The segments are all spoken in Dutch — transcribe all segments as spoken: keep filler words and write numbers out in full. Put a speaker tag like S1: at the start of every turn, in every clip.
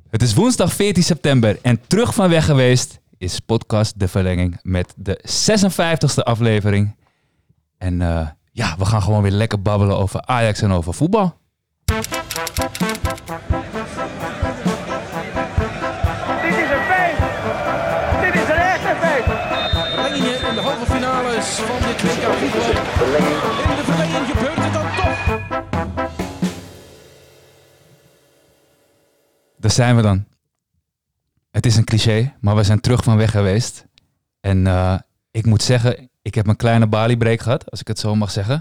S1: Het is woensdag veertien september en terug van weg geweest is podcast De Verlenging met de zesenvijftigste aflevering. En uh, ja, we gaan gewoon weer lekker babbelen over Ajax en over voetbal.
S2: Dit is een feit. Dit is een echte feit.
S3: Verlengingen in de halve finales van dit W K voetbal. In de verlenging gebeurt het dan toch.
S1: Daar zijn we dan. Het is een cliché, maar we zijn terug van weg geweest. En uh, ik moet zeggen, ik heb een kleine Bali-break gehad, als ik het zo mag zeggen.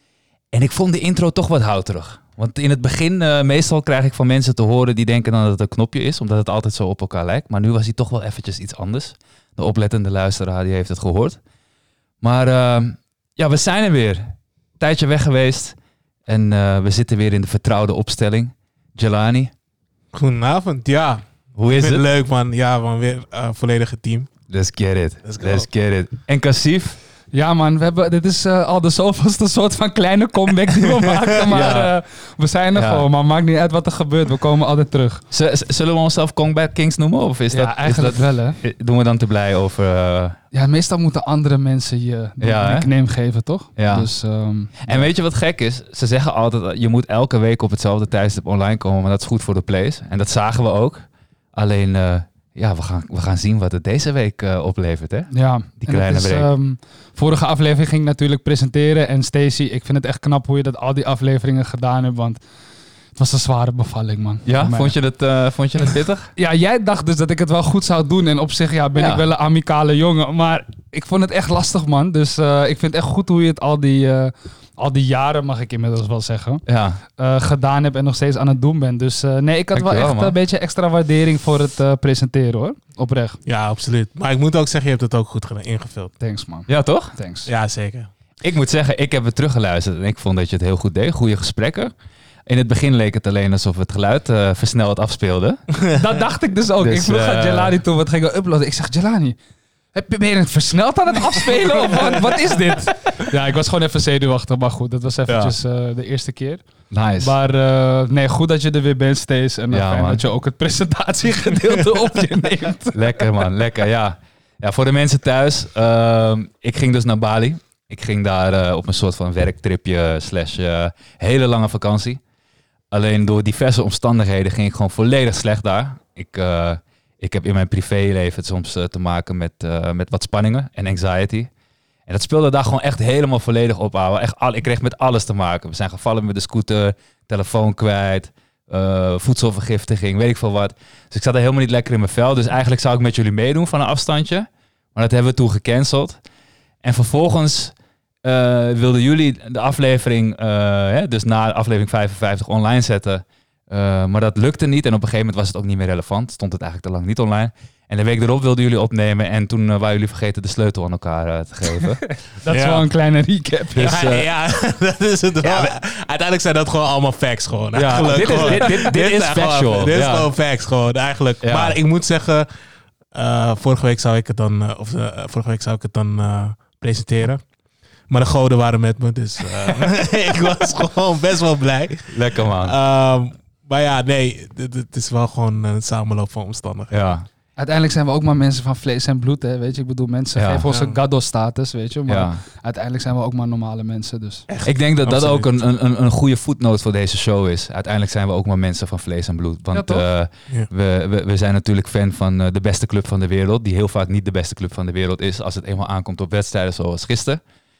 S1: En ik vond de intro toch wat houterig. Want in het begin, uh, meestal krijg ik van mensen te horen die denken dan dat het een knopje is, omdat het altijd zo op elkaar lijkt. Maar nu was hij toch wel eventjes iets anders. De oplettende luisteraar die heeft het gehoord. Maar uh, ja, we zijn er weer. Een tijdje weg geweest. En uh, we zitten weer in de vertrouwde opstelling. Jelani.
S4: Goedenavond, ja.
S1: Hoe is het?
S4: Leuk man, ja man, weer uh, volledige team.
S1: Let's get it.
S4: Let's go.
S1: Let's get it. En Kassif?
S5: Ja man, we hebben, dit is uh, al de zoveelste soort van kleine comeback die we maken. Maar
S1: Ja.
S5: uh, we zijn er
S1: Ja.
S5: gewoon, maar maakt niet uit wat er gebeurt. We komen altijd terug.
S1: Z- z- zullen we onszelf Comeback Kings noemen? Of is
S5: ja,
S1: dat,
S5: eigenlijk
S1: is dat,
S5: wel hè.
S1: doen we dan te blij over... Uh,
S5: Ja, meestal moeten andere mensen je de
S1: Ja, hè?
S5: nickname geven, toch?
S1: Ja.
S5: Dus, um,
S1: En weet je wat gek is? Ze zeggen altijd, je moet elke week op hetzelfde tijdstip online komen, maar dat is goed voor de plays. En dat zagen we ook. Alleen, uh, ja, we gaan, we gaan zien wat het deze week uh, oplevert, hè?
S5: ja,
S1: Die
S5: en
S1: kleine
S5: het is,
S1: break.
S5: um, vorige aflevering ging ik natuurlijk presenteren. En Stacey, ik vind het echt knap hoe je dat al die afleveringen gedaan hebt. Want het was een zware bevalling, man.
S1: Ja,
S5: Voor mij.
S1: vond je het, uh, vond je het pittig?
S5: Ja, jij dacht dus dat ik het wel goed zou doen. En op zich ja, ben
S1: Ja.
S5: ik wel een amicale jongen. Maar ik vond het echt lastig, man. Dus uh, ik vind het echt goed hoe je het al die, uh, al die jaren, mag ik inmiddels wel zeggen,
S1: Ja.
S5: uh, gedaan hebt en nog steeds aan het doen bent. Dus uh, nee, ik had wel
S1: Dankjewel,
S5: echt
S1: man.
S5: een beetje extra waardering voor het uh, presenteren, hoor. Oprecht.
S4: Ja, absoluut. Maar ik moet ook zeggen, je hebt het ook goed gedaan, ingevuld.
S5: Thanks, man.
S1: Ja, toch?
S5: Thanks.
S4: Ja, zeker.
S1: Ik moet zeggen, ik heb het teruggeluisterd en ik vond dat je het heel goed deed. Goede gesprekken. In het begin leek het alleen alsof het geluid uh, versneld afspeelde.
S5: Dat dacht ik dus ook.
S1: Dus,
S5: ik vroeg
S1: uh,
S5: aan Jelani toen we het gingen uploaden. Ik zeg, Jelani, heb je, ben je het versneld aan het afspelen? Of wat, wat is dit? Ja, ik was gewoon even zenuwachtig. Maar goed, dat was eventjes uh, de eerste keer.
S1: Nice.
S5: Maar uh, nee, goed dat je er weer bent, Stees. En uh,
S1: Ja,
S5: fijn
S1: man.
S5: dat je ook het presentatiegedeelte op je neemt.
S1: Lekker man, lekker, ja. Ja, voor de mensen thuis, uh, ik ging dus naar Bali. Ik ging daar uh, op een soort van werktripje slash uh, hele lange vakantie. Alleen door diverse omstandigheden ging ik gewoon volledig slecht daar. Ik, uh, ik heb in mijn privéleven soms uh, te maken met, uh, met wat spanningen en anxiety. En dat speelde daar gewoon echt helemaal volledig op, ouwe. Echt al, ik kreeg met alles te maken. We zijn gevallen met de scooter, telefoon kwijt, uh, voedselvergiftiging, weet ik veel wat. Dus ik zat er helemaal niet lekker in mijn vel. Dus eigenlijk zou ik met jullie meedoen van een afstandje. Maar dat hebben we toen gecanceld. En vervolgens uh, wilden jullie de aflevering, uh, hè, dus na aflevering vijfenvijftig online zetten. Uh, maar dat lukte niet. En op een gegeven moment was het ook niet meer relevant. Stond het eigenlijk te lang niet online. En de week erop wilden jullie opnemen. En toen uh, waren jullie vergeten de sleutel aan elkaar uh, te geven.
S5: Dat is
S4: Ja.
S5: wel een kleine recap.
S1: Dus,
S4: ja,
S1: uh,
S4: ja, dat is het wel. Uiteindelijk zijn dat gewoon allemaal facts gewoon.
S1: Ja,
S4: Eigenlijk
S1: dit is-
S4: gewoon.
S1: dit- dit- dit is
S4: gewoon-
S1: factual,
S4: Dit is
S1: ja.
S4: gewoon facts gewoon, eigenlijk.
S1: Ja.
S4: Maar ik moet zeggen, uh, vorige week zou ik het dan, uh, of uh, vorige week zou ik het dan uh, presenteren. Maar de goden waren met me, dus uh, ik was gewoon best wel blij.
S1: Lekker man.
S4: Um, maar ja, nee, het- het is wel gewoon een samenloop van omstandigheden.
S1: ja,
S5: Uiteindelijk zijn we ook maar mensen van vlees en bloed, hè, weet je. Ik bedoel, mensen
S1: Ja.
S5: geven ons
S4: Ja.
S5: een Gaddo-status, weet je. Maar
S1: ja.
S5: uiteindelijk zijn we ook maar normale mensen, dus.
S1: Ik denk dat dat
S4: Absoluut.
S1: ook een, een, een- een goede voetnoot voor deze show is. Uiteindelijk zijn we ook maar mensen van vlees en bloed. Want
S5: Ja, toch?
S1: uh,
S4: Ja.
S1: we, we, we zijn natuurlijk fan van uh, de beste club van de wereld. Die heel vaak niet de beste club van de wereld is als het eenmaal aankomt op wedstrijden zoals gisteren.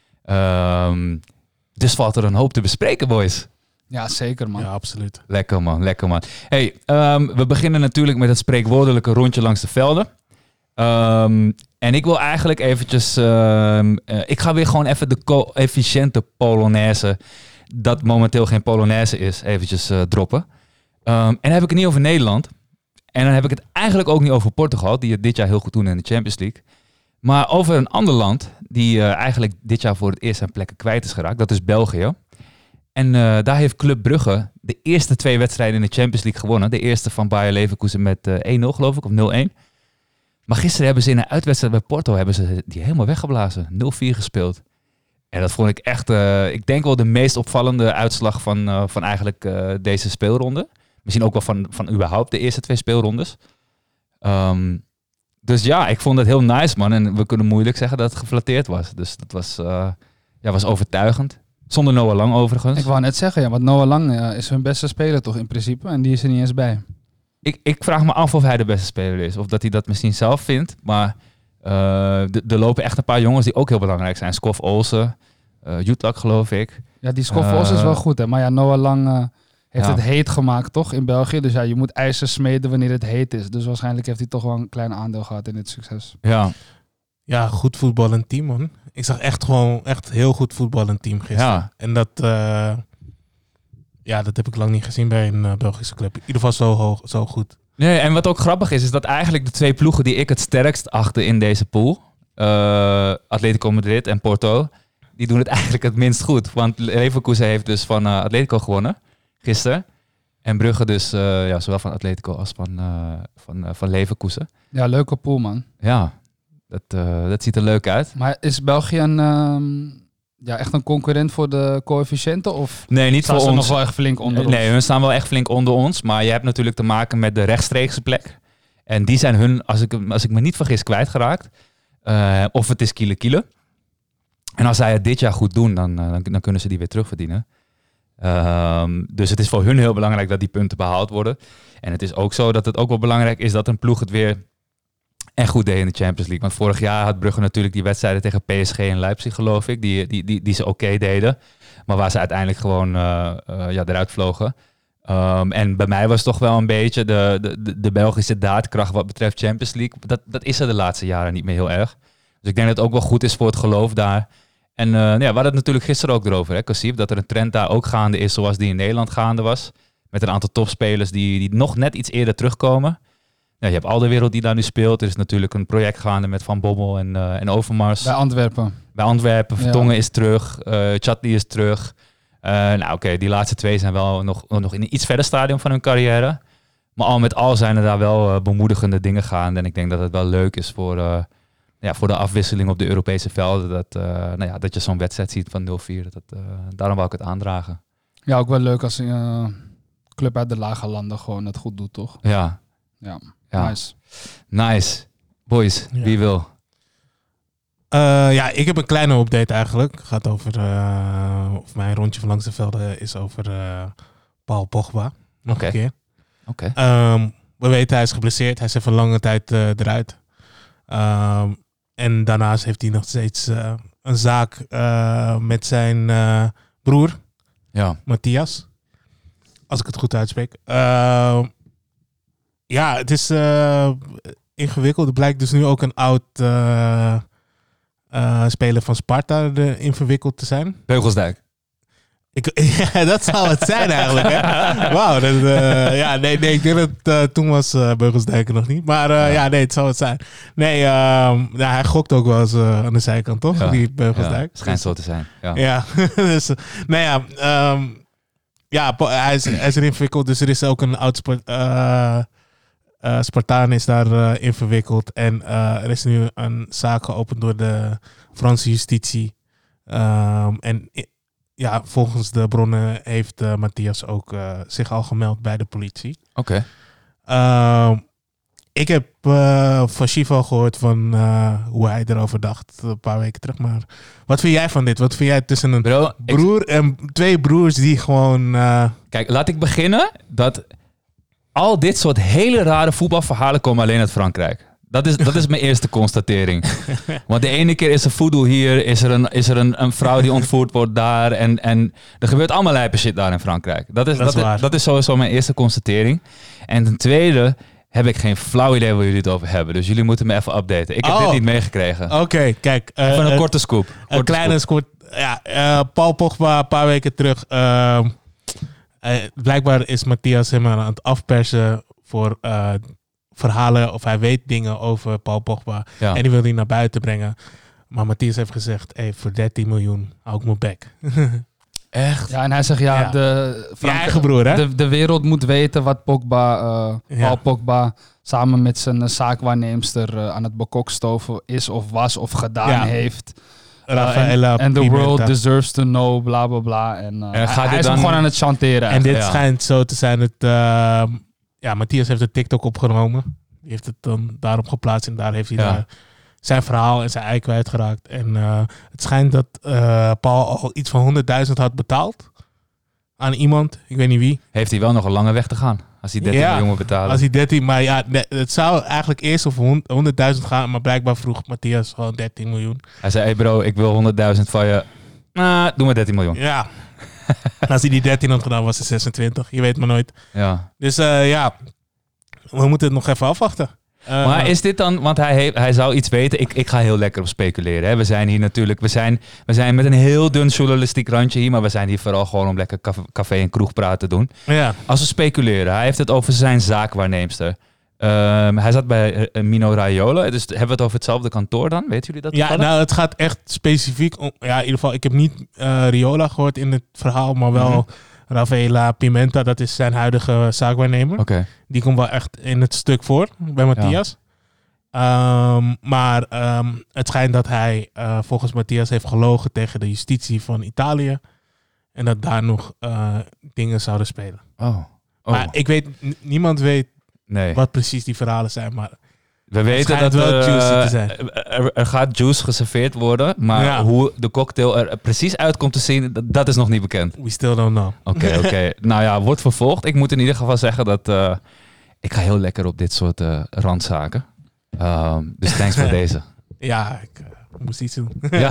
S1: Um, dus valt er een hoop te bespreken, boys.
S5: Ja, zeker, man.
S4: Ja, absoluut.
S1: Lekker man, lekker man. Hey, um, we beginnen natuurlijk met het spreekwoordelijke rondje langs de velden. Um, en ik wil eigenlijk eventjes... Um, uh, ik ga weer gewoon even de coëfficiënte Polonaise, dat momenteel geen Polonaise is, eventjes uh, droppen. Um, en dan heb ik het niet over Nederland. En dan heb ik het eigenlijk ook niet over Portugal, die het dit jaar heel goed doen in de Champions League. Maar over een ander land, die uh, eigenlijk dit jaar voor het eerst zijn plekken kwijt is geraakt. Dat is België. En uh, daar heeft Club Brugge de eerste twee wedstrijden in de Champions League gewonnen. De eerste van Bayer Leverkusen met uh, één nul geloof ik, of nul-één. Maar gisteren hebben ze in een uitwedstrijd bij Porto hebben ze die helemaal weggeblazen. nul vier gespeeld. En dat vond ik echt, uh, ik denk wel de meest opvallende uitslag van, uh, van eigenlijk uh, deze speelronde. Misschien ook wel van, van überhaupt de eerste twee speelrondes. Um, dus ja, ik vond het heel nice, man. En we kunnen moeilijk zeggen dat het geflatteerd was. Dus dat was, uh, ja, was overtuigend. Zonder Noah Lang overigens.
S5: Ik wou net zeggen, ja, want Noah Lang uh, is hun beste speler toch in principe. En die is er niet eens bij.
S1: Ik, ik vraag me af of hij de beste speler is. Of dat hij dat misschien zelf vindt. Maar uh, er lopen echt een paar jongens die ook heel belangrijk zijn. Skof Olsen, uh, Jutak geloof ik.
S5: Ja, die Skof Olsen uh, is wel goed, hè. Maar ja, Noah Lang uh, heeft ja. het heet gemaakt, toch, in België. Dus ja, je moet ijzer smeden wanneer het heet is. Dus waarschijnlijk heeft hij toch wel een klein aandeel gehad in dit succes.
S1: Ja,
S4: ja, goed voetballend team, man. Ik zag echt gewoon echt heel goed voetballend team gisteren.
S1: Ja.
S4: En dat, uh, ja, dat heb ik lang niet gezien bij een uh, Belgische club. In ieder geval zo hoog, zo goed.
S1: Nee, en wat ook grappig is, is dat eigenlijk de twee ploegen die ik het sterkst achtte in deze pool, uh, Atletico Madrid en Porto, die doen het eigenlijk het minst goed. Want Leverkusen heeft dus van uh, Atletico gewonnen, gisteren. En Brugge dus, uh, ja, zowel van Atletico als van, uh, van, uh, van Leverkusen.
S5: Ja, leuke pool, man.
S1: Ja, dat, uh, dat ziet er leuk uit.
S5: Maar is België een, um, ja, echt een concurrent voor de coëfficiënten? Of
S1: nee, niet voor
S5: ze
S1: ons.
S5: nog wel echt flink onder ons?
S1: Nee, hun staan wel echt flink onder ons. Maar je hebt natuurlijk te maken met de rechtstreekse plek. En die zijn hun, als ik, als ik me niet vergis, kwijtgeraakt. Uh, of het is kiele kiele. En als zij het dit jaar goed doen, dan, uh, dan, dan kunnen ze die weer terugverdienen. Um, dus het is voor hun heel belangrijk dat die punten behaald worden. En het is ook zo dat het ook wel belangrijk is dat een ploeg het weer echt goed deed in de Champions League. Want vorig jaar had Brugge natuurlijk die wedstrijden tegen P S G en Leipzig, geloof ik. Die, die, die, die ze oké okay deden. Maar waar ze uiteindelijk gewoon uh, uh, ja, eruit vlogen. Um, en bij mij was toch wel een beetje de, de, de Belgische daadkracht wat betreft Champions League. Dat, dat is er de laatste jaren niet meer heel erg. Dus ik denk dat het ook wel goed is voor het geloof daar. En uh, ja, we hadden het natuurlijk gisteren ook erover, hè, Kassif, dat er een trend daar ook gaande is zoals die in Nederland gaande was. Met een aantal topspelers die, die nog net iets eerder terugkomen. Ja, je hebt al de wereld die daar nu speelt. Er is natuurlijk een project gaande met Van Bommel en, uh, en Overmars.
S5: Bij Antwerpen.
S1: Bij Antwerpen. Vertongen ja. is terug. Uh, Chatli is terug. Uh, nou oké, okay, die laatste twee zijn wel nog, nog in een iets verder stadium van hun carrière. Maar al met al zijn er daar wel uh, bemoedigende dingen gaande. En ik denk dat het wel leuk is voor, uh, ja, voor de afwisseling op de Europese velden. Dat, uh, nou ja, dat je zo'n wedstrijd ziet van nul vier. Dat, uh, daarom wou ik het aandragen.
S5: Ja, ook wel leuk als een uh, club uit de lage landen gewoon het goed doet, toch?
S1: Ja.
S5: Ja,
S1: ja.
S5: nice.
S1: Nice. Boys, ja. Wie wil?
S4: Uh, ja, ik heb een kleine update eigenlijk. Het gaat over, uh, of mijn rondje van langs de velden is over uh, Paul Pogba. Nog okay. een keer.
S1: Oké. Okay.
S4: Um, we weten, hij is geblesseerd. Hij is even lange tijd uh, eruit. Um, en daarnaast heeft hij nog steeds uh, een zaak uh, met zijn uh, broer,
S1: ja.
S4: Matthias. Als ik het goed uitspreek. Uh, ja, het is uh, ingewikkeld. Er blijkt dus nu ook een oud uh, uh, speler van Sparta erin verwikkeld te zijn.
S1: Beugelsdijk.
S4: Ik, ja, dat zou het zijn eigenlijk. Hè? Wauw. Dat, uh, ja, nee, nee, ik denk dat uh, toen was uh, Beugelsdijk nog niet. Maar uh, ja. ja, nee, het zou het zijn. Nee, uh, ja, hij gokt ook wel eens uh, aan de zijkant, toch?
S1: Ja.
S4: Die Beugelsdijk.
S1: Ja, schijnt zo te zijn. Ja,
S4: ja. dus, nou ja, um, ja, hij is, hij is erin verwikkeld. Dus er is ook een oud sport, uh, uh, Spartaan is daar uh, in verwikkeld. En uh, er is nu een zaak geopend door de Franse justitie. Um, en ja, volgens de bronnen heeft uh, Matthias ook uh, zich al gemeld bij de politie.
S1: Oké.
S4: Okay. Uh, ik heb uh, van Shivo gehoord van uh, hoe hij erover dacht een paar weken terug. Maar wat vind jij van dit? Wat vind jij tussen een Bro, broer ik... en twee broers die gewoon... Uh...
S1: Kijk, laat ik beginnen dat al dit soort hele rare voetbalverhalen komen alleen uit Frankrijk. Dat is, dat is mijn eerste constatering. Want de ene keer is er voodoo hier, is er een, is er een, een vrouw die ontvoerd wordt daar. En, en er gebeurt allemaal lijpe shit daar in Frankrijk. Dat is, dat, dat, is, dat is sowieso mijn eerste constatering. En ten tweede heb ik geen flauw idee waar jullie het over hebben. Dus jullie moeten me even updaten. Ik heb
S4: oh. dit
S1: niet meegekregen.
S4: Oké, okay, kijk. Uh,
S1: even een
S4: uh,
S1: korte scoop. Korte
S4: een kleine scoop. Ja, uh, Paul Pogba een paar weken terug. Uh, uh, blijkbaar is Matthias hem aan het afpersen voor... Uh, verhalen of hij weet dingen over Paul Pogba. Ja. En die wil hij naar buiten brengen. Maar Matthias heeft gezegd, hey, voor dertien miljoen hou ik mijn bek.
S1: Echt?
S5: Ja, en hij zegt, ja,
S4: ja.
S5: de,
S4: Frank, je eigen broer, hè?
S5: De, de wereld moet weten wat Pogba, uh,
S4: ja.
S5: Paul Pogba samen met zijn uh, zaakwaarneemster uh, aan het bekokstoven is of was of gedaan ja. heeft.
S4: Rafaela
S5: En the
S4: Pimenta.
S5: world deserves to know, bla bla bla. En, uh,
S1: En gaat
S5: hij,
S1: dit
S5: hij is hem
S1: dan-
S5: gewoon aan het chanteren.
S4: En dit
S1: Ja.
S4: schijnt zo te zijn het... Uh, ja, Matthias heeft een TikTok opgenomen. Die heeft het dan daarop geplaatst. En daar heeft hij
S1: Ja.
S4: daar zijn verhaal en zijn ei kwijtgeraakt. En uh, het schijnt dat uh, Paul al iets van honderdduizend had betaald. Aan iemand. Ik weet niet wie.
S1: Heeft hij wel nog een lange weg te gaan. Als hij dertien
S4: Ja,
S1: miljoen moet betalen.
S4: Als hij dertien... Maar ja, nee, het zou eigenlijk eerst over honderdduizend gaan. Maar blijkbaar vroeg Matthias gewoon dertien miljoen.
S1: Hij zei, hey bro, ik wil honderdduizend van je. Nou, doe maar dertien miljoen.
S4: Ja. En als hij die dertien had gedaan, was het zesentwintig. Je weet maar nooit.
S1: Ja.
S4: Dus uh, ja, we moeten het nog even afwachten. Uh,
S1: Maar is dit dan, want hij, heeft, hij zou iets weten. Ik, ik ga heel lekker op speculeren. Hè. We zijn hier natuurlijk, we zijn, we zijn met een heel dun journalistiek randje hier. Maar we zijn hier vooral gewoon om lekker café, café en kroegpraat te doen.
S4: Ja.
S1: Als we speculeren, hij heeft het over zijn zaakwaarneemster. Um, hij zat bij uh, Mino Raiola. Dus hebben we het over hetzelfde kantoor dan? Weten jullie dat?
S4: Ja,
S1: toevallig?
S4: nou, het gaat echt specifiek om... Ja, in ieder geval, ik heb niet uh, Riola gehoord in het verhaal, maar wel
S1: Mhm.
S4: Rafaela Pimenta. Dat is zijn huidige zaakwaarnemer.
S1: Oké. Okay.
S4: Die komt wel echt in het stuk voor, bij Matthias. Ja. Um, maar um, het schijnt dat hij uh, volgens Matthias heeft gelogen tegen de justitie van Italië. En dat daar nog uh, dingen zouden spelen.
S1: Oh. oh.
S4: Maar ik weet, n- niemand weet
S1: nee.
S4: wat precies die verhalen zijn, maar...
S1: We weten dat
S4: wel
S1: er,
S4: juicy
S1: uh,
S4: te zijn.
S1: Er, er gaat juice geserveerd worden, maar
S4: Ja.
S1: hoe de cocktail er precies uit komt te zien, dat, dat is nog niet bekend.
S4: We still don't know.
S1: Oké, okay, oké. Okay. Nou ja, wordt vervolgd. Ik moet in ieder geval zeggen dat uh, ik ga heel lekker op dit soort uh, randzaken. Um, dus thanks voor deze.
S4: Ja, ik uh, moest iets doen.
S1: Ja.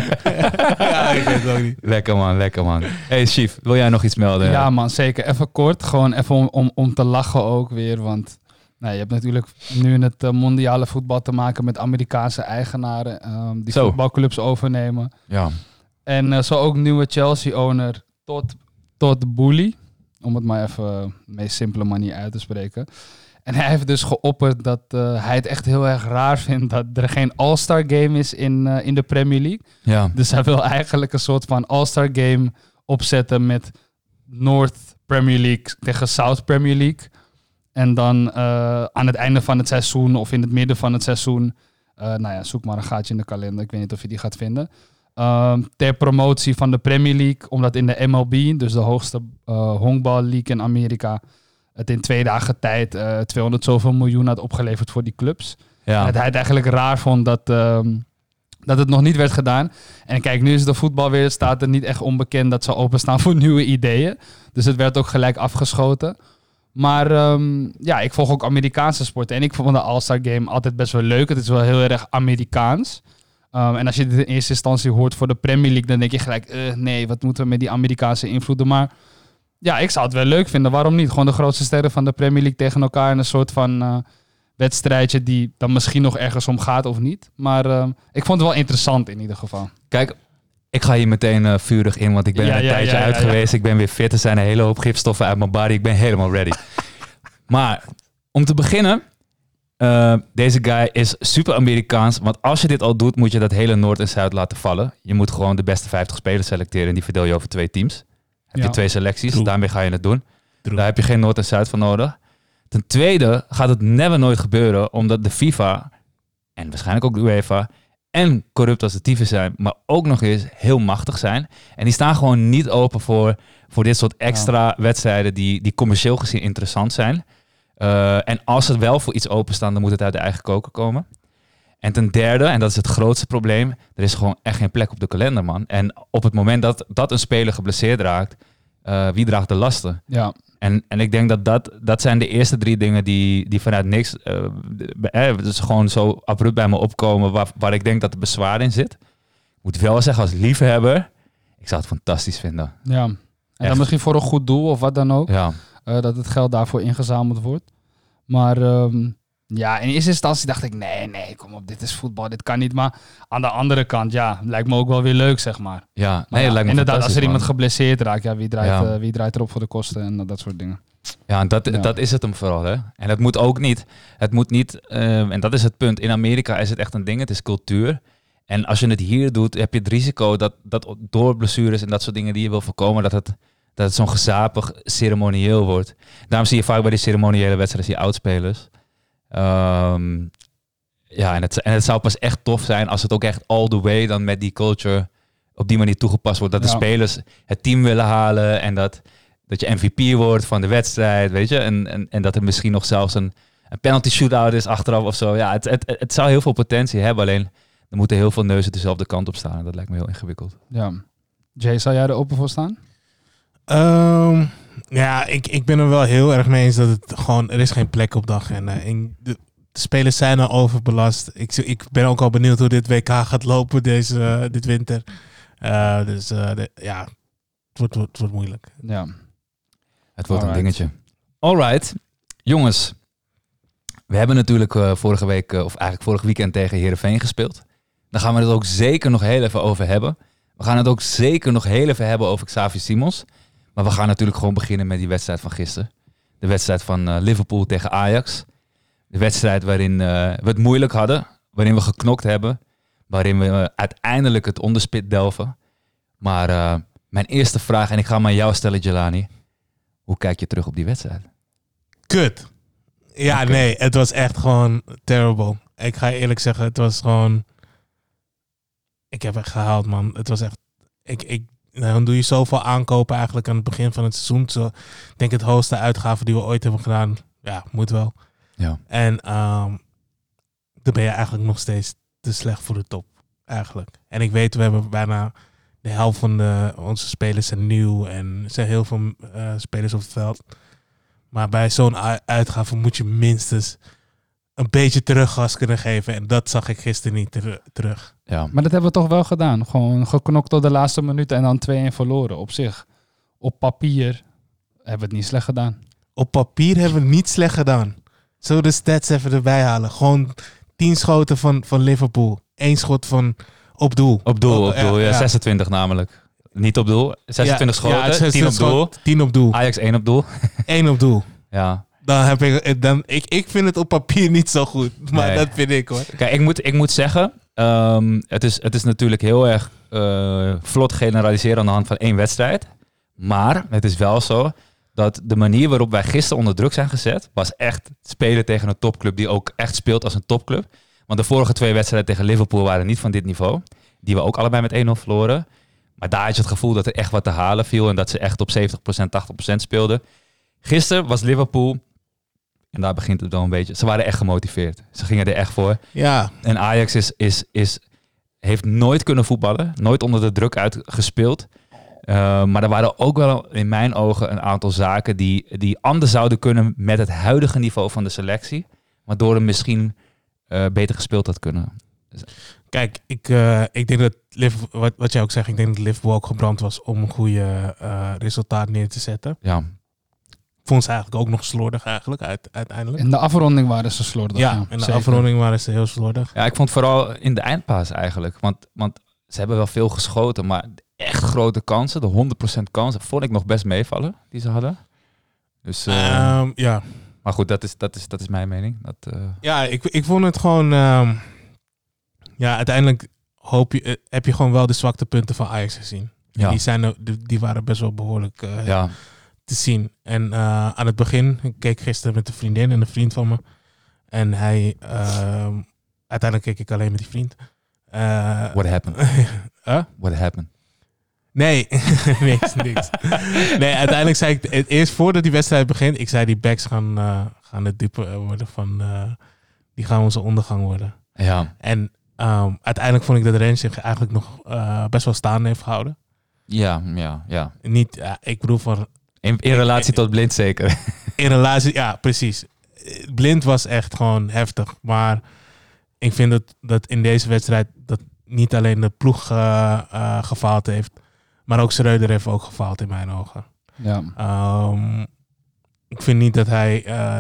S4: Ja, ik weet het ook niet.
S1: Lekker man, lekker man. Hey Chief, wil jij nog iets melden?
S5: Ja man, zeker. Even kort. Gewoon even om, om, om te lachen ook weer. Want nou, je hebt natuurlijk nu in het uh, mondiale voetbal te maken met Amerikaanse eigenaren. Um, die
S1: Zo.
S5: voetbalclubs overnemen.
S1: Ja.
S5: En uh, zo ook nieuwe Chelsea-owner Todd, Todd Boehly. Om het maar even uh, de meest simpele manier uit te spreken. En hij heeft dus geopperd dat uh, hij het echt heel erg raar vindt dat er geen All-Star game is in, uh, in de Premier League.
S1: Ja.
S5: Dus hij wil eigenlijk een soort van All-Star game opzetten met North Premier League tegen South Premier League. En dan uh, aan het einde van het seizoen of in het midden van het seizoen, uh, nou ja, zoek maar een gaatje in de kalender. Ik weet niet of je die gaat vinden. Uh, ter promotie van de Premier League, omdat in de M L B, dus de hoogste uh, honkbal league in Amerika, het in twee dagen tijd uh, tweehonderd zoveel miljoen had opgeleverd voor die clubs.
S1: Ja.
S5: En dat hij het eigenlijk raar vond dat, um, dat het nog niet werd gedaan. En kijk, nu is de voetbal weer, staat er niet echt onbekend dat ze openstaan voor nieuwe ideeën. Dus het werd ook gelijk afgeschoten. Maar um, ja, ik volg ook Amerikaanse sporten. En ik vond de All-Star Game altijd best wel leuk. Het is wel heel erg Amerikaans. Um, en als je dit in eerste instantie hoort voor de Premier League, dan denk je gelijk, uh, nee, wat moeten we met die Amerikaanse invloeden? Maar ja, ik zou het wel leuk vinden. Waarom niet? Gewoon de grootste sterren van de Premier League tegen elkaar in een soort van uh, wedstrijdje die dan misschien nog ergens om gaat of niet. Maar uh, ik vond het wel interessant in ieder geval.
S1: Kijk, ik ga hier meteen uh, vurig in, want ik ben
S5: Ja,
S1: er een
S5: ja,
S1: tijdje
S5: ja,
S1: uit
S5: ja, ja.
S1: geweest. Ik ben weer fit. Er zijn een hele hoop gifstoffen uit mijn body. Ik ben helemaal ready. Maar om te beginnen, uh, deze guy is super Amerikaans. Want als je dit al doet, moet je dat hele Noord en Zuid laten vallen. Je moet gewoon de beste vijftig spelers selecteren en die verdeel je over twee teams. Heb
S5: Ja.
S1: je twee selecties,
S4: True.
S1: daarmee ga je het doen.
S4: True.
S1: Daar heb je geen Noord en Zuid voor nodig. Ten tweede gaat het never nooit gebeuren, omdat de FIFA en waarschijnlijk ook de UEFA en corrupt als de tyfus zijn, maar ook nog eens heel machtig zijn. En die staan gewoon niet open voor, voor dit soort extra wedstrijden die, die commercieel gezien interessant zijn. Uh, en als ze wel voor iets openstaan, dan moet het uit de eigen koker komen. En ten derde, en dat is het grootste probleem, er is gewoon echt geen plek op de kalender, man. En op het moment dat, dat een speler geblesseerd raakt, uh, wie draagt de lasten?
S5: Ja,
S1: En, en ik denk dat dat, dat zijn de eerste drie dingen die, die vanuit niks, uh, eh, dus gewoon zo abrupt bij me opkomen, waar, waar ik denk dat er bezwaar in zit. Ik moet wel zeggen, als liefhebber, ik zou het fantastisch vinden.
S5: ja. En
S1: Echt.
S5: dan misschien voor een goed doel of wat dan ook.
S1: Ja,
S5: Uh, dat het geld daarvoor ingezameld wordt. Maar um, ja, in eerste instantie dacht ik, nee, nee, kom op, dit is voetbal, dit kan niet. Maar aan de andere kant, ja, lijkt me ook wel weer leuk, zeg maar.
S1: ja.
S5: Maar
S1: Nee,
S5: ja,
S1: het lijkt me
S5: inderdaad, als
S1: fantastisch,
S5: er iemand
S1: man.
S5: geblesseerd raakt, ja, wie draait,
S1: Ja.
S5: uh, wie draait erop voor de kosten en uh, dat soort dingen.
S1: Ja, en dat,
S5: Ja.
S1: dat is het hem vooral, hè. En het moet ook niet, het moet niet, uh, en dat is het punt. In Amerika is het echt een ding, het is cultuur. En als je het hier doet, heb je het risico dat, dat door blessures en dat soort dingen die je wil voorkomen, dat het, dat het zo'n gezapig ceremonieel wordt. Daarom zie je vaak bij die ceremoniële wedstrijden, die oudspelers. Um, Ja, en het, en het zou pas echt tof zijn als het ook echt all the way dan met die culture op die manier toegepast wordt. Dat de
S5: Ja.
S1: spelers het team willen halen en dat, dat je M V P wordt van de wedstrijd, weet je. En, en, en dat er misschien nog zelfs een, een penalty shootout is achteraf of zo. Ja, het, het, het zou heel veel potentie hebben, alleen er moeten heel veel neuzen dezelfde kant op staan. En dat lijkt me heel ingewikkeld.
S5: Ja. Jay, zou jij er open voor staan?
S4: Um, ja, ik, ik ben er wel heel erg mee eens dat het gewoon... Er is geen plek op de agenda. En de, de spelers zijn al overbelast. Ik, ik ben ook al benieuwd hoe dit W K gaat lopen deze, uh, dit winter. Uh, dus uh, de, ja, het wordt, het wordt moeilijk.
S5: Ja.
S1: Het wordt
S5: Alright.
S1: een dingetje. Alright. Jongens, we hebben natuurlijk uh, vorige week, uh, of eigenlijk vorig weekend tegen Heerenveen gespeeld. Daar gaan we het ook zeker nog heel even over hebben. We gaan het ook zeker nog heel even hebben over Xavi Simons. Maar we gaan natuurlijk gewoon beginnen met die wedstrijd van gisteren. De wedstrijd van uh, Liverpool tegen Ajax. De wedstrijd waarin uh, we het moeilijk hadden. Waarin we geknokt hebben. Waarin we uh, uiteindelijk het onderspit delven. Maar uh, mijn eerste vraag, en ik ga hem aan jou stellen, Jelani. Hoe kijk je terug op die wedstrijd?
S4: Kut. Ja,
S1: Oké.
S4: nee, het was echt gewoon terrible. Ik ga je eerlijk zeggen, het was gewoon... Ik heb echt gehaald, man. Het was echt... Ik, ik, nou, dan doe je zoveel aankopen eigenlijk aan het begin van het seizoen. Zo, ik denk het hoogste uitgave die we ooit hebben gedaan. Ja, moet wel.
S1: Ja.
S4: En um, dan ben je eigenlijk nog steeds te slecht voor de top. Eigenlijk. En ik weet, we hebben bijna de helft van de, onze spelers zijn nieuw. En er zijn heel veel uh, spelers op het veld. Maar bij zo'n u- uitgave moet je minstens een beetje teruggas kunnen geven. En dat zag ik gisteren niet ter- terug.
S1: Ja.
S5: Maar dat hebben we toch wel gedaan. Gewoon geknokt tot de laatste minuut en dan twee-een verloren. Op zich, op papier, hebben we het niet slecht gedaan.
S4: Op papier hebben we het niet slecht gedaan. Zullen we de stats even erbij halen? Gewoon tien schoten van, van Liverpool. Eén schot van op doel.
S1: Op doel,
S4: Oh,
S1: op doel. Ja,
S4: ja.
S1: zesentwintig namelijk. Niet op doel. zesentwintig
S4: Ja, ja,
S1: schoten, tien op doel.
S4: tien op doel.
S1: Ajax één op doel.
S4: Eén op doel.
S1: Ja.
S4: Dan heb ik, dan, ik, ik vind het op papier niet zo goed. Maar
S1: Nee.
S4: dat vind ik hoor.
S1: Kijk, ik moet, ik moet zeggen, um, het, is, het is natuurlijk heel erg uh, vlot generaliseren aan de hand van één wedstrijd. Maar het is wel zo dat de manier waarop wij gisteren onder druk zijn gezet, was echt spelen tegen een topclub die ook echt speelt als een topclub. Want de vorige twee wedstrijden tegen Liverpool waren niet van dit niveau. Die we ook allebei met één nul verloren. Maar daar had je het gevoel dat er echt wat te halen viel en dat ze echt op zeventig procent, tachtig procent speelden. Gisteren was Liverpool, en daar begint het wel een beetje, ze waren echt gemotiveerd. Ze gingen er echt voor.
S4: Ja,
S1: En Ajax is, is, is, heeft nooit kunnen voetballen. Nooit onder de druk uitgespeeld. Uh, maar er waren ook wel in mijn ogen een aantal zaken die, die anders zouden kunnen met het huidige niveau van de selectie. Waardoor er misschien uh, beter gespeeld had kunnen.
S4: kijk, ik, uh, ik denk dat Liverpool, wat, wat jij ook zegt, ik denk dat Liverpool ook gebrand was om een goede uh, resultaat neer te zetten.
S1: Ja,
S4: Ik vond ze eigenlijk ook nog slordig eigenlijk, uit, uiteindelijk.
S5: In de afronding waren ze slordig.
S4: Ja, in de
S5: zeker.
S4: afronding waren ze heel slordig.
S1: ja, ik vond vooral in de eindpaas eigenlijk. Want, want ze hebben wel veel geschoten, maar echt grote kansen, de honderd procent kansen, vond ik nog best meevallen die ze hadden. Dus, uh,
S4: Um, ja,
S1: maar goed, dat is, dat is, dat is mijn mening. Dat, uh,
S4: ja ik, ik vond het gewoon... Um, ja, uiteindelijk hoop je, uh, heb je gewoon wel de zwaktepunten van Ajax gezien.
S1: ja,
S4: Die, zijn, er- die, die waren best wel behoorlijk uh,
S1: ja,
S4: te zien. En uh, aan het begin, ik keek gisteren met een vriendin en een vriend van me. En hij... Uh, uiteindelijk keek ik alleen met die vriend. Uh,
S1: what happened?
S4: huh?
S1: What happened?
S4: Nee, niks, niks. Nee, uiteindelijk zei ik... Het eerst voordat die wedstrijd begint... Ik zei die backs gaan, uh, gaan het dupe worden van... Uh, die gaan onze ondergang worden.
S1: Ja,
S4: En um, uiteindelijk vond ik dat Rens zich eigenlijk nog uh, best wel staande heeft gehouden.
S1: ja, ja, ja.
S4: Niet, uh, ik bedoel van...
S1: In, in relatie tot Blind zeker.
S4: In relatie... Ja, precies. Blind was echt gewoon heftig. Maar ik vind dat, dat in deze wedstrijd... dat niet alleen de ploeg uh, uh, gefaald heeft... maar ook Schreuder heeft ook gefaald in mijn ogen.
S5: Ja.
S4: Um, ik vind niet dat hij... Uh,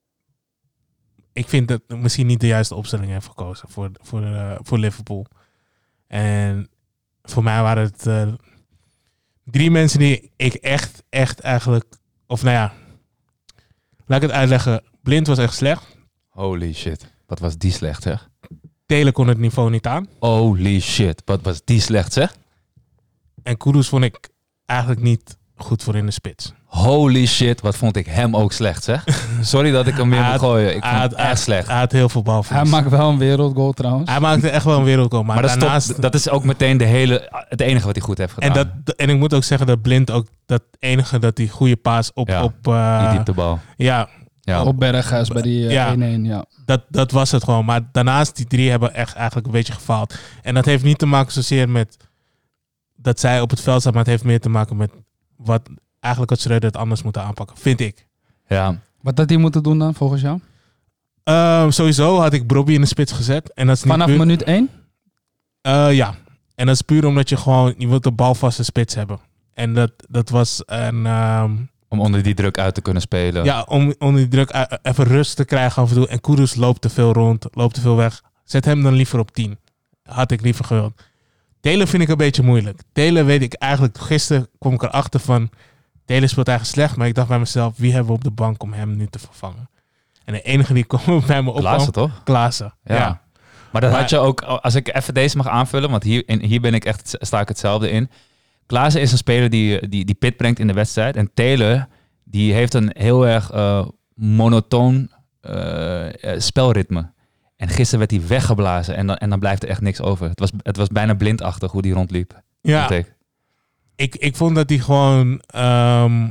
S4: ik vind dat misschien niet de juiste opstelling heeft gekozen voor, voor, uh, voor Liverpool. En voor mij waren het uh, drie mensen die ik echt, echt eigenlijk... Of nou ja, laat ik het uitleggen. Blind was echt slecht.
S1: Holy shit. Wat was die slecht, zeg?
S4: Taylor kon het niveau niet aan.
S1: Holy shit. Wat was die slecht, zeg?
S4: En Kudus vond ik eigenlijk niet goed voor in de spits.
S1: Holy shit, wat vond ik hem ook slecht, zeg. Sorry dat ik hem weer
S4: Hij
S1: moet
S4: had-
S1: gooien. Ik
S4: hij
S1: vond
S4: had
S1: het echt
S4: echt-
S1: slecht.
S4: Hij had heel veel balverlies.
S5: Hij maakt wel een wereldgoal trouwens.
S4: Hij maakte echt wel een wereldgoal. Maar,
S1: Maar dat is,
S4: daarnaast...
S1: top, dat is ook meteen de hele, het enige wat hij goed heeft gedaan.
S4: en, dat, en ik moet ook zeggen dat Blind ook dat enige dat die goede paas op...
S1: Ja,
S4: op uh,
S1: die dieptebal.
S4: ja,
S1: Ja.
S5: Op Berghuis bij die eh,
S4: Ja.
S5: één-één, ja.
S4: dat, dat was het gewoon. Maar daarnaast, die drie hebben echt eigenlijk een beetje gefaald. En dat heeft niet te maken zozeer met dat zij op het veld staan, maar het heeft meer te maken met wat eigenlijk had Schreuder het anders moeten aanpakken, vind ik.
S1: Ja.
S5: Wat had hij moeten doen dan, volgens jou?
S4: Ehm, sowieso had ik Brobby in de spits gezet. En dat is niet
S5: Vanaf
S4: puur-
S5: minuut één?
S4: Eh, ja. En dat is puur omdat je gewoon, je wilt een balvaste spits hebben. En dat, dat was een... ehm,
S1: Om onder die druk uit te kunnen spelen.
S4: ja, om, om die druk u- even rust te krijgen af en toe. En Kudus loopt te veel rond, loopt te veel weg. Zet hem dan liever op tien. Had ik liever gewild. Telen vind ik een beetje moeilijk. Telen weet ik eigenlijk... Gisteren kwam ik erachter van... Telen speelt eigenlijk slecht. Maar ik dacht bij mezelf... Wie hebben we op de bank om hem nu te vervangen? En de enige die kwam bij me opkwam...
S1: Klaassen, toch?
S4: Klaassen.
S1: Ja.
S4: Ja.
S1: Maar dat
S4: Maar-
S1: had je ook, als ik even deze mag aanvullen, want hier, in, hier ben ik echt, sta ik hetzelfde in. Klaassen is een speler die, die, die pit brengt in de wedstrijd. En Taylor, die heeft een heel erg uh, monotoon uh, uh, spelritme. En gisteren werd hij weggeblazen en dan, en dan blijft er echt niks over. Het was, het was bijna blindachtig hoe die rondliep.
S4: Ja.
S1: vond ik.
S4: Ik, ik vond dat hij gewoon... ehm,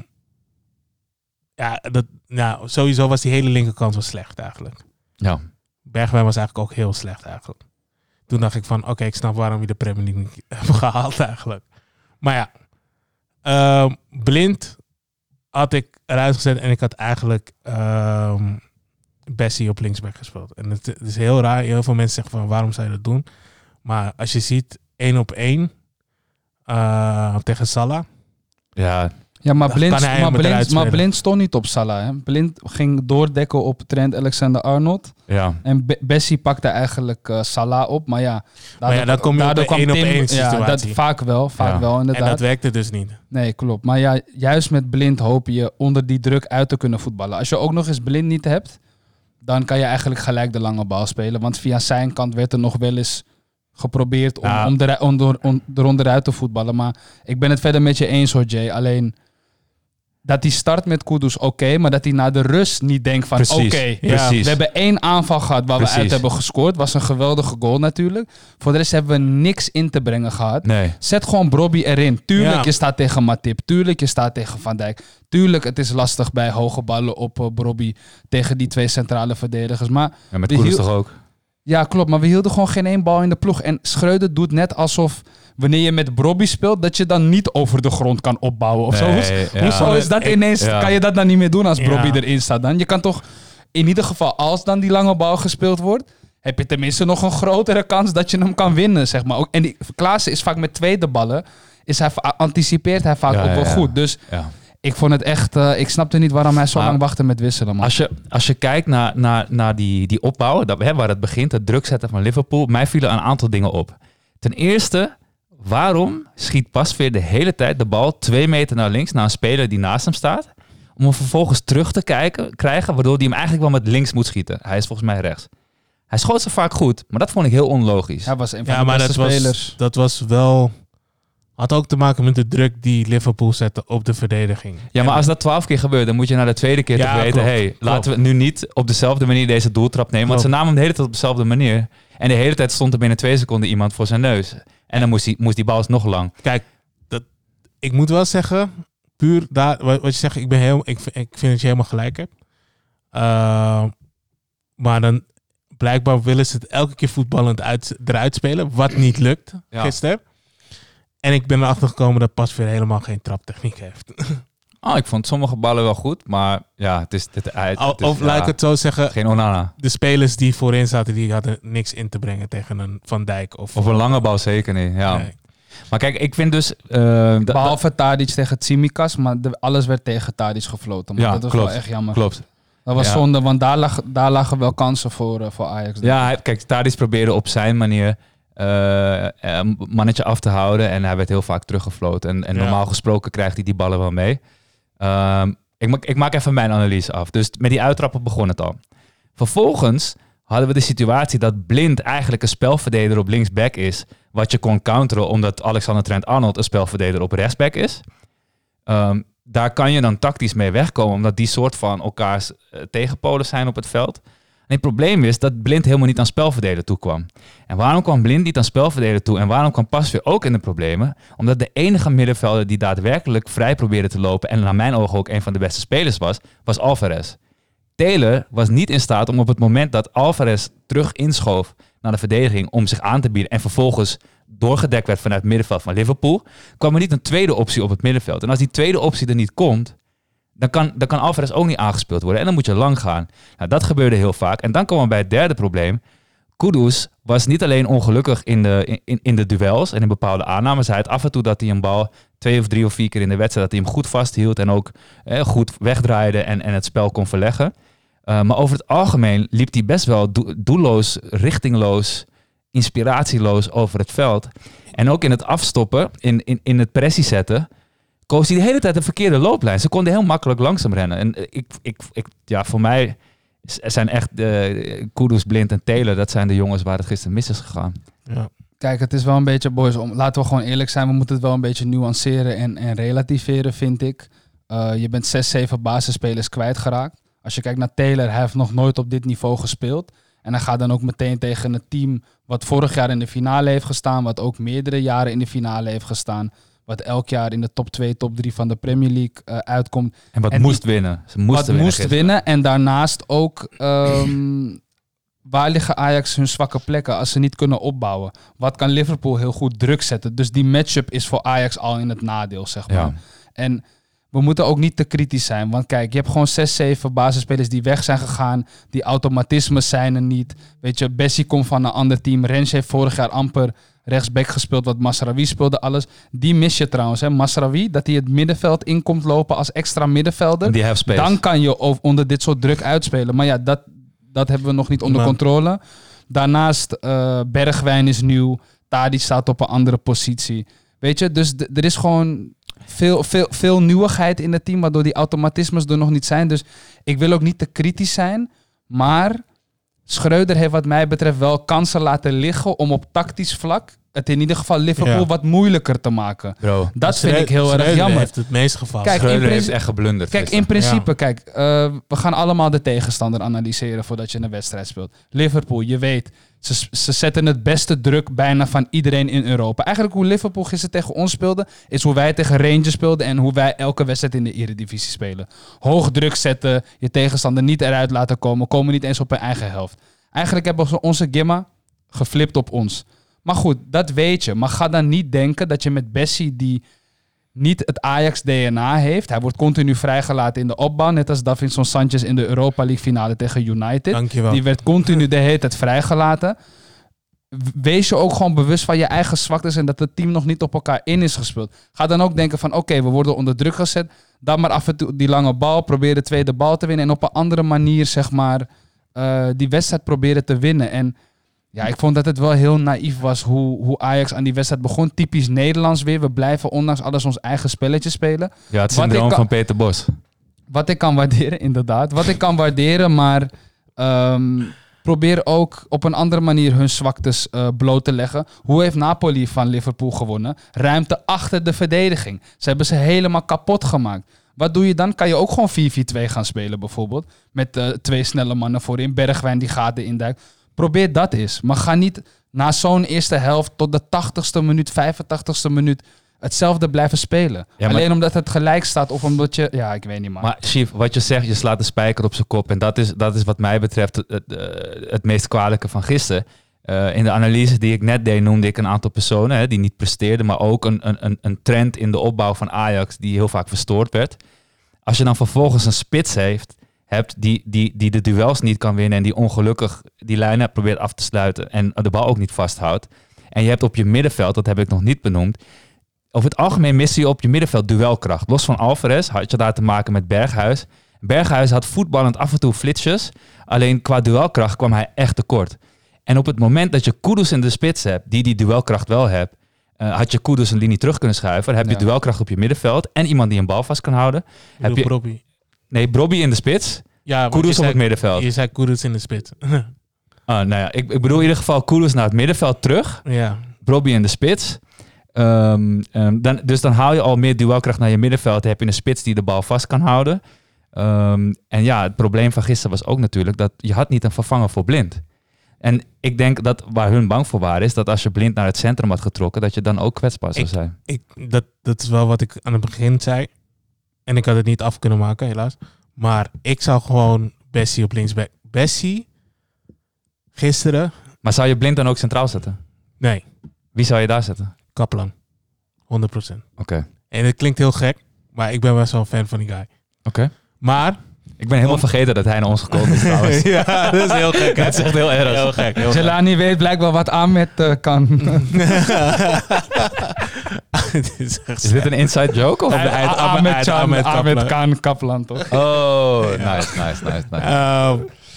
S4: ja, dat, nou, sowieso was die hele linkerkant wel slecht eigenlijk.
S1: Ja.
S4: Bergwijn was eigenlijk ook heel slecht eigenlijk. Toen dacht ik van, oké, ik snap waarom je de Premier League niet hebt gehaald eigenlijk. Maar ja, ehm, Blind had ik eruit gezet en ik had eigenlijk ehm Bessie op linksback gespeeld. En het, het is heel raar. Heel veel mensen zeggen van, waarom zou je dat doen? Maar als je ziet, één op één uh, tegen Salah.
S1: Ja,
S5: Ja, maar
S4: Dan
S5: Blind,
S4: kan hij hem
S5: maar,
S4: eruit
S5: Blind, maar
S4: spelen.
S5: Blind stond niet op Salah. Hè? Blind ging doordekken op Trent Alexander-Arnold.
S1: ja.
S5: En Be- Bessie pakte eigenlijk uh, Salah op. Maar ja, daardoor,
S4: ja, dan kom je op
S5: daardoor
S4: een één op één
S5: Ja, dat,
S4: situatie.
S5: vaak wel, vaak
S1: Ja.
S5: wel
S4: En
S5: inderdaad.
S4: dat werkte dus niet.
S5: Nee, klopt. Maar ja, juist met Blind hoop je onder die druk uit te kunnen voetballen. Als je ook nog eens Blind niet hebt, dan kan je eigenlijk gelijk de lange bal spelen. Want via zijn kant werd er nog wel eens geprobeerd om,
S1: Ja.
S5: om, er, om, door- om eronderuit te voetballen. Maar ik ben het verder met je eens hoor, Jay. Alleen dat hij start met Kudus, oké. maar dat hij na de rust niet denkt van oké,
S1: Precies,
S5: ja,
S1: precies.
S5: we hebben één aanval gehad waar
S1: Precies.
S5: we uit hebben gescoord. Was een geweldige goal natuurlijk. Voor de rest hebben we niks in te brengen gehad.
S1: Nee.
S5: Zet gewoon Brobby erin. Tuurlijk,
S4: Ja.
S5: je staat tegen Matip. Tuurlijk, je staat tegen Van Dijk. Tuurlijk, het is lastig bij hoge ballen op uh, Brobby tegen die twee centrale verdedigers. Maar
S1: Ja, met
S5: We
S1: Koeders
S5: hiel-
S1: toch ook?
S5: ja, klopt. Maar we hielden gewoon geen één bal in de ploeg. En Schreuder doet net alsof wanneer je met Brobby speelt, dat je dan niet over de grond kan opbouwen of zo.
S1: Nee,
S5: Hoe-
S1: ja.
S5: Hoezo is dat
S4: Ik-
S5: ineens?
S1: ja.
S5: Kan je dat dan niet meer doen als
S4: Ja.
S5: Brobby erin staat dan? Je kan toch in ieder geval, als dan die lange bal gespeeld wordt, heb je tenminste nog een grotere kans dat je hem kan winnen, zeg maar. Ook- En die, Klaassen is vaak met tweede ballen, is hij, va- anticipeert hij vaak
S1: Ja,
S5: ook
S1: ja,
S5: wel
S1: ja.
S5: goed. Dus
S1: Ja.
S5: ik vond het echt, eh, ik snapte niet waarom hij zo
S1: Maar
S5: lang wachtte met wisselen, man.
S1: Als je, als je kijkt naar, naar, naar die, die opbouw, dat, hè, waar het begint, het druk zetten van Liverpool, mij vielen een aantal dingen op. Ten eerste, waarom schiet Pasveer de hele tijd de bal twee meter naar links naar een speler die naast hem staat, om hem vervolgens terug te kijken, krijgen, waardoor hij hem eigenlijk wel met links moet schieten. Hij is volgens mij rechts. Hij schoot ze vaak goed, maar dat vond ik heel onlogisch.
S5: Hij was een van
S4: Ja,
S5: de
S4: maar
S5: beste
S4: dat was,
S5: spelers.
S4: dat was wel... Had ook te maken met de druk die Liverpool zette op de verdediging.
S1: Ja, maar als dat twaalf keer gebeurt, dan moet je na de tweede keer
S4: Ja,
S1: toch weten,
S4: klopt,
S1: hey,
S4: klopt.
S1: laten we nu niet op dezelfde manier deze doeltrap nemen. Want ze
S4: Klopt.
S1: namen hem de hele tijd op dezelfde manier. En de hele tijd stond er binnen twee seconden iemand voor zijn neus. En dan moest die, moest die bal nog lang.
S4: Kijk, dat, ik moet wel zeggen, puur daar, wat, wat je zegt, ik, ben heel, ik, vind- ik vind dat je helemaal gelijk hebt. Uh, maar dan blijkbaar willen ze het elke keer voetballend uit, eruit spelen, wat niet lukt
S1: Ja.
S4: gisteren. En ik ben erachter gekomen dat Pasveer helemaal geen traptechniek heeft.
S1: Oh, ik vond sommige ballen wel goed, maar ja, het is, het, het,
S4: Of,
S1: het is,
S4: of laat
S1: ja,
S4: ik het zo zeggen,
S1: geen Onana.
S4: de spelers die voorin zaten, die hadden niks in te brengen tegen een Van Dijk. Of,
S1: Of een lange bal zeker niet, ja.
S4: Nee.
S1: Maar kijk, ik vind dus... eh, dat- dat-
S5: Behalve Tadic tegen Tsimikas, maar de, alles werd tegen Tadic gefloten. Man.
S1: Ja,
S5: dat was
S1: klopt.
S5: wel echt jammer.
S1: klopt.
S5: Dat was
S1: Ja.
S5: zonde, want daar, lag, daar lagen wel kansen voor, uh, voor Ajax. denk
S1: Ja,
S5: ik.
S1: hij, kijk, Tadic probeerde op zijn manier eh, een mannetje af te houden. En hij werd heel vaak teruggefloten. En, en
S4: Ja.
S1: normaal gesproken krijgt hij die ballen wel mee. Ehm, ik, maak, ik maak even mijn analyse af. Dus met die uittrappen begon het al. Vervolgens hadden we de situatie dat Blind eigenlijk een spelverdeler op linksback is. Wat je kon counteren omdat Alexander Trent-Arnold een spelverdeler op rechtsback is. Ehm, daar kan je dan tactisch mee wegkomen, omdat die soort van elkaars uh, tegenpolen zijn op het veld. En het probleem is dat Blind helemaal niet aan spelverdelen toekwam. En waarom kwam Blind niet aan spelverdelen toe? En waarom kwam Pasveer ook in de problemen? Omdat de enige middenvelder die daadwerkelijk vrij probeerde te lopen, en naar mijn ogen ook een van de beste spelers was, was Alvarez. Taylor was niet in staat om op het moment dat Alvarez terug inschoof naar de verdediging om zich aan te bieden en vervolgens doorgedekt werd vanuit het middenveld van Liverpool, kwam er niet een tweede optie op het middenveld. En als die tweede optie er niet komt, dan kan, dan kan Alvarez ook niet aangespeeld worden. En dan moet je lang gaan. Nou, dat gebeurde heel vaak. En dan komen we bij het derde probleem. Kudus was niet alleen ongelukkig in de, in, in de duels en in bepaalde aannames. Hij had af en toe dat hij een bal twee of drie of vier keer in de wedstrijd, dat hij hem goed vasthield en ook eh, goed wegdraaide en, en het spel kon verleggen. Uh, maar over het algemeen liep hij best wel do- doelloos, richtingloos, inspiratieloos over het veld. En ook in het afstoppen, in, in, in het pressie zetten, koos hij de hele tijd de verkeerde looplijn. Ze konden heel makkelijk langzaam rennen. En ik, ik, ik, ja, voor mij zijn echt uh, Kudus, Blind en Taylor, dat zijn de jongens waar het gisteren mis is gegaan.
S4: Ja.
S5: Kijk, het is wel een beetje, boys, om, laten we gewoon eerlijk zijn. We moeten het wel een beetje nuanceren en, en relativeren, vind ik. Uh, je bent zes, zeven basisspelers kwijtgeraakt. Als je kijkt naar Taylor, hij heeft nog nooit op dit niveau gespeeld. En hij gaat dan ook meteen tegen een team wat vorig jaar in de finale heeft gestaan, wat ook meerdere jaren in de finale heeft gestaan, wat elk jaar in de top twee, top drie van de Premier League uh, uitkomt.
S1: En wat
S5: en
S1: moest
S5: die,
S1: winnen. Ze moesten
S5: wat
S1: winnen
S5: moest
S1: gisteren.
S5: winnen. En daarnaast ook, um, waar liggen Ajax hun zwakke plekken als ze niet kunnen opbouwen? Wat kan Liverpool heel goed druk zetten? Dus die matchup is voor Ajax al in het nadeel, zeg maar.
S1: Ja.
S5: En we moeten ook niet te kritisch zijn. Want kijk, je hebt gewoon zes, zeven basisspelers die weg zijn gegaan. Die automatismes zijn er niet. Weet je, Bessie komt van een ander team. Rens heeft vorig jaar amper rechtsback gespeeld, wat Masraoui speelde, alles. Die mis je trouwens, hè. Masraoui, dat hij het middenveld in komt lopen als extra middenvelder.
S1: Die have space.
S5: Dan kan je onder dit soort druk uitspelen. Maar ja, dat, dat hebben we nog niet onder
S4: Maar...
S5: controle. Daarnaast, uh, Bergwijn is nieuw. Tadic staat op een andere positie. Weet je, dus d- er is gewoon veel, veel, veel nieuwigheid in het team, waardoor die automatismes er nog niet zijn. Dus ik wil ook niet te kritisch zijn, maar Schreuder heeft wat mij betreft wel kansen laten liggen om op tactisch vlak het in ieder geval Liverpool
S4: Ja.
S5: wat moeilijker te maken.
S1: Bro,
S5: Dat vind ik heel erg
S4: Schreuder
S5: jammer.
S4: heeft het meest gevallen.
S5: Kijk,
S1: Schreuder
S5: in
S1: heeft
S5: principe-
S1: echt geblunderd.
S5: Kijk, in
S1: gisteren.
S5: principe,
S4: Ja.
S5: kijk, uh, we gaan allemaal de tegenstander analyseren voordat je een wedstrijd speelt. Liverpool, je weet, ze, ze zetten het beste druk bijna van iedereen in Europa. Eigenlijk hoe Liverpool gisteren tegen ons speelde, is hoe wij tegen Rangers speelden en hoe wij elke wedstrijd in de Eredivisie spelen. Hoog druk zetten, je tegenstander niet eruit laten komen, komen niet eens op hun eigen helft. Eigenlijk hebben we onze Gimma geflipt op ons. Maar goed, dat weet je. Maar ga dan niet denken dat je met Bessie, die niet het Ajax-D N A heeft. Hij wordt continu vrijgelaten in de opbouw. Net als Davinson Sanchez in de Europa League finale tegen United.
S4: Dankjewel.
S5: Die werd continu de hele tijd vrijgelaten. Wees je ook gewoon bewust van je eigen zwaktes en dat het team nog niet op elkaar in is gespeeld. Ga dan ook denken van oké, okay, we worden onder druk gezet. Dan maar af en toe die lange bal. Probeer de tweede bal te winnen. En op een andere manier zeg maar uh, die wedstrijd proberen te winnen. En ja, ik vond dat het wel heel naïef was hoe, hoe Ajax aan die wedstrijd begon. Typisch Nederlands weer. We blijven ondanks alles ons eigen spelletje spelen.
S1: Ja, het
S5: Wat ik
S1: syndroom
S5: kan-
S1: van Peter Bos.
S5: Wat ik kan waarderen, inderdaad. Wat ik kan waarderen, maar um, probeer ook op een andere manier hun zwaktes uh, bloot te leggen. Hoe heeft Napoli van Liverpool gewonnen? Ruimte achter de verdediging. Ze hebben ze helemaal kapot gemaakt. Wat doe je dan? Kan je ook gewoon vier vier twee gaan spelen bijvoorbeeld. Met uh, twee snelle mannen voorin. Bergwijn die gaten induikt. Probeer dat eens. Maar ga niet na zo'n eerste helft tot de tachtigste minuut, vijfentachtigste minuut hetzelfde blijven spelen.
S1: Ja, maar-
S5: Alleen omdat het gelijk staat of omdat je... Ja, ik weet niet, man.
S1: Maar Chief, wat je zegt, je slaat de spijker op zijn kop. En dat is, dat is wat mij betreft het, het, uh, het meest kwalijke van gisteren. Uh, in de analyse die ik net deed, noemde ik een aantal personen hè, die niet presteerden. Maar ook een, een, een trend in de opbouw van Ajax die heel vaak verstoord werd. Als je dan vervolgens een spits heeft, hebt die, die, die de duels niet kan winnen en die ongelukkig die lijnen probeert af te sluiten en de bal ook niet vasthoudt. En je hebt op je middenveld, dat heb ik nog niet benoemd, over het algemeen miste je op je middenveld duelkracht. Los van Alvarez had je daar te maken met Berghuis. Berghuis had voetballend af en toe flitsjes, alleen qua duelkracht kwam hij echt tekort. En op het moment dat je Kudus in de spits hebt, die die duelkracht wel hebt, uh, had je Kudus een linie terug kunnen schuiven. Dan heb je
S5: Ja.
S1: duelkracht op je middenveld en iemand die een bal vast kan houden.
S4: Ik
S1: heb
S4: bedoel
S1: je-
S4: Brobby.
S1: Nee, Brobby in de spits,
S4: Ja, want
S1: Kudus
S4: je
S1: op
S4: zei-
S1: het middenveld.
S4: Je zei Kudus in de spits.
S1: Ah, nou ja, ik, ik bedoel in ieder geval Kudus naar het middenveld terug.
S4: ja.
S1: Brobby in de spits. Um, um, dan, dus dan haal je al meer duelkracht naar je middenveld. Dan heb je een spits die de bal vast kan houden. Um, en ja, het probleem van gisteren was ook natuurlijk dat je had niet een vervanger voor Blind. En ik denk dat waar hun bang voor waren is dat als je Blind naar het centrum had getrokken, dat je dan ook kwetsbaar zou zijn.
S4: Ik, dat, dat is wel wat ik aan het begin zei. En ik had het niet af kunnen maken, helaas. Maar ik zou gewoon Bessie op linksback. Bessie, gisteren...
S1: Maar zou je Blind dan ook centraal zetten?
S4: Nee,
S1: Wie zou je daar zetten?
S4: Kaplan. honderd procent.
S1: Oké. Okay.
S4: En het klinkt heel gek, maar ik ben best wel een fan van die guy.
S1: Oké. Okay.
S4: Maar...
S1: Ik ben helemaal vergeten dat hij naar ons gekomen is trouwens.
S4: Ja, dat is heel gek.
S1: Dat is echt heel erg.
S4: Heel gek. Heel
S5: Jelani weet blijkbaar wat Ahmed uh, kan.
S4: Dit is, echt
S1: is dit een inside joke? Of?
S4: Ahmed, Ahmed,
S5: Ahmed,
S4: Ahmed,
S5: Can,
S4: Ahmed
S5: Ahmed
S4: Kaplan.
S5: Can Kaplan, toch?
S1: Oh, nice, nice, nice. nice.
S4: Uh,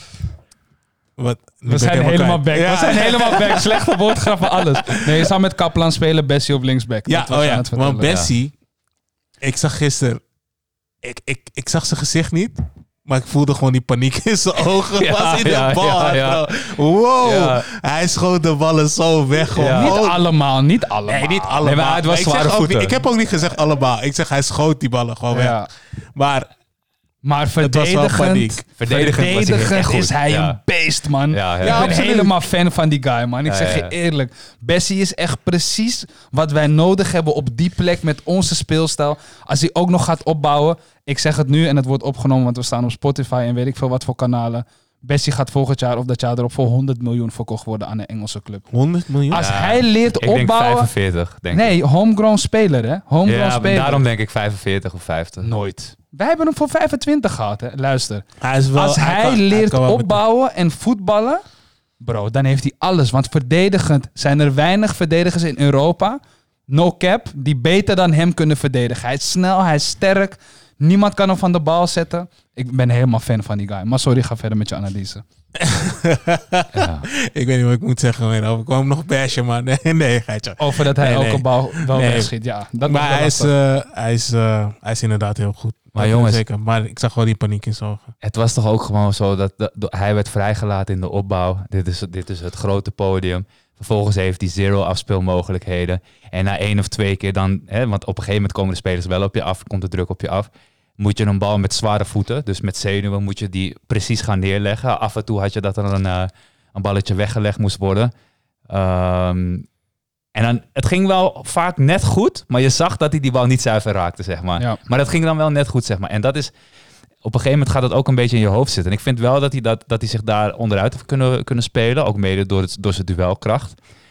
S4: wat,
S5: We zijn helemaal back.
S4: Ja.
S5: We zijn helemaal back. Slechte woordgrappen, alles. Nee, je zou met Kaplan spelen, Bessie op linksback.
S4: Ja,
S5: Dat was
S4: oh
S5: aan
S4: ja.
S5: het vertellen.
S4: Want Bessie, ik zag gisteren, ik, ik, ik zag zijn gezicht niet, maar ik voelde gewoon die paniek in zijn ogen.
S1: Ja,
S4: was in de
S1: ja,
S4: bal.
S1: ja, ja.
S4: Wow,
S1: Ja.
S4: hij schoot de ballen zo weg. Gewoon.
S1: Ja.
S5: Niet
S4: Oh.
S5: allemaal, niet allemaal.
S4: Nee, niet allemaal.
S1: Nee, maar het was
S4: ik, zeg
S1: zware
S4: ook
S1: voeten.
S4: niet, ik heb ook niet gezegd allemaal. Ik zeg hij schoot die ballen gewoon weg.
S5: Ja.
S4: Maar
S5: Maar
S4: het was wel paniek.
S5: verdedigend,
S1: Verdedigend was hij
S5: verdedigend
S1: echt goed.
S5: is hij
S1: Ja.
S5: een beest, man.
S1: Ja, ja.
S5: Ik
S4: Ja,
S5: ben
S4: absoluut.
S5: helemaal fan van die guy, man. Ik
S1: Ja,
S5: zeg
S1: ja,
S5: je
S1: ja.
S5: eerlijk. Bessie is echt precies wat wij nodig hebben op die plek met onze speelstijl. Als hij ook nog gaat opbouwen. Ik zeg het nu en het wordt opgenomen, want we staan op Spotify en weet ik veel wat voor kanalen. Bessie gaat volgend jaar of dat jaar erop voor honderd miljoen verkocht worden aan een Engelse club.
S4: honderd miljoen?
S5: Als
S1: Ja,
S5: hij leert
S1: Ik denk
S5: opbouwen...
S1: vijfenveertig, denk ik.
S5: Nee, homegrown speler, hè? Homegrown
S1: Ja, maar
S5: speler.
S1: daarom denk ik vijfenveertig of vijftig.
S5: Nooit. Wij hebben hem voor vijfentwintig gehad, hè? Luister.
S4: Hij is wel,
S5: Als hij,
S4: kan-
S5: leert
S4: kan wel met-
S5: opbouwen en voetballen, bro, dan heeft hij alles. Want verdedigend zijn er weinig verdedigers in Europa, no cap, die beter dan hem kunnen verdedigen. Hij is snel, hij is sterk. Niemand kan hem van de bal zetten. Ik ben helemaal fan van die guy. Maar sorry, ga verder met je analyse.
S1: Ja.
S4: Ik weet niet wat ik moet zeggen. Maar ik kwam hem nog bashen, maar nee, nee, geitje.
S5: Over dat hij
S4: Nee,
S5: elke
S4: nee.
S5: bal wel
S4: Nee.
S5: wegschiet. Ja, dat
S4: Maar
S5: was wel
S4: hij is,
S5: lastig.
S4: uh, hij, is, uh, hij is inderdaad heel goed.
S1: Maar
S4: Dat
S1: jongens-
S4: zeker. Maar ik zag wel die paniek in zijn ogen.
S1: Het was toch ook gewoon zo dat de- de- hij werd vrijgelaten in de opbouw. Dit is, dit is het grote podium. Vervolgens heeft hij zero afspeelmogelijkheden. En na één of twee keer dan, hè, want op een gegeven moment komen de spelers wel op je af, komt de druk op je af. Moet je een bal met zware voeten, dus met zenuwen, moet je die precies gaan neerleggen. Af en toe had je dat er een, uh, een balletje weggelegd moest worden. Um, en dan, het ging wel vaak net goed, maar je zag dat hij die bal niet zuiver raakte, zeg maar.
S5: Ja.
S1: Maar dat ging dan wel net goed, zeg maar. En dat is, op een gegeven moment gaat dat ook een beetje in je hoofd zitten. En ik vind wel dat hij, dat, dat hij zich daar onderuit heeft kunnen, kunnen spelen, ook mede door, het, door zijn duelkracht.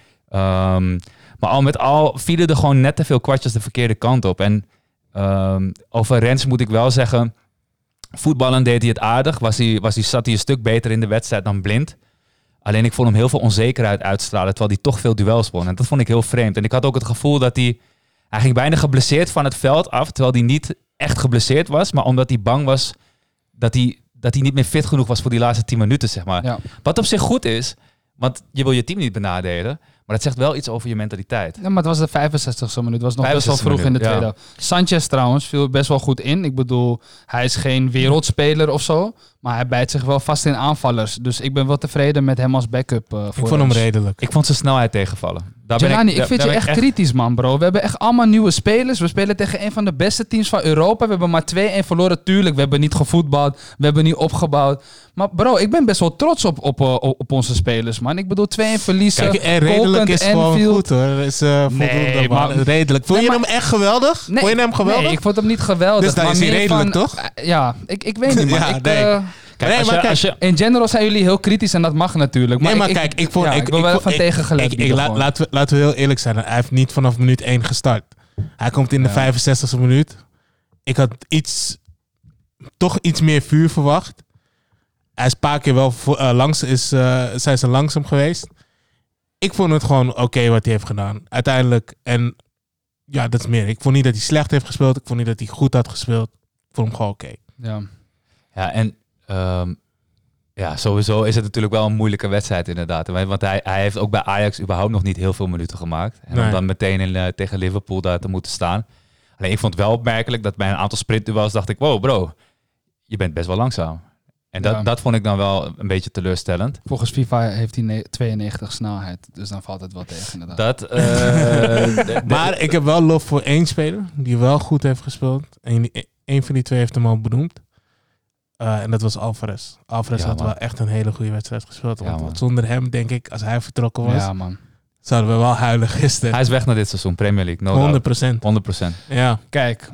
S1: Um, maar al met al vielen er gewoon net te veel kwartjes de verkeerde kant op. En um, over Rens moet ik wel zeggen, voetballen deed hij het aardig. Was hij, was hij, zat hij een stuk beter in de wedstrijd dan Blind. Alleen ik vond hem heel veel onzekerheid uitstralen, terwijl hij toch veel duels won. En dat vond ik heel vreemd. En ik had ook het gevoel dat hij... Hij ging bijna geblesseerd van het veld af, terwijl hij niet echt geblesseerd was. Maar omdat hij bang was dat hij, dat hij niet meer fit genoeg was voor die laatste tien minuten, zeg maar.
S5: Ja.
S1: Wat op zich goed is, want je wil je team niet benadelen. Maar dat zegt wel iets over je mentaliteit.
S5: Ja, maar het was de vijfenzestigste minuut. Het was nog best wel
S1: vijfenzestigste
S5: vroeg in de
S1: minuut,
S5: tweede. Sanchez trouwens viel best wel goed in. Ik bedoel, hij is geen wereldspeler of zo. Maar hij bijt zich wel vast in aanvallers. Dus ik ben wel tevreden met hem als backup. Uh, voor
S4: Ik vond hem
S5: ons.
S4: redelijk.
S1: Ik vond zijn snelheid tegenvallen. Daar ben
S5: Jelani, ik,
S1: daar-
S5: vind
S1: daar
S5: je
S1: ben
S5: echt kritisch, man, bro. We hebben echt allemaal nieuwe spelers. We spelen tegen een van de beste teams van Europa. We hebben maar twee-een verloren. Tuurlijk, we hebben niet gevoetbald. We hebben niet opgebouwd. Maar bro, ik ben best wel trots op, op, op, op onze spelers, man. Ik bedoel, twee-een verliezen.
S4: Kijk, en redelijk
S5: Kokend,
S4: is gewoon
S5: Anfield.
S4: goed hoor. Is, uh, voldoende,
S5: Nee,
S4: man.
S5: maar-
S4: Redelijk. Vond
S5: Nee,
S4: je
S5: maar-
S4: hem echt geweldig?
S5: Nee,
S4: Vond je hem geweldig?
S5: Nee, ik vond hem niet geweldig.
S4: Dus dan
S5: maar
S4: is hij
S5: meer
S4: redelijk,
S5: van-
S4: toch?
S5: eh, ja, ik, ik weet niet, maar
S4: Ja,
S5: ik,
S4: nee.
S5: eh,
S1: Kijk,
S4: Nee,
S1: als
S4: maar
S1: je,
S4: kijk,
S1: als je,
S5: in general zijn jullie heel kritisch en dat mag natuurlijk. Maar
S4: nee, maar
S5: ik,
S4: kijk, ik vond...
S5: ja,
S4: ik,
S5: ik wil wel
S4: vond-
S5: van
S4: ik-
S5: tegengeluid
S4: ik- ik-
S5: bieden
S4: la-
S5: gewoon.
S4: laten, we, laten we heel eerlijk zijn. Hij heeft niet vanaf minuut één gestart. Hij komt in de
S5: Ja.
S4: vijfenzestigste minuut. Ik had iets... Toch iets meer vuur verwacht. Hij is een paar keer wel vo- uh, langs... Is, uh, zijn ze langzaam geweest. Ik vond het gewoon oké wat hij heeft gedaan. Uiteindelijk. En ja, dat is meer. Ik vond niet dat hij slecht heeft gespeeld. Ik vond niet dat hij goed had gespeeld. Ik vond hem gewoon oké.
S5: Ja.
S1: ja, en um, ja, sowieso is het natuurlijk wel een moeilijke wedstrijd inderdaad. Want hij, hij heeft ook bij Ajax überhaupt nog niet heel veel minuten gemaakt. En
S4: Nee.
S1: om dan meteen in, uh, tegen Liverpool daar te moeten staan. Alleen ik vond het wel opmerkelijk dat bij een aantal sprintduels dacht ik, wow bro, je bent best wel langzaam. En dat,
S5: Ja.
S1: dat vond ik dan wel een beetje teleurstellend.
S5: Volgens FIFA heeft hij ne- tweeënnegentig snelheid. Dus dan valt het wel tegen inderdaad.
S1: Dat, eh, de- de-
S4: Maar ik heb wel lof voor één speler die wel goed heeft gespeeld. En die- één van die twee heeft hem al benoemd. Uh, en dat was Alvarez. Alvarez
S1: Ja,
S4: had
S1: man.
S4: wel echt een hele goede wedstrijd gespeeld.
S1: Ja,
S4: want
S1: man.
S4: zonder hem, denk ik, als hij vertrokken was,
S5: Ja, man.
S4: zouden we wel huilen gisteren.
S1: hij is weg naar dit seizoen, Premier League. No
S4: honderd
S1: doubt.
S4: procent.
S1: honderd procent.
S4: Ja.
S5: Kijk,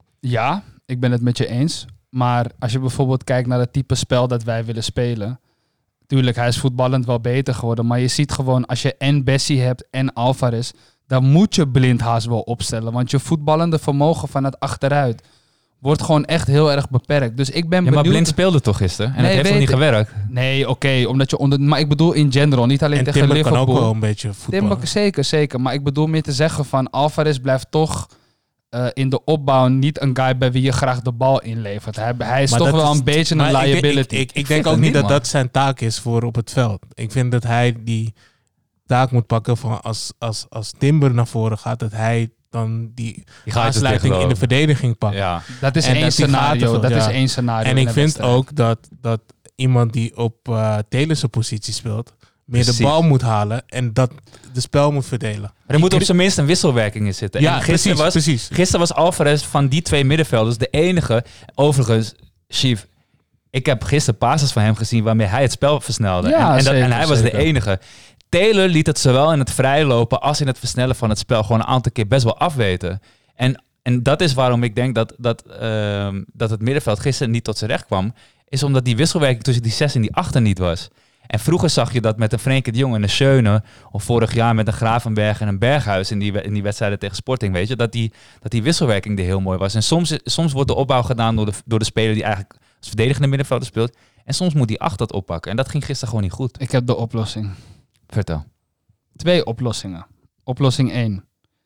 S5: ja, ik ben het met je eens. Maar als je bijvoorbeeld kijkt naar het type spel dat wij willen spelen. Tuurlijk, hij is voetballend wel beter geworden. Maar je ziet gewoon, als je en Bessie hebt en Alvarez, dan moet je Blind haast wel opstellen. Want je voetballende vermogen van het achteruit wordt gewoon echt heel erg beperkt. Dus ik ben
S1: Ja, maar
S5: benieuwd...
S1: Blind speelde toch gisteren? En
S5: Nee,
S1: het heeft toch
S5: weet
S1: niet
S5: ik.
S1: gewerkt?
S5: Nee, oké, omdat je onder... Maar ik bedoel in general, niet alleen
S4: En
S5: tegen
S4: Timber
S5: Liverpool.
S4: kan ook wel een beetje voetballen.
S5: Timber, zeker, zeker. Maar ik bedoel meer te zeggen van Alvarez blijft toch uh, in de opbouw niet een guy bij wie je graag de bal inlevert. Hij, hij is
S4: Maar
S5: toch
S4: dat
S5: wel
S4: is-
S5: een beetje
S4: maar
S5: een
S4: ik denk-
S5: liability.
S4: Ik, ik, ik,
S1: Ik
S4: denk
S1: vind
S4: ook
S1: het
S4: niet
S1: niet,
S4: dat
S1: man.
S4: dat zijn taak is voor op het veld. Ik vind dat hij die taak moet pakken van als, als, als Timber naar voren gaat, dat hij dan die
S1: Die gaat er
S4: aansluiting in de
S1: tegenlopen.
S4: verdediging pakt.
S1: Ja.
S5: dat is
S4: en
S5: één
S4: dat die
S5: scenario.
S4: gaten
S5: Dat
S4: vult,
S5: is
S4: ja.
S5: één scenario.
S4: En
S5: in
S4: ik
S5: de
S4: vind
S5: wedstrijd.
S4: ook dat, dat iemand die op uh, Taylor's positie speelt, meer
S1: Precies.
S4: de bal moet halen en dat de spel moet verdelen.
S1: Maar er moet op zijn minst een wisselwerking in zitten.
S4: Ja,
S1: en gisteren,
S4: precies,
S1: was,
S4: precies.
S1: gisteren was Alvarez van die twee middenvelders de enige. Overigens, Chief, ik heb gisteren passes van hem gezien waarmee hij het spel versnelde.
S5: Ja,
S1: en, en, dat,
S5: zeker,
S1: en hij was de
S5: zeker.
S1: enige. Taylor liet het zowel in het vrijlopen als in het versnellen van het spel gewoon een aantal keer best wel afweten. En, en dat is waarom ik denk dat, dat, ehm, dat het middenveld gisteren niet tot zijn recht kwam. Is omdat die wisselwerking tussen die zes en die achter niet was. En vroeger zag je dat met een Frenkie de Jong en een Schöne, of vorig jaar met een Gravenberg en een Berghuis in die, in die wedstrijden tegen Sporting, weet je, dat die, dat die wisselwerking er heel mooi was. En soms, soms wordt de opbouw gedaan door de, door de speler die eigenlijk als verdedigende middenvelder speelt. En soms moet die acht dat oppakken. En dat ging gisteren gewoon niet goed.
S5: Ik heb de oplossing.
S1: Vertel.
S5: Twee oplossingen. Oplossing één.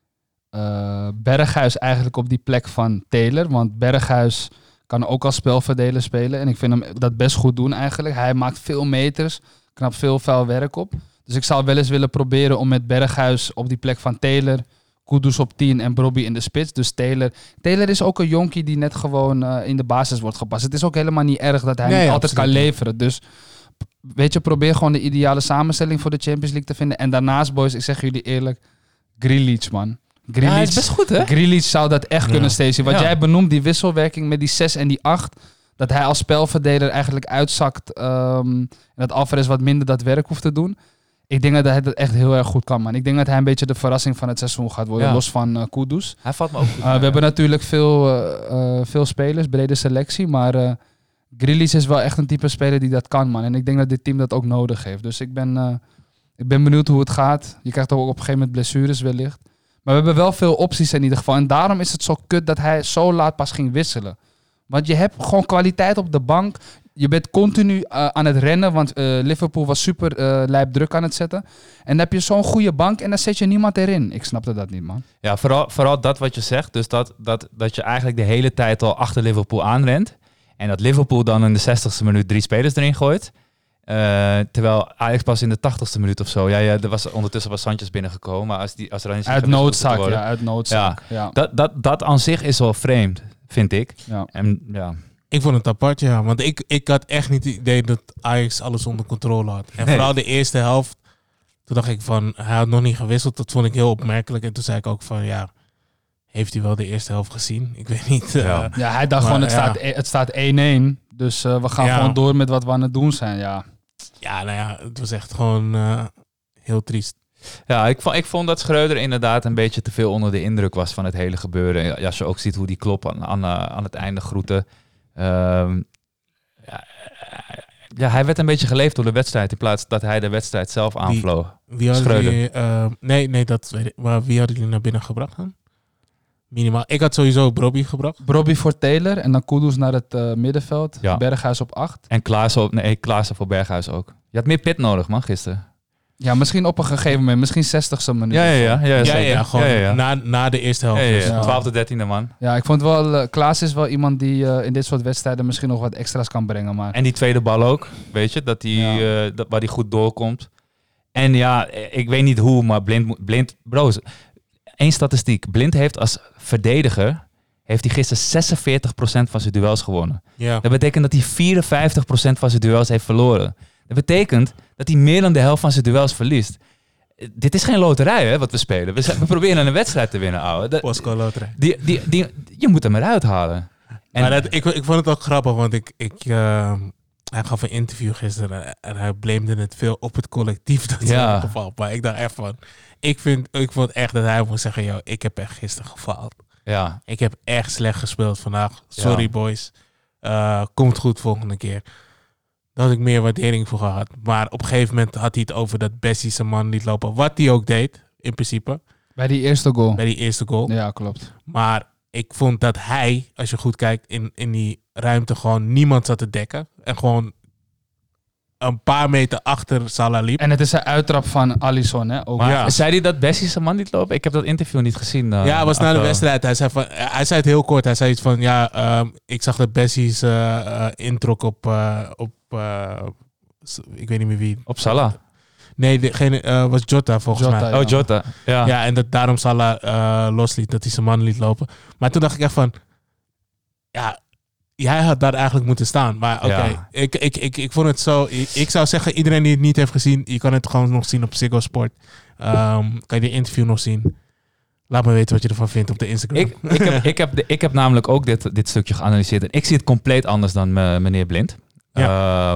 S5: Uh, Berghuis eigenlijk op die plek van Taylor. Want Berghuis kan ook als spelverdeler spelen. En ik vind hem dat best goed doen eigenlijk. Hij maakt veel meters. Knapt veel vuil werk op. Dus ik zou wel eens willen proberen om met Berghuis op die plek van Taylor, Kudus op tien en Brobby in de spits. Dus Taylor, Taylor is ook een jonkie die net gewoon uh, in de basis wordt gepast. Het is ook helemaal niet erg dat hij
S4: Nee,
S5: niet
S4: ja,
S5: altijd kan
S4: absoluut.
S5: leveren. Dus weet je, probeer gewoon de ideale samenstelling voor de Champions League te vinden. En daarnaast, boys, ik zeg jullie eerlijk, Grealish, man.
S1: Ja, hij
S5: Grealish,
S1: is best goed, hè?
S5: Grealish zou dat echt
S4: Ja.
S5: kunnen, Stacey. Wat
S1: Ja.
S5: jij benoemt, die wisselwerking met die zes en die acht, dat hij als spelverdeler eigenlijk uitzakt um, en dat Alvarez wat minder dat werk hoeft te doen. Ik denk dat hij dat echt heel erg goed kan, man. Ik denk dat hij een beetje de verrassing van het seizoen gaat worden,
S1: Ja.
S5: los van uh, Kudus.
S1: Hij valt me ook goed.
S5: Uh, we hebben natuurlijk veel, uh, uh, veel spelers, brede selectie, maar uh, Grealish is wel echt een type speler die dat kan, man. En ik denk dat dit team dat ook nodig heeft. Dus ik ben, uh, ik ben benieuwd hoe het gaat. Je krijgt ook op een gegeven moment blessures wellicht. Maar we hebben wel veel opties in ieder geval. En daarom is het zo kut dat hij zo laat pas ging wisselen. Want je hebt gewoon kwaliteit op de bank. Je bent continu uh, aan het rennen, want uh, Liverpool was super uh, lijp druk aan het zetten. En dan heb je zo'n goede bank en dan zet je niemand erin. Ik snapte dat niet, man.
S1: Ja, vooral, vooral dat wat je zegt. Dus dat, dat, dat je eigenlijk de hele tijd al achter Liverpool aanrent. En dat Liverpool dan in de zestigste minuut drie spelers erin gooit. Uh, terwijl Ajax pas in de tachtigste minuut of zo. Ja, ja, er was, ondertussen was Sanchez binnengekomen. Maar als, die, als er dan iets
S5: Uit
S1: gewisseld
S5: noodzaak,
S1: moet worden-
S5: ja, uit noodzaak. Ja.
S1: Dat, dat, dat aan zich is wel vreemd, vind ik.
S5: Ja.
S1: En ja,
S4: Ik vond het apart, ja. Want ik, ik had echt niet het idee dat Ajax alles onder controle had. En
S1: Nee.
S4: vooral de eerste helft, toen dacht ik van, hij had nog niet gewisseld. Dat vond ik heel opmerkelijk. En toen zei ik ook van, ja, heeft hij wel de eerste helft gezien? Ik weet niet. uh,
S1: Ja.
S5: Ja, hij dacht
S4: Maar,
S5: gewoon, het
S4: ja.
S5: staat, het staat één-één. Dus uh, we gaan
S4: Ja.
S5: gewoon door met wat we aan het doen zijn. Ja.
S4: ja, nou ja, het was echt gewoon uh, heel triest.
S1: ja ik, vond, ik vond dat Schreuder inderdaad een beetje te veel onder de indruk was van het hele gebeuren. Ja, als je ook ziet hoe die Klopp aan, aan, aan het einde groette. Ehm, ja, ja, hij werd een beetje geleefd door de wedstrijd in plaats dat hij de wedstrijd zelf aanvloog.
S4: Wie hadden
S1: Schreuder.
S4: jullie, uh, nee, nee, dat weet ik. Maar wie hadden jullie naar binnen gebracht dan? Minimaal. Ik had sowieso Brobby gebracht.
S5: Brobby voor Taylor en dan Kudus naar het uh, middenveld.
S1: Ja.
S5: Berghuis op acht.
S1: En Klaassen, op, nee, Klaassen voor Berghuis ook. Je had meer pit nodig, man, gisteren.
S5: Ja, misschien op een gegeven moment. Misschien zestigste minuut.
S1: Ja, ja, ja. ja,
S4: Ja, ja,
S1: zeker.
S4: ja, gewoon
S1: ja, ja.
S4: Na, na de eerste helft.
S1: Ja, ja,
S4: Dus,
S1: ja.
S5: Ja.
S1: twaalfde, dertiende man.
S5: Ja, ik vond wel... Uh, Klaas is wel iemand die uh, in dit soort wedstrijden misschien nog wat extra's kan brengen. Maar
S1: En die tweede bal ook, weet je, dat die,
S5: Ja.
S1: eh, dat, waar die goed doorkomt. En ja, ik weet niet hoe, maar Blind... moet- Blind bro, één statistiek. Blind heeft als verdediger heeft hij gisteren zesenveertig procent van zijn duels gewonnen.
S4: Ja.
S1: Dat betekent dat hij vierenvijftig procent van zijn duels heeft verloren. Dat betekent dat hij meer dan de helft van zijn duels verliest. Dit is geen loterij, hè, wat we spelen. We, zijn, we proberen een wedstrijd te winnen, ouwe. Dat-
S4: Postcode loterij.
S1: Die, die, die, je moet hem eruit halen. En,
S4: Maar dat, ik, ik vond het ook grappig, want ik, ik, uh, hij gaf een interview gisteren en hij blamede het veel op het collectief dat
S1: Ja.
S4: hij gefaald. Maar ik dacht echt van, ik, vind, ik vond echt dat hij moest zeggen, yo, ik heb echt gisteren gefaald.
S1: ja,
S4: Ik heb echt slecht gespeeld vandaag. Sorry
S1: Ja.
S4: boys. Uh, komt goed volgende keer. Daar had ik meer waardering voor gehad. Maar op een gegeven moment had hij het over dat Bessie zijn man liet lopen. Wat hij ook deed, in principe.
S5: Bij die eerste goal.
S4: Bij die eerste goal.
S5: Ja, klopt.
S4: Maar ik vond dat hij, als je goed kijkt, in, in die ruimte gewoon niemand zat te dekken. En gewoon een paar meter achter Salah liep.
S5: En het is een uittrap van Alisson, hè? Ook.
S1: maar
S4: Ja.
S1: zei hij dat Bessie zijn man niet lopen? Ik heb dat interview niet gezien. uh,
S4: Ja, het was na de
S1: afgelopen-
S4: wedstrijd. Hij zei, van, hij zei het heel kort. Hij zei iets van, ja, ehm, ik zag dat Bessie's uh, uh, introk op, uh, op uh, s- ik weet niet meer wie.
S1: Op Salah.
S4: Nee, degene uh, was Jota volgens
S5: Jota,
S4: mij.
S5: ja.
S1: Oh, Jota. Ja.
S4: Ja, en dat daarom Salah uh, losliet, dat hij zijn man liet lopen. Maar toen dacht ik echt van, ja, jij had daar eigenlijk moeten staan. Maar oké,
S1: Ja.
S4: ik, ik, ik, ik vond het zo, ik, ik zou zeggen, iedereen die het niet heeft gezien, je kan het gewoon nog zien op Ziggo Sport. Um, kan je die interview nog zien. Laat me weten wat je ervan vindt op de Instagram.
S1: Ik, ik, heb, ik, heb, de- ik heb namelijk ook dit, dit stukje geanalyseerd. En ik zie het compleet anders dan me- meneer Blind. Ja.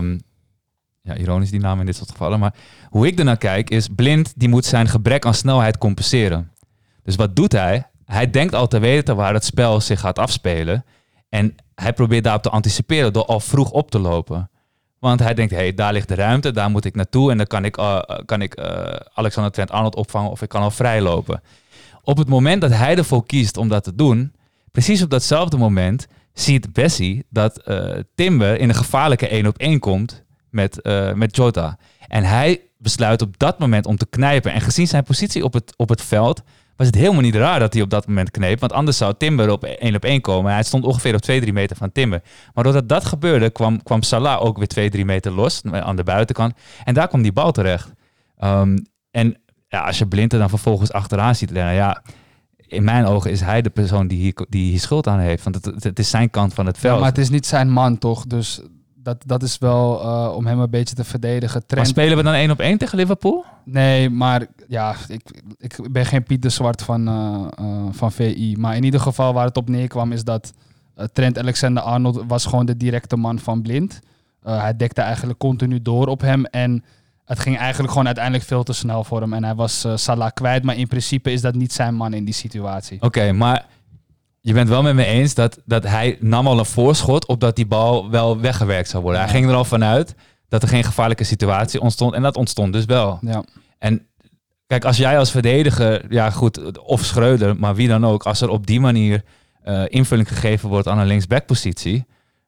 S1: ja, ironisch die naam in dit soort gevallen. Maar hoe ik ernaar kijk is, Blind die moet zijn gebrek aan snelheid compenseren. Dus wat doet hij? Hij denkt al te weten waar het spel zich gaat afspelen. En hij probeert daarop te anticiperen door al vroeg op te lopen. Want hij denkt, hé, hey, daar ligt de ruimte, daar moet ik naartoe. En dan kan ik, uh, kan ik uh, Alexander Trent-Arnold opvangen of ik kan al vrij lopen. Op het moment dat hij ervoor kiest om dat te doen, precies op datzelfde moment ziet Bessie dat uh, Timber in een gevaarlijke één op één komt met, uh, met Jota. En hij besluit op dat moment om te knijpen. En gezien zijn positie op het, op het veld was het helemaal niet raar dat hij op dat moment kneep. Want anders zou Timber op één op één komen. Hij stond ongeveer op twee, drie meter van Timber. Maar doordat dat gebeurde, kwam, kwam Salah ook weer twee, drie meter los aan de buitenkant. En daar kwam die bal terecht. Um, en ja, als je Blind er dan vervolgens achteraan ziet rennen, ja, in mijn ogen is hij de persoon die hier, die hier schuld aan heeft. Want het, het, het is zijn kant van het veld.
S5: Ja, maar het is niet zijn man, toch? Dus dat, dat is wel uh, om hem een beetje te verdedigen. Trent...
S1: Maar spelen we dan één op één tegen Liverpool?
S5: Nee, maar ja, ik, ik ben geen Pieter Zwart van, uh, uh, van V I. Maar in ieder geval waar het op neerkwam is dat uh, Trent Alexander-Arnold was gewoon de directe man van Blind. Uh, hij dekte eigenlijk continu door op hem en het ging eigenlijk gewoon uiteindelijk veel te snel voor hem. En hij was uh, Salah kwijt, maar in principe is dat niet zijn man in die situatie.
S1: Oké, okay, maar je bent wel met me eens dat, dat hij nam al een voorschot op dat die bal wel weggewerkt zou worden.
S5: Ja.
S1: Hij ging er al vanuit dat er geen gevaarlijke situatie ontstond. En dat ontstond dus wel.
S5: Ja.
S1: En kijk, als jij als verdediger, ja goed, of Schreuder, maar wie dan ook, als er op die manier uh, invulling gegeven wordt aan een linksbackpositie.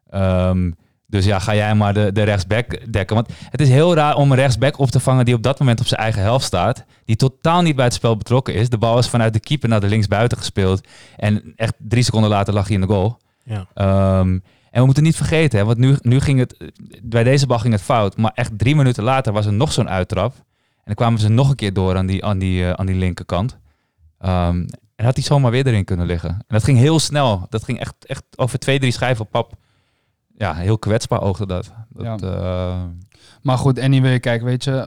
S1: Um, dus ja, ga jij maar de, de rechtsback dekken. Want het is heel raar om een rechtsback op te vangen die op dat moment op zijn eigen helft staat. Die totaal niet bij het spel betrokken is. De bal is vanuit de keeper naar de linksbuiten gespeeld. En echt drie seconden later lag hij in de goal.
S4: Ja.
S1: Um, en we moeten niet vergeten, hè, want nu, nu ging het, bij deze bal ging het fout. Maar echt drie minuten later was er nog zo'n uittrap. En dan kwamen ze nog een keer door aan die, aan die, uh, aan die linkerkant. Um, en had hij zomaar weer erin kunnen liggen. En dat ging heel snel. Dat ging echt, echt over twee, drie schijven op pap. Ja, heel kwetsbaar oogde dat. dat
S5: Ja.
S1: uh...
S5: Maar goed, anyway, kijk, weet je,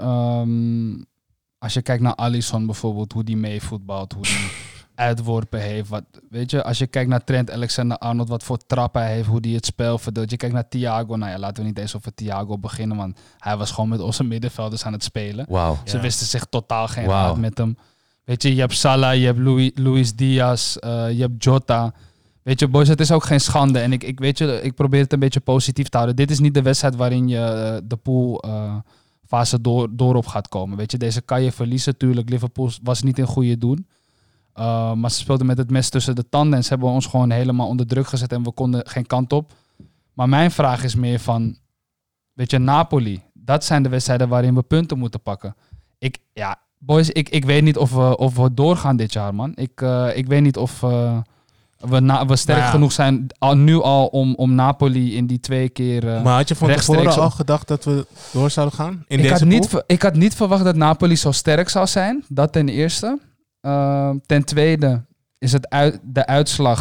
S5: um, als je kijkt naar Alisson bijvoorbeeld, hoe die meevoetbalt, hoe die uitworpen heeft. Wat, weet je, als je kijkt naar Trent Alexander-Arnold, wat voor trappen hij heeft, hoe die het spel verdeelt. Je kijkt naar Thiago, nou ja, laten we niet eens over Thiago beginnen, want hij was gewoon met onze middenvelders aan het spelen.
S1: Wauw.
S5: Ze
S4: Ja.
S5: wisten zich totaal geen
S1: Wow.
S5: raad met hem. Weet je, je hebt Salah, je hebt Luis, Luis Diaz, uh, je hebt Jota. Weet je, boys, het is ook geen schande. En ik, ik, weet je, ik probeer het een beetje positief te houden. Dit is niet de wedstrijd waarin je uh, de poolfase uh, door, door op gaat komen. Weet je, deze kan je verliezen. Tuurlijk, Liverpool was niet in goede doen. Uh, maar ze speelden met het mes tussen de tanden. En ze hebben ons gewoon helemaal onder druk gezet. En we konden geen kant op. Maar mijn vraag is meer van, weet je, Napoli. Dat zijn de wedstrijden waarin we punten moeten pakken. Ik, ja, boys, ik, ik weet niet of we, of we doorgaan dit jaar, man. Ik, uh, ik weet niet of... Uh, We, na, we sterk
S4: Maar ja.
S5: genoeg zijn al, nu al om, om Napoli in die twee keer... Uh,
S4: Maar had je van
S5: rechtstreeks
S4: tevoren al
S5: op-
S4: gedacht dat we door zouden gaan? In
S5: ik,
S4: deze
S5: had
S4: pool?
S5: niet, ver- ik had niet verwacht dat Napoli zo sterk zou zijn. Dat ten eerste. Uh, ten tweede is het uit, de uitslag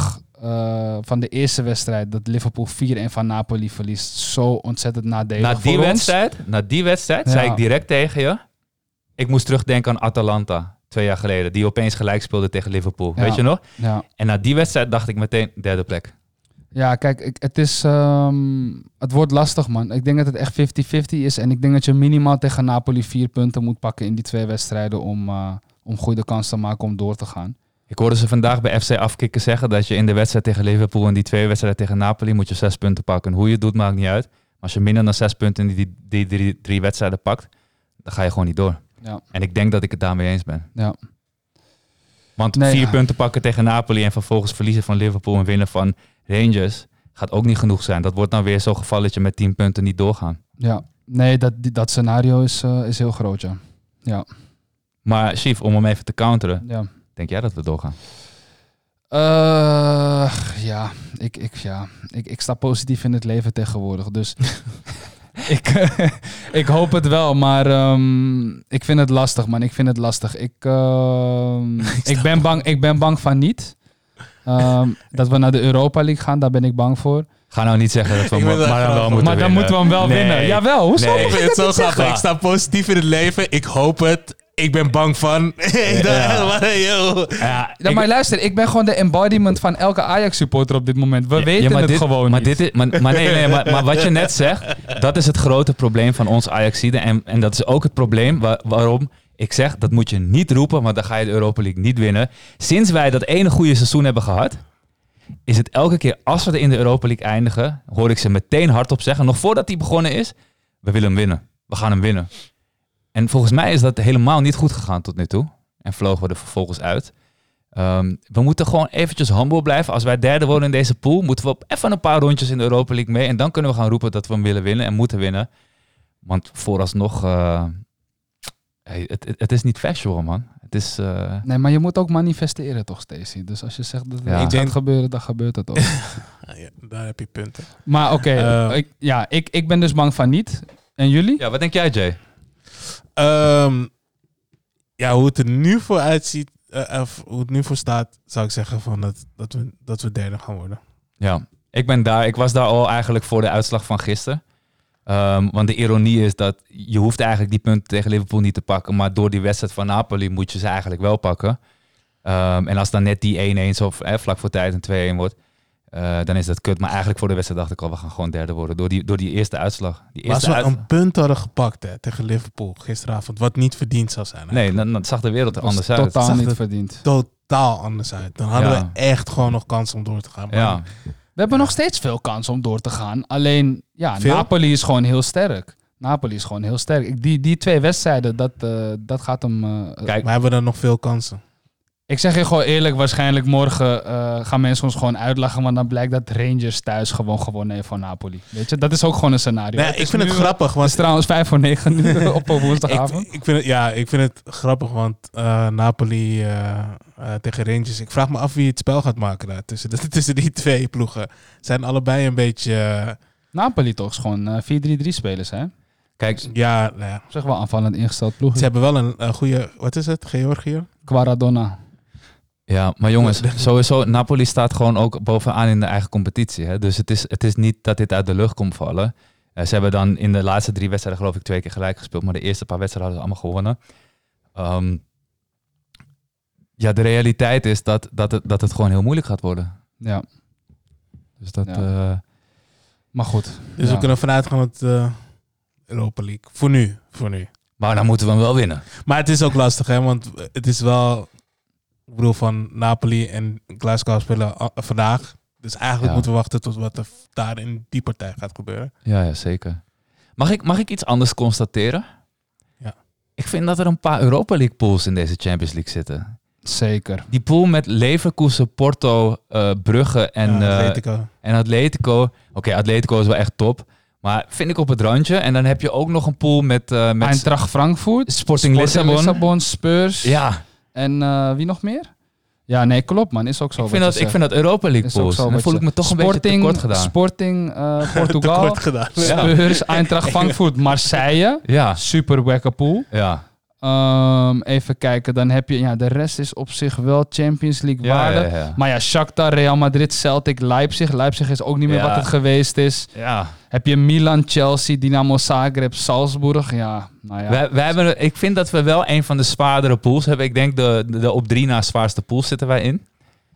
S5: uh, van de eerste wedstrijd dat Liverpool vier-een van Napoli verliest zo ontzettend nadelig
S1: Na
S5: voor
S1: die
S5: ons.
S1: wedstrijd, na die wedstrijd
S5: Ja.
S1: zei ik direct tegen je, ik moest terugdenken aan Atalanta twee jaar geleden, die opeens gelijk speelde tegen Liverpool.
S5: Ja.
S1: Weet je nog?
S5: Ja.
S1: En na die wedstrijd dacht ik meteen derde plek.
S5: Ja, kijk, ik, het is... Um, het wordt lastig, man. Ik denk dat het echt vijftig-vijftig is. En ik denk dat je minimaal tegen Napoli vier punten moet pakken in die twee wedstrijden om, uh, om goede kans te maken om door te gaan.
S1: Ik hoorde ze vandaag bij F C Afkikken zeggen dat je in de wedstrijd tegen Liverpool en die twee wedstrijden tegen Napoli moet je zes punten pakken. Hoe je het doet, maakt niet uit. Maar als je minder dan zes punten in die, die, die drie, drie wedstrijden pakt, dan ga je gewoon niet door.
S5: Ja.
S1: En ik denk dat ik het daarmee eens ben.
S5: Ja.
S1: Want
S5: Nee,
S1: vier
S5: ja.
S1: punten pakken tegen Napoli en vervolgens verliezen van Liverpool en winnen van Rangers gaat ook niet genoeg zijn. Dat wordt dan weer zo'n geval dat je met tien punten niet doorgaan.
S5: Ja. Nee, dat, die, dat scenario is, uh, is heel groot, ja. Ja.
S1: Maar Chief, om hem even te counteren,
S5: Ja.
S1: denk jij dat we doorgaan?
S5: Uh, ja, ik, ik, ja. Ik, ik sta positief in het leven tegenwoordig. Dus ik, ik hoop het wel, maar um, ik vind het lastig, man. Ik vind het lastig. Ik, uh, ik, ben, bang, ik ben bang van niet. Um, dat we naar de Europa League gaan, daar ben ik bang voor.
S1: Ga nou niet zeggen dat we
S4: Ik
S1: hem
S4: ben
S1: maar
S4: er
S1: dan wel
S4: graag
S1: moeten
S5: Maar dan
S1: winnen.
S5: moeten we hem wel
S1: Nee.
S5: winnen. Jawel, hoezo?
S1: Nee.
S4: Ik vind het zo grappig. Ik sta positief in het leven. Ik hoop het. Ik ben bang van. Ik dacht,
S1: Ja.
S4: maar, joh.
S1: Ja,
S5: Ja,
S1: ik-
S5: maar luister, ik ben gewoon de embodiment van elke Ajax-supporter op dit moment. We
S1: Ja,
S5: weten
S1: maar
S5: het
S1: dit,
S5: gewoon
S1: maar
S5: niet.
S1: Dit is, maar, maar nee, nee, maar, maar wat je net zegt, dat is het grote probleem van ons Ajaxiden. En, en dat is ook het probleem waar- waarom ik zeg, dat moet je niet roepen, want dan ga je de Europa League niet winnen. Sinds wij dat ene goede seizoen hebben gehad, is het elke keer als we er in de Europa League eindigen, hoor ik ze meteen hardop zeggen, nog voordat die begonnen is, we willen hem winnen. We gaan hem winnen. En volgens mij is dat helemaal niet goed gegaan tot nu toe. En vlogen we er vervolgens uit. Um, we moeten gewoon eventjes humble blijven. Als wij derde worden in deze pool, moeten we op even een paar rondjes in de Europa League mee. En dan kunnen we gaan roepen dat we hem willen winnen en moeten winnen. Want vooralsnog, uh, hey, het, het, het is niet factual, man. Het is... Uh,
S5: Nee, maar je moet ook manifesteren toch, Stacey? Dus als je zegt dat het
S1: Ja.
S5: niet
S4: Ik denk-
S5: gaat gebeuren, dan gebeurt het ook.
S4: Ja, daar heb je punten.
S5: Maar oké,
S4: Uh,
S5: ik, ja, ik, ik ben dus bang van niet. En jullie?
S1: ja, wat denk jij, Jay?
S4: Um, ja, hoe het er nu voor uitziet, uh, of hoe het nu voor staat, zou ik zeggen van dat, dat, we, dat we derde gaan worden.
S1: Ja, ik ben daar. Ik was daar al eigenlijk voor de uitslag van gisteren. Um, want de ironie is dat je hoeft eigenlijk die punten tegen Liverpool niet te pakken. Maar door die wedstrijd van Napoli moet je ze eigenlijk wel pakken. Um, en als dan net die één-één zo eh, vlak voor tijd een twee-één wordt, uh, dan is dat kut. Maar eigenlijk voor de wedstrijd dacht ik al, we gaan gewoon derde worden. Door die, door die eerste uitslag. Die
S4: Maar als
S1: eerste
S4: we
S1: uitslag.
S4: een punt hadden gepakt hè, tegen Liverpool gisteravond, wat niet verdiend zou zijn.
S1: Nee, dan, dan zag de wereld er
S5: Was
S1: anders uit.
S5: totaal
S4: Zag
S5: niet
S4: het-
S5: verdiend.
S4: Totaal anders uit. Dan hadden
S1: Ja.
S4: we echt gewoon nog kans om door te gaan. Maar
S1: Ja,
S5: We hebben nog steeds veel kans om door te gaan. Alleen, ja,
S4: Veel?
S5: Napoli is gewoon heel sterk. Napoli is gewoon heel sterk. Ik- Die, die twee wedstrijden, dat, uh, dat gaat hem... Uh,
S1: kijk,
S4: we hebben er nog veel kansen.
S5: Ik zeg je gewoon eerlijk, waarschijnlijk morgen uh, gaan mensen ons gewoon uitlachen. Want dan blijkt dat Rangers thuis gewoon gewonnen heeft van Napoli. Weet je, dat is ook gewoon een scenario.
S4: Nee,
S5: Het
S4: ik
S5: is
S4: vind het
S5: nu-
S4: grappig,
S5: Het is
S4: want
S5: trouwens vijf voor negen nu op woensdagavond.
S4: ik, ik vind het, ja, ik vind het grappig, want uh, Napoli uh, uh, tegen Rangers. Ik vraag me af wie het spel gaat maken daar tussen, tussen die twee ploegen. Zijn allebei een beetje, uh,
S5: Napoli toch is gewoon uh, vier drie drie spelers, hè?
S1: kijk,
S4: ja, nou ja.
S5: Zeg wel aanvallend ingesteld ploeg.
S4: Ze hebben wel een uh, goede, wat is het, Georgië?
S5: Quaradonna.
S1: ja, maar jongens, sowieso, Napoli staat gewoon ook bovenaan in de eigen competitie. Hè? Dus het is, het is niet dat dit uit de lucht komt vallen. Uh, ze hebben dan in de laatste drie wedstrijden geloof ik twee keer gelijk gespeeld. Maar de eerste paar wedstrijden hadden ze allemaal gewonnen. Um, ja, de realiteit is dat, dat, het, dat het gewoon heel moeilijk gaat worden.
S5: Ja,
S1: Dus dat...
S5: Ja.
S1: uh,
S5: maar goed.
S4: Dus
S5: Ja.
S4: we kunnen vanuit gaan het uh, Europa League. Voor nu, voor nu.
S1: maar dan moeten we hem wel winnen.
S4: Maar het is ook lastig, hè, want het is wel, ik bedoel, van Napoli en Glasgow spelen a- vandaag. Dus eigenlijk
S1: Ja.
S4: moeten we wachten tot wat er daar in die partij gaat gebeuren.
S1: Ja, ja zeker. Mag ik, mag ik iets anders constateren?
S4: Ja.
S1: Ik vind dat er een paar Europa League pools in deze Champions League zitten.
S5: Zeker.
S1: Die pool met Leverkusen, Porto, uh, Brugge en,
S4: ja,
S1: uh,
S4: Atletico.
S1: en Atletico. Oké, okay, Atletico is wel echt top. Maar vind ik op het randje. En dan heb je ook nog een pool met, uh, met
S5: Eintracht Frankfurt.
S1: Sporting,
S5: Sporting
S1: Lissabon.
S5: Lissabon, Spurs.
S1: Ja,
S5: En uh, wie nog meer? Ja, nee, klopt man. Is ook zo.
S1: ik vind,
S5: wat
S1: dat,
S5: je
S1: ik vind dat Europa League
S5: Is ook
S1: pools.
S5: zo
S1: Dan
S5: wat
S1: voel
S5: je
S1: ik me toch een
S5: Sporting,
S1: beetje tekort gedaan.
S5: Sporting, uh, Portugal,
S4: Tekort gedaan.
S1: Ja.
S5: Spurs, Eintracht Frankfurt, Marseille.
S1: Ja,
S5: Super wekke pool.
S1: ja.
S5: Um, even kijken, dan heb je... Ja, de rest is op zich wel Champions League
S1: Ja,
S5: waarde.
S1: ja, ja.
S5: Maar ja, Shakhtar, Real Madrid, Celtic, Leipzig. Leipzig is ook niet meer
S1: Ja.
S5: wat het geweest is.
S1: Ja.
S5: Heb je Milan, Chelsea, Dynamo Zagreb, Salzburg. Ja, nou ja.
S1: Wij, wij hebben, ik vind dat we wel een van de zwaardere pools hebben. Ik denk de, de, de op drie na zwaarste pools zitten wij in.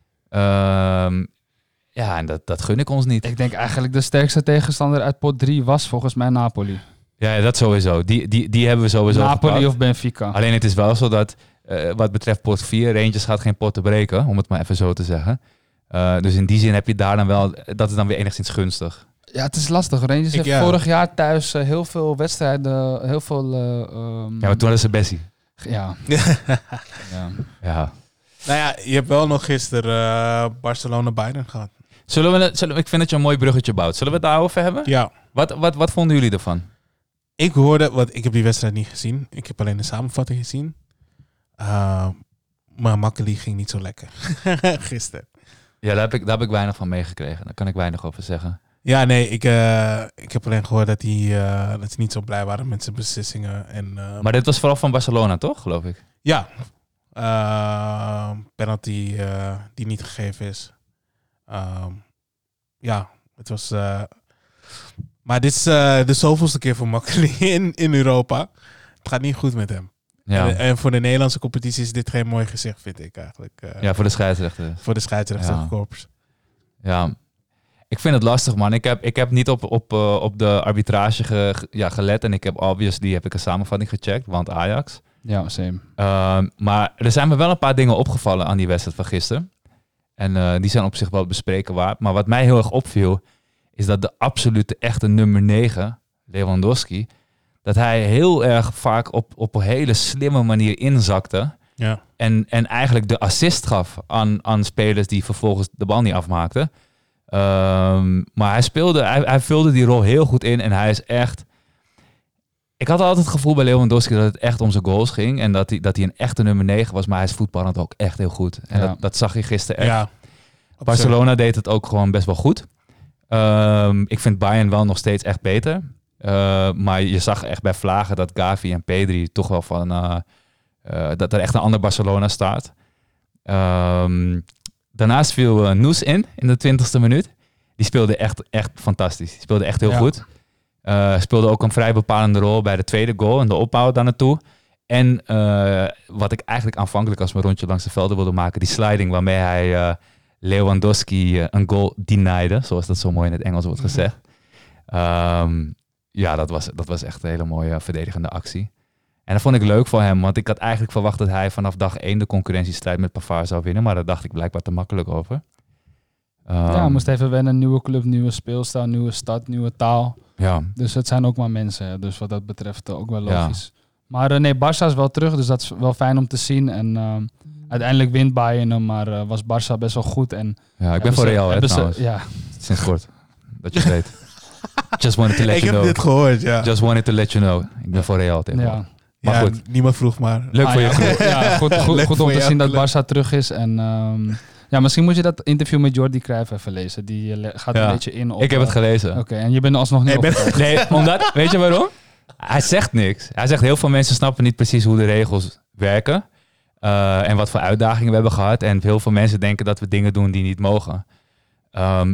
S1: Um, ja, en dat, dat gun ik ons niet.
S5: Ik denk eigenlijk de sterkste tegenstander uit pot drie was volgens mij Napoli.
S1: Ja, ja, dat sowieso. Die, die, die hebben we sowieso
S5: Napoli
S1: gepakt.
S5: of Benfica.
S1: Alleen het is wel zo dat uh, wat betreft pot vier, Rangers gaat geen pot te breken, om het maar even zo te zeggen. Uh, dus in die zin heb je daar dan wel, dat is dan weer enigszins gunstig.
S5: Ja, het is lastig. Rangers
S4: Ik,
S5: heeft
S4: ja.
S5: vorig jaar thuis uh, heel veel wedstrijden, heel veel... Uh, um,
S1: Ja, maar toen hadden ze Bessie.
S5: Ja. ja.
S1: Ja.
S4: Nou ja, je hebt wel nog gisteren uh, Barcelona-Bayern gehad.
S1: Zullen we, zullen, ik vind dat je een mooi bruggetje bouwt. Zullen we het daarover hebben?
S4: Ja.
S1: Wat, wat, wat vonden jullie ervan?
S4: Ik hoorde, want ik heb die wedstrijd niet gezien. Ik heb alleen de samenvatting gezien. Uh, maar Makkeli ging niet zo lekker. Gisteren.
S1: Ja, daar heb, ik, daar heb ik weinig van meegekregen. Daar kan ik weinig over zeggen.
S4: Ja, nee, ik, uh, ik heb alleen gehoord dat, hij, uh, dat ze niet zo blij waren met zijn beslissingen. En, uh,
S1: Maar dit was vooral van Barcelona, toch? Geloof ik.
S4: ja, uh, penalty uh, die niet gegeven is. Uh, ja, het was... Uh, maar dit is uh, de zoveelste keer voor Makkeli in, in Europa. Het gaat niet goed met hem.
S1: Ja,
S4: En, en voor de Nederlandse competitie is dit geen mooi gezicht, vind ik eigenlijk. Uh,
S1: ja voor de scheidsrechter.
S4: Voor de scheidsrechterkorps.
S1: Ja, ik vind het lastig, man. Ik heb, ik heb niet op, op, uh, op de arbitrage ge, ge- ja, gelet. En ik heb obviously heb ik een samenvatting gecheckt, want Ajax.
S5: Ja, same.
S1: Uh, maar er zijn me wel een paar dingen opgevallen aan die wedstrijd van gisteren. En uh, die zijn op zich wel bespreken waard. Maar wat mij heel erg opviel, is dat de absolute echte nummer negen, Lewandowski, dat hij heel erg vaak op, op een hele slimme manier inzakte.
S4: Ja.
S1: En, en eigenlijk de assist gaf aan, aan spelers die vervolgens de bal niet afmaakten. Um, maar hij speelde, hij, hij vulde die rol heel goed in en hij is echt... Ik had altijd het gevoel bij Lewandowski dat het echt om zijn goals ging. En dat hij, dat hij een echte nummer negen was, maar hij is voetballend ook echt heel goed. En
S5: Ja.
S1: dat, dat zag je gisteren echt.
S4: Ja.
S1: Barcelona deed het ook gewoon best wel goed. Um, ik vind Bayern wel nog steeds echt beter. Uh, maar je zag echt bij Vlagen dat Gavi en Pedri toch wel van... Uh, uh, dat er echt een ander Barcelona staat. Um, daarnaast viel uh, Noes in, in de twintigste minuut. Die speelde echt, echt fantastisch. Die speelde echt heel
S4: Ja.
S1: goed. Uh, speelde ook een vrij bepalende rol bij de tweede goal en de opbouw daar naartoe. En uh, wat ik eigenlijk aanvankelijk als we een rondje langs de velden wilde maken, die sliding waarmee hij uh, Lewandowski uh, een goal deniede, zoals dat zo mooi in het Engels wordt gezegd. Um, ja, dat was, dat was echt een hele mooie verdedigende actie. En dat vond ik leuk voor hem, want ik had eigenlijk verwacht dat hij vanaf dag één de concurrentiestrijd met Pavard zou winnen, maar daar dacht ik blijkbaar te makkelijk over. Um,
S5: ja, hij moest even wennen. Nieuwe club, nieuwe speelstijl, nieuwe stad, nieuwe taal.
S1: Ja,
S5: Dus het zijn ook maar mensen. Hè. Dus wat dat betreft uh, ook wel
S1: Ja.
S5: logisch. Maar uh, nee, Barça is wel terug, dus dat is wel fijn om te zien. En uh, uiteindelijk wint Bayern hem, maar uh, was Barça best wel goed. En
S1: ja ik ben
S5: hebben
S1: voor
S5: ze-
S1: Real, hè,
S5: hebben ze-
S1: trouwens.
S5: Ja,
S1: Sinds kort. Dat je het weet. Just wanted to let
S4: Ik
S1: you
S4: heb
S1: know.
S4: dit gehoord, ja.
S1: Just wanted to let you know. Ik ben voor Real tegenwoordig.
S5: ja.
S1: Maar
S4: ja,
S1: goed.
S4: niemand vroeg maar.
S1: Leuk
S5: Ah,
S1: voor
S5: ja,
S1: je.
S5: goed, ja, goed, goed,
S4: Leuk
S5: goed
S4: voor
S5: om te
S4: jou,
S5: zien dat
S4: leuk.
S5: Barça terug is. En um, ja, misschien moet je dat interview met Jordi Cruijff even lezen. Die uh, le- gaat
S1: Ja.
S5: een beetje in op...
S1: Ik heb het
S5: uh,
S1: gelezen.
S5: Oké, en je bent alsnog niet
S4: Nee, ben-
S5: opgetuigd.
S1: Nee, omdat, weet je waarom? Hij zegt niks. Hij zegt heel veel mensen snappen niet precies hoe de regels werken. Uh, en wat voor uitdagingen we hebben gehad. En heel veel mensen denken dat we dingen doen die niet mogen. Um,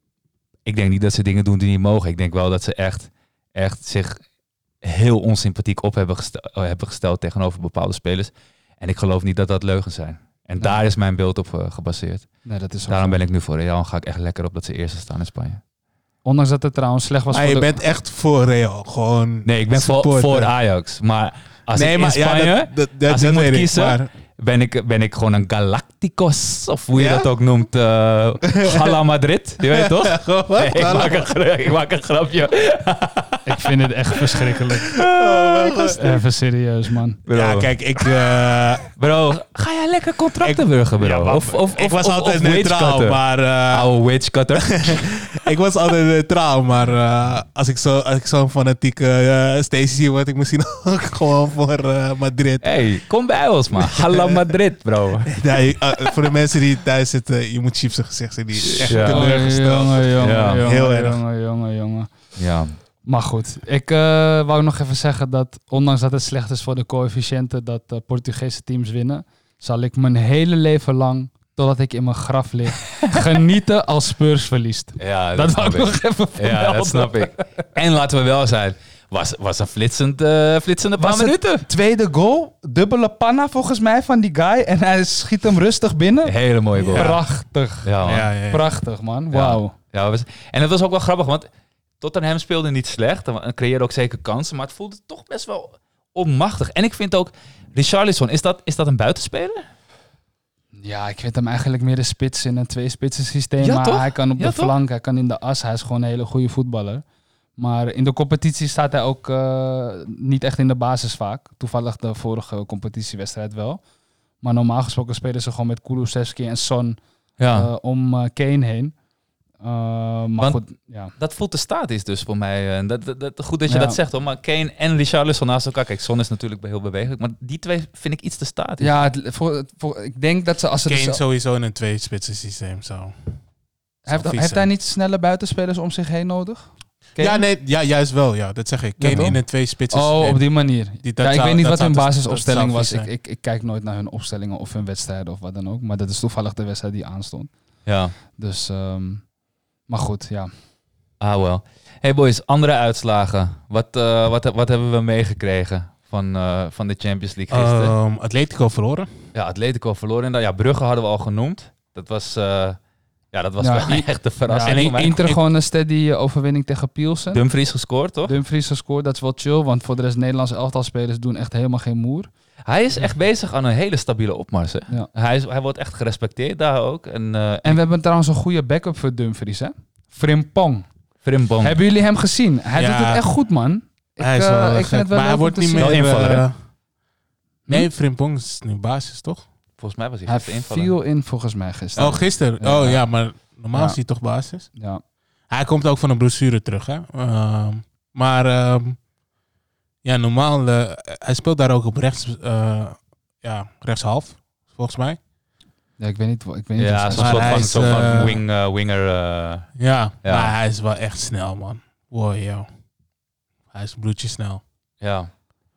S1: ik denk niet dat ze dingen doen die niet mogen. Ik denk wel dat ze echt, echt zich heel onsympathiek op hebben, gestel, hebben gesteld tegenover bepaalde spelers. En ik geloof niet dat dat leugens zijn. En
S5: Nee.
S1: daar is mijn beeld op uh, gebaseerd.
S5: Nee, dat is ook
S1: Daarom
S5: zo.
S1: ben ik nu voor Real en ga ik echt lekker op dat ze eerste staan in Spanje.
S5: Ondanks dat het trouwens slecht was
S4: Maar
S5: voor
S4: je
S5: de...
S4: bent echt voor Real. Gewoon
S1: Nee, ik ben voor,
S4: supporter.
S1: voor Ajax. Maar als
S4: nee,
S1: ik in
S4: maar
S1: Spanje...
S4: ja, dat, dat, dat,
S1: als
S4: dat
S1: ik moet
S4: weet ik,
S1: kiezen,
S4: maar-
S1: Ben ik, ben ik gewoon een Galacticos, of hoe je
S4: Ja?
S1: dat ook noemt. Uh, Gala Madrid, je weet toch?
S4: Wat?
S1: Nee, ik, maak een, gra- ik maak een grapje.
S5: Ik vind het echt verschrikkelijk. Even serieus, man.
S1: Bro,
S4: Ja, kijk, ik... eh,
S1: bro, ga jij lekker contracten burgen, bro?
S4: ja, maar-
S1: of, of,
S4: ik
S1: of,
S4: was
S1: of,
S4: altijd
S1: of wage
S4: neutraal,
S1: cutter.
S4: maar... eh,
S1: Oude wage cutter.
S4: ik was altijd neutraal, maar eh, als ik zo- als ik zo'n fanatieke uh, Stacey zie, word ik misschien ook gewoon voor eh, Madrid.
S1: Hey, kom bij ons, man. Gala Madrid, bro.
S4: Nee, eh, voor de mensen die thuis zitten, je moet Chiefs gezicht zien. Die is echt
S1: Ja.
S5: Jongen,
S4: teleurgesteld.
S5: jongen, jongen,
S1: Ja.
S5: jongen,
S4: Heel erg.
S5: jongen, jongen, jongen.
S1: Ja.
S5: Maar goed, ik uh, wou nog even zeggen dat ondanks dat het slecht is voor de coëfficiënten dat uh, Portugese teams winnen, zal ik mijn hele leven lang, totdat ik in mijn graf lig, genieten als Spurs verliest.
S1: Ja,
S5: Dat wou ik
S1: snap
S5: nog even vermelden.
S1: Ja, dat snap ik. En laten we wel zijn, was, was een flitsend, uh, flitsende paar
S6: Was het
S1: minuten.
S6: tweede goal, dubbele panna volgens mij van die guy. En hij schiet hem rustig binnen.
S1: Hele mooie goal. Ja,
S5: Prachtig.
S1: ja, man.
S4: Ja, ja, ja.
S5: Prachtig, man.
S1: Ja.
S5: Wauw.
S1: Ja, was, en het was ook wel grappig, want Tottenham speelde niet slecht. En creëerde ook zeker kansen, maar het voelde toch best wel onmachtig. En ik vind ook, Richarlison, is dat, is dat een buitenspeler?
S5: Ja, ik vind hem eigenlijk meer de spits in een twee-spitsen systeem.
S1: Ja,
S5: maar
S1: toch?
S5: hij kan op
S1: Ja,
S5: de
S1: toch?
S5: flank, hij kan in de as. Hij is gewoon een hele goede voetballer. Maar in de competitie staat hij ook uh, niet echt in de basis vaak. Toevallig de vorige competitiewedstrijd wel. Maar normaal gesproken spelen ze gewoon met Kulusevski en Son
S1: Ja.
S5: uh, om uh, Kane heen. Uh, maar
S1: Want-
S5: goed, ja.
S1: Dat voelt de statisch dus voor mij. En Dat, dat, dat, goed dat je
S5: Ja.
S1: dat zegt hoor. Maar Kane en Richarlison naast elkaar. Kijk, Son is natuurlijk heel bewegelijk. Maar die twee vind ik iets te statisch.
S5: Ja, het, voor, voor, ik denk dat ze als ze...
S4: Kane
S5: dus-
S4: sowieso in een twee-spitsen systeem zo.
S5: heeft,
S4: vies
S5: heeft hij
S4: zijn.
S5: niet snelle buitenspelers om zich heen nodig? Kane?
S4: Ja, nee, ja, juist wel. Ja, dat zeg ik.
S5: Ja,
S4: Kane
S5: toch?
S4: in een twee-spitsen
S5: Oh,
S4: systeem.
S5: op die manier.
S4: Die- dat
S5: ja, ik
S4: zou-
S5: weet niet
S4: dat
S5: wat hun
S4: zou-
S5: basisopstelling
S4: dat
S5: was.
S4: zou
S5: Ik,
S4: vies
S5: ik, ik kijk nooit naar hun opstellingen of hun wedstrijden of wat dan ook. Maar dat is toevallig de wedstrijd die aanstond.
S1: Ja.
S5: Dus, ehm, maar goed, ja.
S1: Ah, wel. Hey boys, andere uitslagen. Wat, uh, wat, wat hebben we meegekregen van, uh, van de Champions League gisteren?
S4: Um, Atletico verloren.
S1: Ja, Atletico verloren. En dan, ja, Brugge hadden we al genoemd. Dat was, uh, ja, dat was
S5: Ja,
S1: wel echt de
S5: Ja,
S1: verrassing
S5: en
S1: voor mij.
S5: Inter gewoon een steady uh, overwinning tegen Pielsen.
S1: Dumfries gescoord, toch?
S5: Dumfries gescoord, dat is wel chill. Want voor de rest Nederlandse elftalspelers doen echt helemaal geen moer.
S1: Hij is echt bezig aan een hele stabiele opmars. Hè?
S5: Ja.
S1: Hij, is, hij wordt echt gerespecteerd daar ook. En, uh,
S5: En we hebben trouwens een goede backup voor Dumfries, hè? Frimpong.
S1: Frimpong.
S5: Hebben jullie hem gezien? Hij
S4: Ja.
S5: doet het echt goed, man. Ik,
S4: Hij is
S5: uh,
S4: wel
S5: ik
S4: gek,
S5: vind het wel
S4: maar hij
S5: leuk om
S4: wordt
S5: te
S4: niet
S5: zien.
S4: meer...
S1: Wel invaller, hè?
S4: uh, nee, Frimpong is nu basis, toch?
S1: Volgens mij was hij
S5: Hij
S1: gisteren invallen.
S5: viel in volgens mij gisteren.
S4: Oh, gisteren.
S5: Ja.
S4: Oh ja, maar normaal
S5: Ja.
S4: is hij toch basis?
S5: Ja.
S4: Hij komt ook van een blessure terug, hè? Ehm, maar ehm, ja, normaal... eh, hij speelt daar ook op rechts... uh, ja, rechtshalf, volgens mij.
S5: ja, ik weet niet. Ik weet niet
S1: Ja,
S5: of
S1: zo'n
S5: hij-
S4: Maar
S1: soort
S4: hij
S1: van,
S4: is,
S1: soort van
S4: uh,
S1: wing, uh, winger. Uh,
S4: Ja,
S1: Ja.
S4: maar hij is wel echt snel, man. Wow, yo. Hij is bloedje snel.
S1: ja.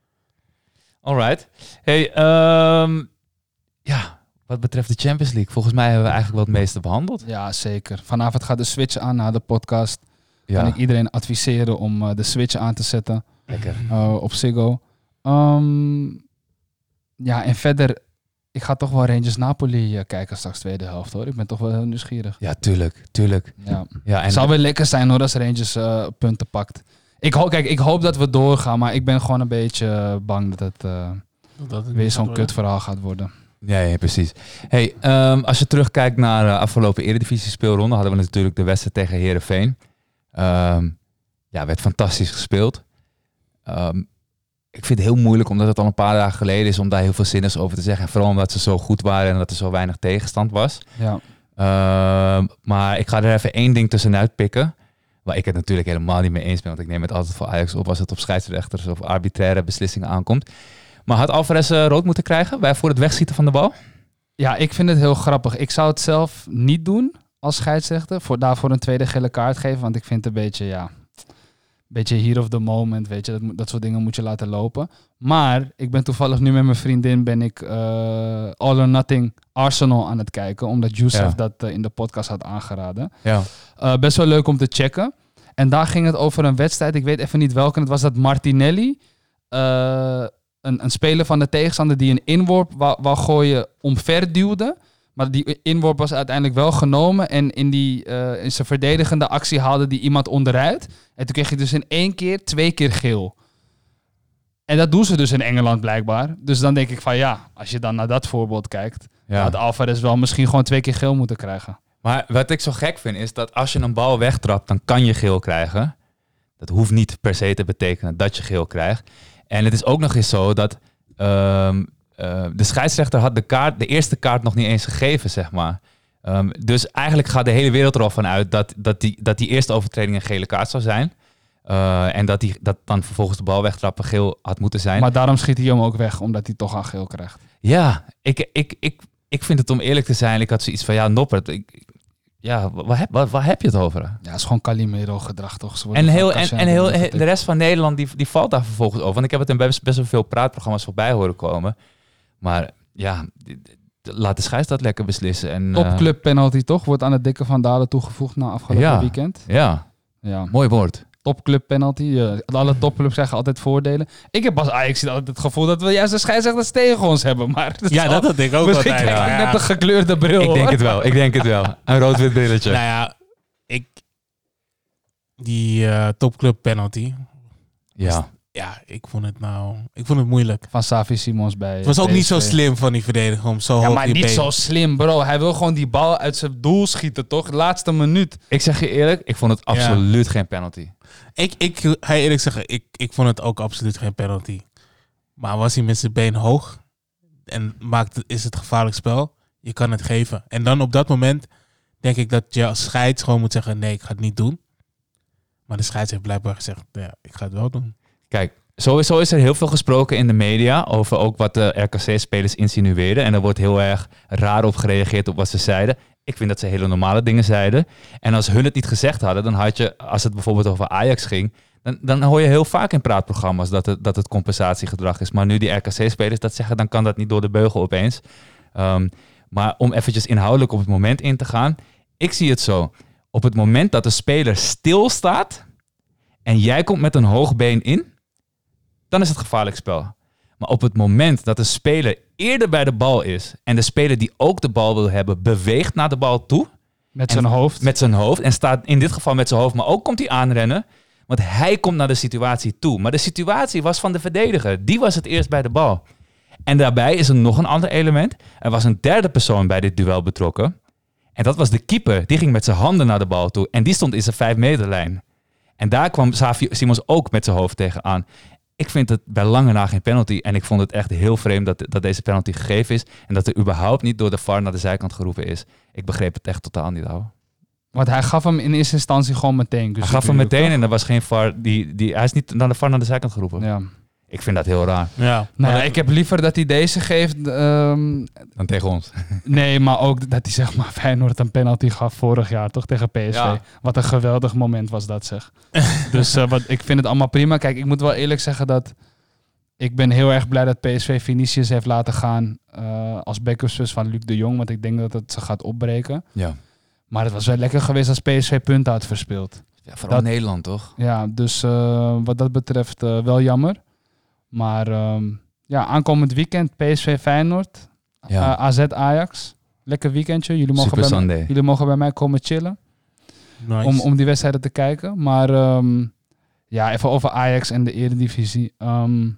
S1: Alright. Hey, ehm, ja, wat betreft de Champions League. Volgens mij hebben we eigenlijk wel het meeste behandeld.
S5: Ja, zeker. Vanavond gaat de Switch aan na de podcast.
S1: Ja,
S5: Kan ik iedereen adviseren om uh, de Switch aan te zetten
S1: lekker.
S5: uh, op Ziggo. Um, ja, en verder, ik ga toch wel Rangers Napoli uh, kijken straks tweede helft, hoor. Ik ben toch wel heel nieuwsgierig.
S1: Ja, tuurlijk, tuurlijk.
S5: Ja.
S1: Ja, en
S5: Het zou wel lekker zijn, hoor, als Rangers uh, punten pakt. Ik hoop, kijk, ik hoop dat we doorgaan, maar ik ben gewoon een beetje uh, bang dat het uh,
S4: Dat het
S5: weer
S4: niet
S5: zo'n
S4: gaat
S5: kut verhaal gaat worden.
S1: Ja, ja, precies. Hey, ehm, als je terugkijkt naar de afgelopen Eredivisie speelronde, hadden we natuurlijk de wedstrijd tegen Heerenveen. Ehm ja, werd fantastisch gespeeld. Ehm, ik vind het heel moeilijk, omdat het al een paar dagen geleden is, om daar heel veel zinnigs over te zeggen. En vooral omdat ze zo goed waren en dat er zo weinig tegenstand was.
S5: Ja.
S1: Ehm, maar ik ga er even één ding tussenuit pikken, waar ik het natuurlijk helemaal niet mee eens ben, want ik neem het altijd voor Ajax op als het op scheidsrechters of arbitraire beslissingen aankomt. Maar had Alvarez uh, rood moeten krijgen bij voor het wegschieten van de bal?
S5: Ja, ik vind het heel grappig. Ik zou het zelf niet doen als scheidsrechter. Voor, daarvoor een tweede gele kaart geven. Want ik vind het een beetje, ja... Een beetje here of the moment, weet je. Dat, moet- dat soort dingen moet je laten lopen. Maar ik ben toevallig nu met mijn vriendin... ben ik uh, All or Nothing Arsenal aan het kijken. Omdat Youssef
S1: Ja.
S5: dat uh, in de podcast had aangeraden.
S1: Ja.
S5: Uh, best wel leuk om te checken. En daar ging het over een wedstrijd. Ik weet even niet welke. Het was dat Martinelli... Uh, een, een speler van de tegenstander die een inworp wou, wou gooien omver duwde. Maar die inworp was uiteindelijk wel genomen. En in, die, uh, in zijn verdedigende actie haalde die iemand onderuit. En toen kreeg je dus in één keer twee keer geel. En dat doen ze dus in Engeland blijkbaar. Dus dan denk ik van ja, als je dan naar dat voorbeeld kijkt...
S1: Ja.
S5: had Alvarez wel misschien gewoon twee keer geel moeten krijgen.
S1: Maar wat ik zo gek vind is dat als je een bal wegtrapt, dan kan je geel krijgen. Dat hoeft niet per se te betekenen dat je geel krijgt. En het is ook nog eens zo dat um, uh, de scheidsrechter had de, kaart, de eerste kaart nog niet eens gegeven, zeg maar. Um, dus eigenlijk gaat de hele wereld er al van uit dat, dat, die, dat die eerste overtreding een gele kaart zou zijn. Uh, en dat, die, dat dan vervolgens de bal wegtrappen geel had moeten zijn.
S5: Maar daarom schiet hij hem ook weg, omdat hij toch aan geel krijgt.
S1: Ja, ik, ik, ik, ik vind het om eerlijk te zijn, ik had zoiets van, ja, Noppert, ik, ja, waar heb, waar, waar heb je het over?
S5: Ja, het is gewoon Calimero gedrag, toch? Ze worden
S1: En,
S5: van
S1: heel, en,
S5: Cassiano
S1: en heel,
S5: Ronaldo
S1: de rest van Nederland, die, die valt daar vervolgens over. Want ik heb het in best, best wel veel praatprogramma's voorbij horen komen. Maar ja, die- die- laat de scheids dat lekker beslissen. En, eh,
S5: Topclub penalty, toch? Wordt aan het Dikke van Dalen toegevoegd na afgelopen
S1: Ja.
S5: weekend.
S1: Ja,
S5: Ja.
S1: mooi woord.
S5: Topclub penalty. eh, alle topclubs krijgen altijd voordelen. Ik heb als Ajax altijd het gevoel dat we juist de scheidsrechters tegen ons hebben. Maar dat
S4: Ja,
S5: is
S4: dat
S5: al-
S4: had ik ook
S5: Misschien
S4: altijd.
S5: krijg ik
S4: Ja.
S5: net een gekleurde bril.
S1: Ik denk
S5: hoor.
S1: het wel, ik denk het wel. Een rood-wit brilletje.
S4: Nou ja, ik... Die eh, topclub penalty.
S1: Ja.
S4: Ja, ik vond het nou... Ik vond het moeilijk.
S5: Van Savi Simons bij
S4: Het was ook
S5: P S V.
S4: niet zo slim van die verdediger om zo
S5: Ja,
S4: hoog
S5: maar
S4: je
S5: niet
S4: been-
S5: zo slim, bro. Hij wil gewoon die bal uit zijn doel schieten, toch? Laatste minuut.
S1: Ik zeg je eerlijk, ik vond het absoluut geen penalty.
S4: Ik, ik ga je eerlijk zeggen, ik, ik vond het ook absoluut geen penalty. Maar was hij met zijn been hoog en maakt het, is het gevaarlijk spel, je kan het geven. En dan op dat moment denk ik dat je als scheids gewoon moet zeggen, nee, ik ga het niet doen. Maar de scheids heeft blijkbaar gezegd, ja, ik ga het wel doen.
S1: Kijk, sowieso is er heel veel gesproken in de media over ook wat de R K C-spelers insinueerden. En er wordt heel erg raar op gereageerd op wat ze zeiden. Ik vind dat ze hele normale dingen zeiden. En als hun het niet gezegd hadden, dan had je, als het bijvoorbeeld over Ajax ging, dan, dan hoor je heel vaak in praatprogramma's dat het, dat het compensatiegedrag is. Maar nu die R K C-spelers dat zeggen, dan kan dat niet door de beugel opeens. Um, maar om eventjes inhoudelijk op het moment in te gaan. Ik zie het zo. Op het moment dat de speler stilstaat en jij komt met een hoog been in, dan is het gevaarlijk spel. Maar op het moment dat de speler eerder bij de bal is en de speler die ook de bal wil hebben, beweegt naar de bal toe,
S5: Met
S1: En
S5: zijn hoofd.
S1: met zijn hoofd, en staat in dit geval met zijn hoofd, maar ook komt hij aanrennen, want hij komt naar de situatie toe. Maar de situatie was van de verdediger. Die was het eerst bij de bal. En daarbij is er nog een ander element. Er was een derde persoon bij dit duel betrokken. En dat was de keeper. Die ging met zijn handen naar de bal toe. En die stond in zijn vijf meterlijn. En daar kwam Xavi Simons ook met zijn hoofd tegenaan. Ik vind het bij lange na geen penalty. En ik vond het echt heel vreemd dat, dat deze penalty gegeven is. En dat er überhaupt niet door de V A R naar de zijkant geroepen is. Ik begreep het echt totaal niet, ouwe.
S5: Want hij gaf hem in eerste instantie gewoon meteen. Dus
S1: Hij gaf hem meteen en er was geen V A R. Die, die, hij is niet naar de V A R naar de zijkant geroepen.
S5: Ja.
S1: Ik vind dat heel raar.
S4: Ja.
S5: Nou ja, ik heb liever dat hij deze geeft. ehm,
S1: Dan tegen ons.
S5: nee, maar ook dat hij zeg maar Feyenoord een penalty gaf vorig jaar, toch? Tegen P S V.
S1: Ja.
S5: Wat een geweldig moment was dat, zeg. dus eh, wat, ik vind het allemaal prima. Kijk, ik moet wel eerlijk zeggen dat ik ben heel erg blij dat P S V Vinicius heeft laten gaan eh, als backupzus van Luc de Jong. Want ik denk dat het ze gaat opbreken.
S1: Ja.
S5: Maar het was wel lekker geweest als P S V punten had verspeeld.
S1: Ja, vooral
S5: Dat-
S1: Nederland, toch?
S5: Ja, dus eh, wat dat betreft eh, wel jammer. Maar ehm, ja, aankomend weekend P S V Feyenoord,
S1: Ja.
S5: eh, A Z Ajax. Lekker weekendje. Jullie mogen,
S1: Super
S5: bij mij,
S1: Sunday.
S5: jullie mogen bij mij komen chillen
S4: Nice.
S5: om, om die wedstrijden te kijken. Maar ehm, ja, even over Ajax en de Eredivisie. Ehm,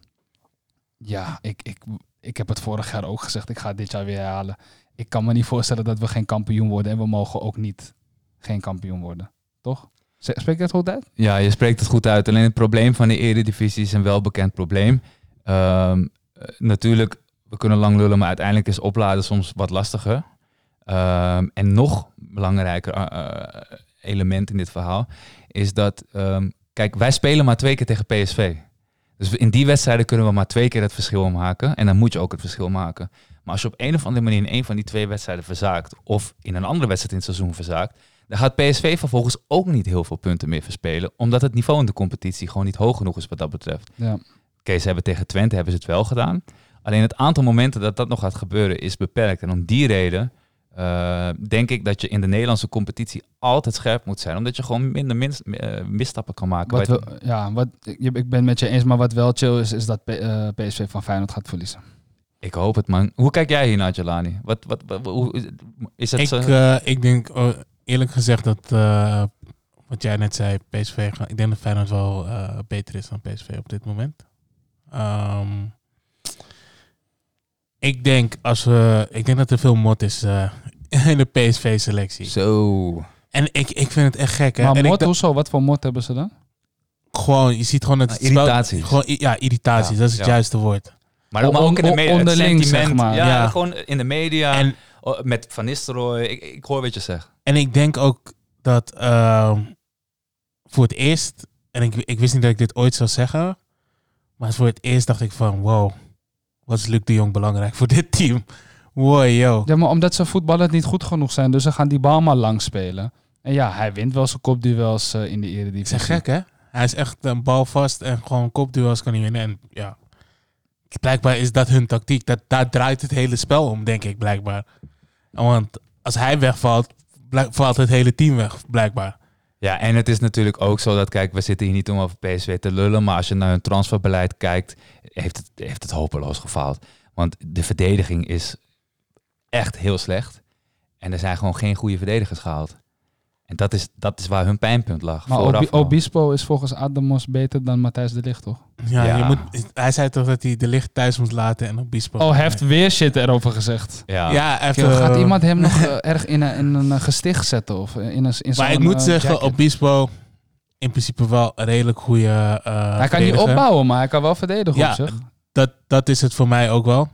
S5: ja, ik, ik, ik heb het vorig jaar ook gezegd. Ik ga het dit jaar weer herhalen. Ik kan me niet voorstellen dat we geen kampioen worden. En we mogen ook niet geen kampioen worden. Toch? Z- Spreek ik dat goed uit?
S1: Ja, je spreekt het goed uit. Alleen het probleem van de Eredivisie is een welbekend probleem. Ehm, eh, natuurlijk, we kunnen lang lullen, maar uiteindelijk is opladen soms wat lastiger. Ehm, en nog belangrijker eh, eh, element in dit verhaal is dat, ehm, kijk, wij spelen maar twee keer tegen P S V. Dus in die wedstrijden kunnen we maar twee keer het verschil maken. En dan moet je ook het verschil maken. Maar als je op een of andere manier in een van die twee wedstrijden verzaakt, of in een andere wedstrijd in het seizoen verzaakt, dan gaat P S V vervolgens ook niet heel veel punten meer verspelen, omdat het niveau in de competitie gewoon niet hoog genoeg is wat dat betreft.
S5: Ja.
S1: Oké, ze hebben tegen Twente hebben ze het wel gedaan. Alleen het aantal momenten dat dat nog gaat gebeuren is beperkt. En om die reden uh, denk ik dat je in de Nederlandse competitie altijd scherp moet zijn. Omdat je gewoon minder mis, uh, misstappen kan maken.
S5: Wat
S1: bij
S5: we, ja, wat, ik, ik ben het met je eens, maar wat wel chill is, is dat P, uh, P S V van Feyenoord gaat verliezen.
S1: Ik hoop het, man. Hoe kijk jij hier naar, Jelani? Wat, wat, wat, hoe, is het
S4: Ik,
S1: zo?
S4: uh, ik denk oh, eerlijk gezegd dat, uh, wat jij net zei, P S V, ik denk dat Feyenoord wel uh, beter is dan P S V op dit moment. Um, ik denk als we, ik denk dat er veel mot is uh, in de P S V-selectie.
S1: Zo.
S4: En ik, ik vind het echt gek, hè.
S5: Maar
S4: En
S5: mot,
S4: ik, da-
S5: hoezo? Wat voor mot hebben ze dan?
S4: gewoon, je ziet gewoon het
S1: Ah,
S4: spel-
S1: irritaties.
S4: Gewoon, i- ja, irritaties,
S1: Ja,
S4: dat is het
S1: ja.
S4: juiste woord.
S1: Maar, maar ook in de
S5: On-
S1: media. het
S5: onderling,
S1: sentiment.
S5: zeg maar.
S1: Ja,
S4: Ja.
S1: gewoon in de media.
S4: En,
S1: Oh, met Van Nistelrooy. Ik, ik hoor wat je zegt.
S4: en ik denk ook dat uh, voor het eerst, en ik, ik wist niet dat ik dit ooit zou zeggen, maar voor het eerst dacht ik van, wow, wat is Luc de Jong belangrijk voor dit team? Wow, yo.
S5: Ja, maar omdat ze voetballend niet goed genoeg zijn. Dus ze gaan die bal maar lang spelen. En ja, hij wint wel zijn kopduels uh, in de Eredivisie.
S4: Dat is gek, hè? Hij is echt een balvast en gewoon kopduels kan hij winnen. En ja, blijkbaar is dat hun tactiek. Dat, daar draait het hele spel om, denk ik, blijkbaar. Want als hij wegvalt, blijk, valt het hele team weg, blijkbaar.
S1: Ja, en het is natuurlijk ook zo dat, kijk, we zitten hier niet om over P S V te lullen, maar als je naar hun transferbeleid kijkt, heeft het, heeft het hopeloos gefaald. Want de verdediging is echt heel slecht. En er zijn gewoon geen goede verdedigers gehaald. En dat is, dat is waar hun pijnpunt lag.
S5: Maar Obi- Obispo is volgens Ademos beter dan Matthijs de Ligt, toch?
S4: Ja,
S1: Ja.
S4: Je moet, hij zei toch dat hij de licht thuis moet laten en op Bispo.
S5: Oh, hij heeft weer shit erover gezegd.
S1: Ja,
S4: Ja, hij heeft,
S5: Yo, gaat
S4: uh,
S5: iemand hem nog uh, erg in een, in een uh, gesticht zetten? Of in een, in
S4: Maar
S5: zo'n,
S4: ik moet
S5: uh,
S4: zeggen,
S5: jacket?
S4: op Bispo in principe wel een redelijk goede uh,
S5: Hij kan niet opbouwen, maar hij kan wel verdedigen
S4: Ja,
S5: op zich.
S4: Dat, dat is het voor mij ook wel.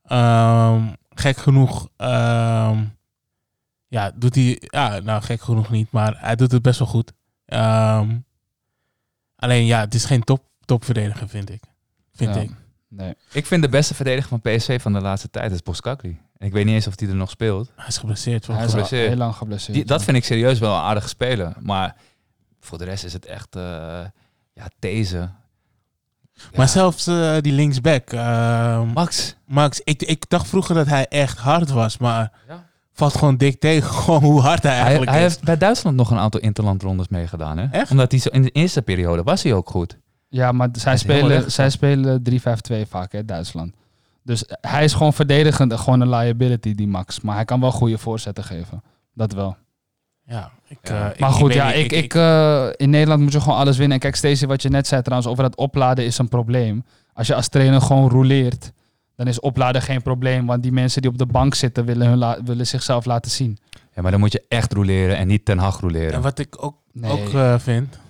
S4: Um, gek genoeg... Um, ja, doet hij... Ja, nou, gek genoeg niet, maar hij doet het best wel goed. Um, alleen, ja, het is geen top, topverdediger, vind ik. Vind
S5: Ja.
S4: ik.
S5: Nee.
S1: ik vind de beste verdediger van P S V van de laatste tijd is Boskakli. En ik weet niet eens of hij er nog speelt.
S4: Hij is geblesseerd.
S5: Hij is
S4: volgens
S5: al
S4: mij.
S1: geblesseerd.
S5: heel lang geblesseerd.
S1: Die, dat
S5: ja.
S1: vind ik serieus wel een aardige speler. Maar voor de rest is het echt... Uh, ja, deze.
S4: Maar zelfs uh, die linksback, uh,
S1: Max.
S4: Max, ik, ik dacht vroeger dat hij echt hard was, maar
S1: Ja.
S4: valt gewoon dik tegen gewoon hoe hard hij
S1: Hij,
S4: eigenlijk
S1: hij
S4: is.
S1: heeft bij Duitsland nog een aantal interlandrondes meegedaan. Hè?
S4: Echt?
S1: Omdat hij zo, in de eerste periode was hij ook goed.
S5: Ja, maar zij
S1: is helemaal
S5: spelen,
S1: weggestapt.
S5: zij spelen drie vijf twee vaak, hè, Duitsland. Dus hij is gewoon verdedigend, gewoon een liability, die Max. Maar hij kan wel goede voorzetten geven. Dat wel.
S4: Ja, ik,
S1: Ja.
S4: uh, ik-
S5: Maar
S4: ik
S5: goed,
S4: weet
S5: ja,
S4: niet,
S5: ik, ik, uh, in Nederland moet je gewoon alles winnen. En kijk, Stacey, wat je net zei trouwens, over dat opladen is een probleem. Als je als trainer gewoon rouleert, dan is opladen geen probleem. Want die mensen die op de bank zitten, willen, hun la- willen zichzelf laten zien.
S1: Ja, maar dan moet je echt roleren en niet Ten Hag roleren.
S4: En wat ik ook,
S5: Nee.
S4: ook uh, vind,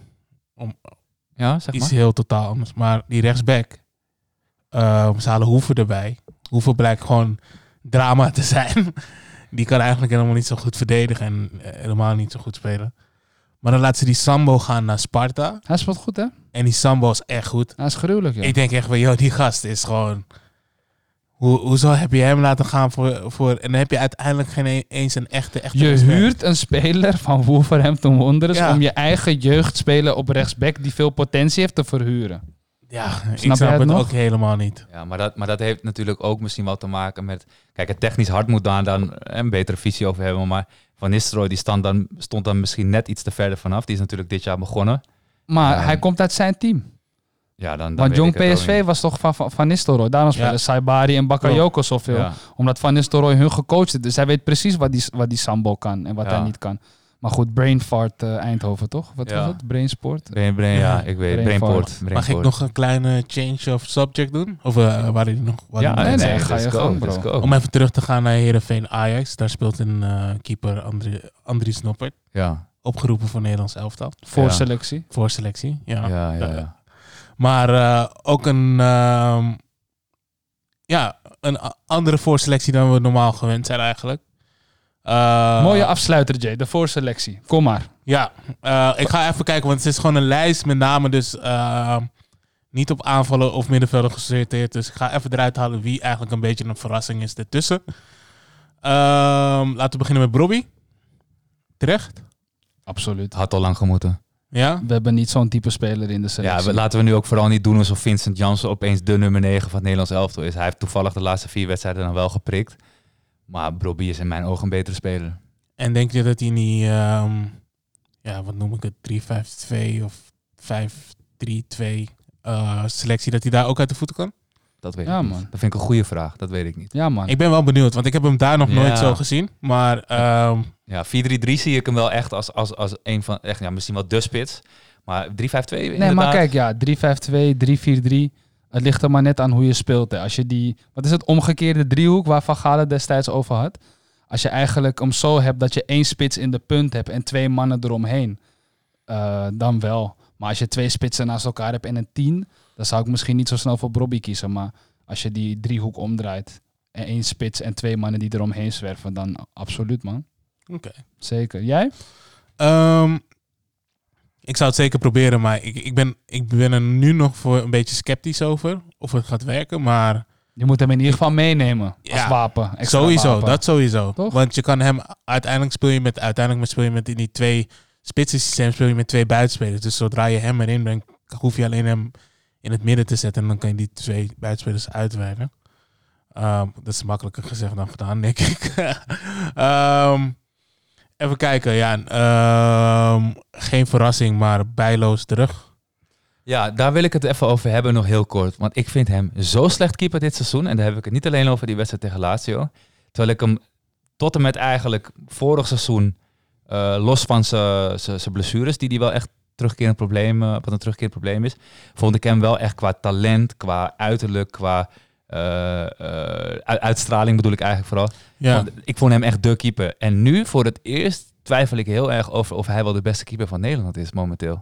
S1: Ja, zeg
S4: iets
S1: maar.
S4: heel totaal anders, maar die rechtsback, uh, ze halen Hoeven erbij. Hoeven blijkt gewoon drama te zijn. Die kan eigenlijk helemaal niet zo goed verdedigen en uh, helemaal niet zo goed spelen. Maar dan laat ze die Sambo gaan naar Sparta.
S5: Hij speelt goed, hè?
S4: En die Sambo is echt goed.
S5: Hij is gruwelijk, ja.
S4: Ik denk echt van, joh, die gast is gewoon... Hoe, hoezo heb je hem laten gaan voor, voor... En dan heb je uiteindelijk geen e- eens een echte... echte
S5: Je
S4: rechtsback.
S5: huurt een speler van Wolverhampton Wanderers
S4: Ja.
S5: om je eigen jeugdspeler op rechtsback die veel potentie heeft te verhuren.
S4: Ja, ik
S5: jij
S4: snap
S5: het
S4: het
S5: nog?
S4: ook helemaal niet.
S1: Ja, maar dat, maar dat heeft natuurlijk ook misschien wel te maken met... Kijk, het technisch hard moet daar dan een betere visie over hebben. Maar Van Nistelrooy die stond dan, stond dan misschien net iets te verder vanaf. Die is natuurlijk dit jaar begonnen.
S5: Maar
S1: Ja.
S5: hij komt uit zijn team.
S1: Ja, dan, dan
S5: Want
S1: weet
S5: jong
S1: ik het
S5: P S
S1: ook
S5: V
S1: niet.
S5: was toch van Van, van Nistelrooy. Daarom spelen
S4: Ja.
S5: Saibari en Bakayoko zoveel.
S1: Ja.
S5: Omdat Van Nistelrooy hun gecoacht heeft. Dus hij weet precies wat die, wat die Sambo kan en wat
S1: Ja.
S5: hij niet kan. Maar goed, Brainfart uh, Eindhoven, toch? Wat
S1: Ja.
S5: was het? Brainsport?
S1: Brain, brain, ja, ik weet.
S5: Brainport.
S1: Brainport.
S4: Mag
S1: Brainport.
S4: ik nog een kleine change of subject doen? Of uh, waar jullie nog... wat
S1: Ja,
S4: doen?
S5: nee, nee,
S1: nee,
S5: ga je
S1: let's go,
S5: gang, bro.
S1: let's go.
S4: Om even terug te gaan naar Heerenveen Ajax. Daar speelt een uh, keeper Andri- Andries Noppert.
S1: Ja,
S4: Opgeroepen voor Nederlands elftal.
S5: Voor
S1: Ja.
S5: selectie.
S4: Voor selectie, ja.
S1: ja, ja. ja.
S4: Maar uh, ook een, um, ja, een a- andere voorselectie dan we normaal gewend zijn eigenlijk. Uh,
S5: Mooie afsluiter, Jay. De voorselectie. Kom maar.
S4: Ja, uh, ik ga even kijken, want het is gewoon een lijst met name dus uh, niet op aanvallen of middenvelden gesorteerd. Dus ik ga even eruit halen wie eigenlijk een beetje een verrassing is ertussen. Um, laten we beginnen met Brobby. Terecht?
S5: Absoluut.
S1: Het had al lang gemoeten.
S4: Ja?
S5: We hebben niet zo'n type speler in de
S1: Ja,
S5: selectie.
S1: we, laten we nu ook vooral niet doen alsof Vincent Janssen opeens de nummer negen van het Nederlands elftal is. Hij heeft toevallig de laatste vier wedstrijden dan wel geprikt. Maar Brobby is in mijn ogen een betere speler.
S4: En denk je dat hij niet, um, ja, wat noem ik het, drie vijf twee of vijf drie twee uh, selectie, dat hij daar ook uit de voeten kan?
S1: Dat weet
S5: Ja,
S1: ik niet.
S5: man.
S1: Dat vind ik een goede vraag. Dat weet ik niet.
S5: Ja, man.
S4: Ik ben wel benieuwd, want ik heb hem daar nog
S1: Ja.
S4: nooit zo gezien. Maar um,
S1: Ja, vier drie drie zie ik hem wel echt als, als, als een van, echt, ja, misschien wel de spits. Maar drie vijf twee
S5: Nee,
S1: inderdaad.
S5: maar kijk, ja, drie vijf twee, drie vier drie. Het ligt er maar net aan hoe je speelt. Hè. Als je die, wat is het, omgekeerde driehoek waar Van Gaal destijds over had. Als je eigenlijk hem zo hebt dat je één spits in de punt hebt en twee mannen eromheen, uh, dan wel. Maar als je twee spitsen naast elkaar hebt en een tien, dan zou ik misschien niet zo snel voor Brobby kiezen. Maar als je die driehoek omdraait en één spits en twee mannen die eromheen zwerven, dan absoluut, man.
S4: Oké.
S5: Zeker. Jij?
S4: Um, ik zou het zeker proberen, maar ik, ik, ben, ik ben er nu nog voor een beetje sceptisch over of het gaat werken. Maar
S5: Je moet hem in ieder geval meenemen als
S4: Ja,
S5: wapen. extra
S4: Sowieso,
S5: wapen.
S4: dat sowieso.
S5: Toch?
S4: Want je kan hem uiteindelijk speel je met uiteindelijk speel je met in die twee spitsen systeem speel je met twee buitenspelers. Dus zodra je hem erin brengt, hoef je alleen hem in het midden te zetten en dan kan je die twee buitenspelers uitwijden. Um, dat is makkelijker gezegd dan gedaan, denk ik. um, even kijken, ja, um, geen verrassing, maar Bijloos terug.
S1: Ja, daar wil ik het even over hebben, nog heel kort. Want ik vind hem zo slecht keeper dit seizoen. En daar heb ik het niet alleen over die wedstrijd tegen Lazio. Terwijl ik hem tot en met eigenlijk vorig seizoen, uh, los van zijn blessures, die die wel echt terugkerend probleem, uh, wat een terugkerend probleem is, vond ik hem wel echt qua talent, qua uiterlijk, qua uh, uh, uitstraling bedoel ik eigenlijk vooral.
S4: Ja.
S1: Want ik vond hem echt de keeper. En nu voor het eerst twijfel ik heel erg over of hij wel de beste keeper van Nederland is momenteel.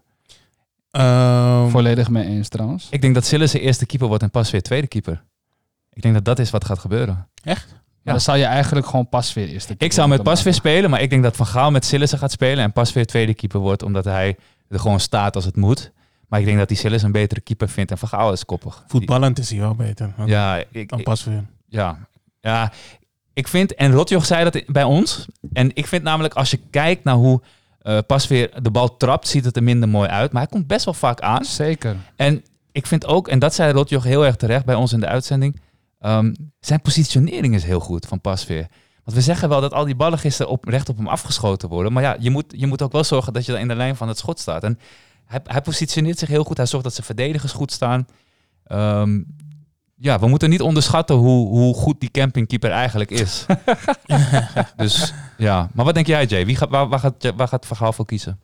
S4: Um,
S5: Volledig mee eens trouwens.
S1: Ik denk dat Sillis de eerste keeper wordt en pas weer tweede keeper. Ik denk dat dat is wat gaat gebeuren.
S5: Maar dan zou je eigenlijk gewoon Pasveer eerste keeper
S1: Ik zou met
S5: moeten
S1: Pasveer
S5: maken.
S1: spelen, maar ik denk dat Van Gaal met Sillissen gaat spelen en Pasveer tweede keeper wordt, omdat hij er gewoon staat als het moet. Maar ik denk dat die Sillis een betere keeper vindt en Van Gaal is koppig.
S4: voetballend is hij wel beter dan,
S1: Die- ja, ik,
S4: dan
S1: ik-
S4: Pasveer.
S1: ja, ja, ik vind, en Rotjoch zei dat bij ons, en ik vind namelijk als je kijkt naar hoe uh, Pasveer de bal trapt, ziet het er minder mooi uit, maar hij komt best wel vaak aan.
S5: Zeker.
S1: En ik vind ook, en dat zei Rotjoch heel erg terecht bij ons in de uitzending, um, zijn positionering is heel goed van Pasveer. Want we zeggen wel dat al die ballen gisteren op, recht op hem afgeschoten worden. Maar ja, je moet, je moet ook wel zorgen dat je dan in de lijn van het schot staat. En hij, hij positioneert zich heel goed. Hij zorgt dat zijn verdedigers goed staan. Um, ja, we moeten niet onderschatten hoe, hoe goed die campingkeeper eigenlijk is. Dus ja, maar wat denk jij, Jay? Wie gaat, waar, waar, gaat, waar gaat Van Gaal voor kiezen?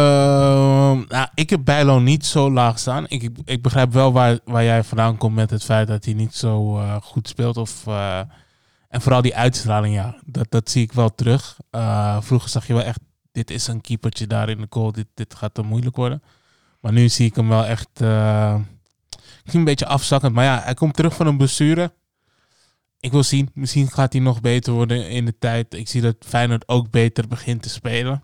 S4: Ehm, nou, ik heb Bijlo niet zo laag staan. Ik, ik begrijp wel waar, waar jij vandaan komt met het feit dat hij niet zo uh, goed speelt. Of, uh, en vooral die uitstraling, ja, dat, dat zie ik wel terug. Uh, vroeger zag je wel echt, dit is een keepertje daar in de goal. Dit, dit gaat te moeilijk worden. Maar nu zie ik hem wel echt uh, een beetje afzakkend. Maar ja, hij komt terug van een blessure. Ik wil zien, misschien gaat hij nog beter worden in de tijd. Ik zie dat Feyenoord ook beter begint te spelen.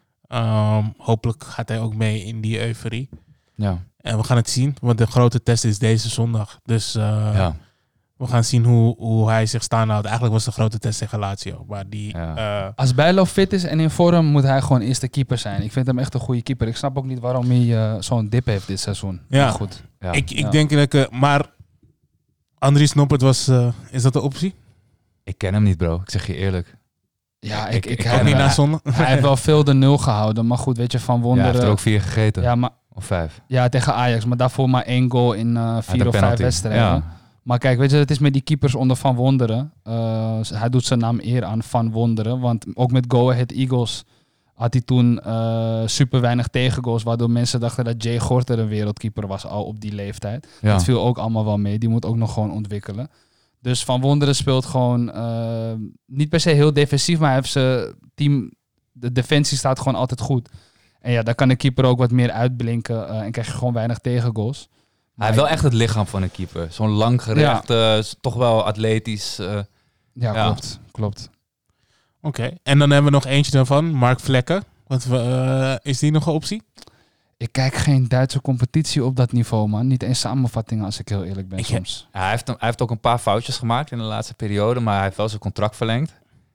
S4: Um, hopelijk gaat hij ook mee in die euforie.
S1: Ja.
S4: En we gaan het zien, want de grote test is deze zondag. Dus uh,
S1: Ja.
S4: we gaan zien hoe, hoe hij zich staan houdt. Eigenlijk was de grote test tegen Lazio. Maar die,
S1: Ja.
S4: uh,
S5: Als Bijlo fit is en in vorm, moet hij gewoon eerste keeper zijn. Ik vind hem echt een goede keeper. Ik snap ook niet waarom hij uh, zo'n dip heeft dit seizoen.
S4: Ja.
S5: Maar goed.
S1: Ja.
S4: ik, ik
S5: Ja.
S4: denk dat ik... Uh, maar Andries Noppert was... Uh, is dat de optie?
S1: Ik ken hem niet, bro. Ik zeg je eerlijk.
S5: Ja,
S1: Ik-
S5: ik,
S1: ik
S5: ik,
S1: ken
S4: Ook
S1: hem
S4: niet
S1: wel.
S4: na zondag?
S5: hij heeft wel veel de nul gehouden. Maar goed, weet je, Van
S1: Ja, hij
S5: Wonderen...
S1: heeft er ook vier gegeten.
S5: Ja, maar,
S1: Of vijf.
S5: ja, tegen Ajax. Maar daarvoor maar één goal in uh,
S1: Uit
S5: vier
S1: een
S5: of vijf
S1: penalty.
S5: wedstrijden.
S1: Ja.
S5: Maar kijk, weet je, het is met die keepers onder Van Wonderen. Uh, hij doet zijn naam eer aan Van Wonderen. Want ook met Go Ahead Eagles had hij toen uh, super weinig tegengoals. Waardoor mensen dachten dat Jay Gorter een wereldkeeper was al op die leeftijd.
S1: Ja.
S5: Dat viel ook allemaal wel mee. Die moet ook nog gewoon ontwikkelen. Dus Van Wonderen speelt gewoon uh, niet per se heel defensief. Maar hij heeft zijn team... De defensie staat gewoon altijd goed. En ja, daar kan de keeper ook wat meer uitblinken. Uh, en krijg je gewoon weinig tegengoals.
S1: Hij heeft wel echt het lichaam van een keeper. Zo'n lang gerecht, eh, toch wel atletisch. eh.
S5: Ja,
S1: Ja.
S5: klopt. klopt.
S4: Oké. Okay. En dan hebben we nog eentje daarvan. Mark Vlekken. Wat, uh, is die nog een optie?
S5: Ik kijk geen Duitse competitie op dat niveau, man. Niet eens samenvattingen, als ik heel eerlijk ben
S4: Ik-
S5: soms.
S1: Ja, hij, heeft, hij heeft ook een paar foutjes gemaakt in de laatste periode, maar hij heeft wel zijn contract verlengd.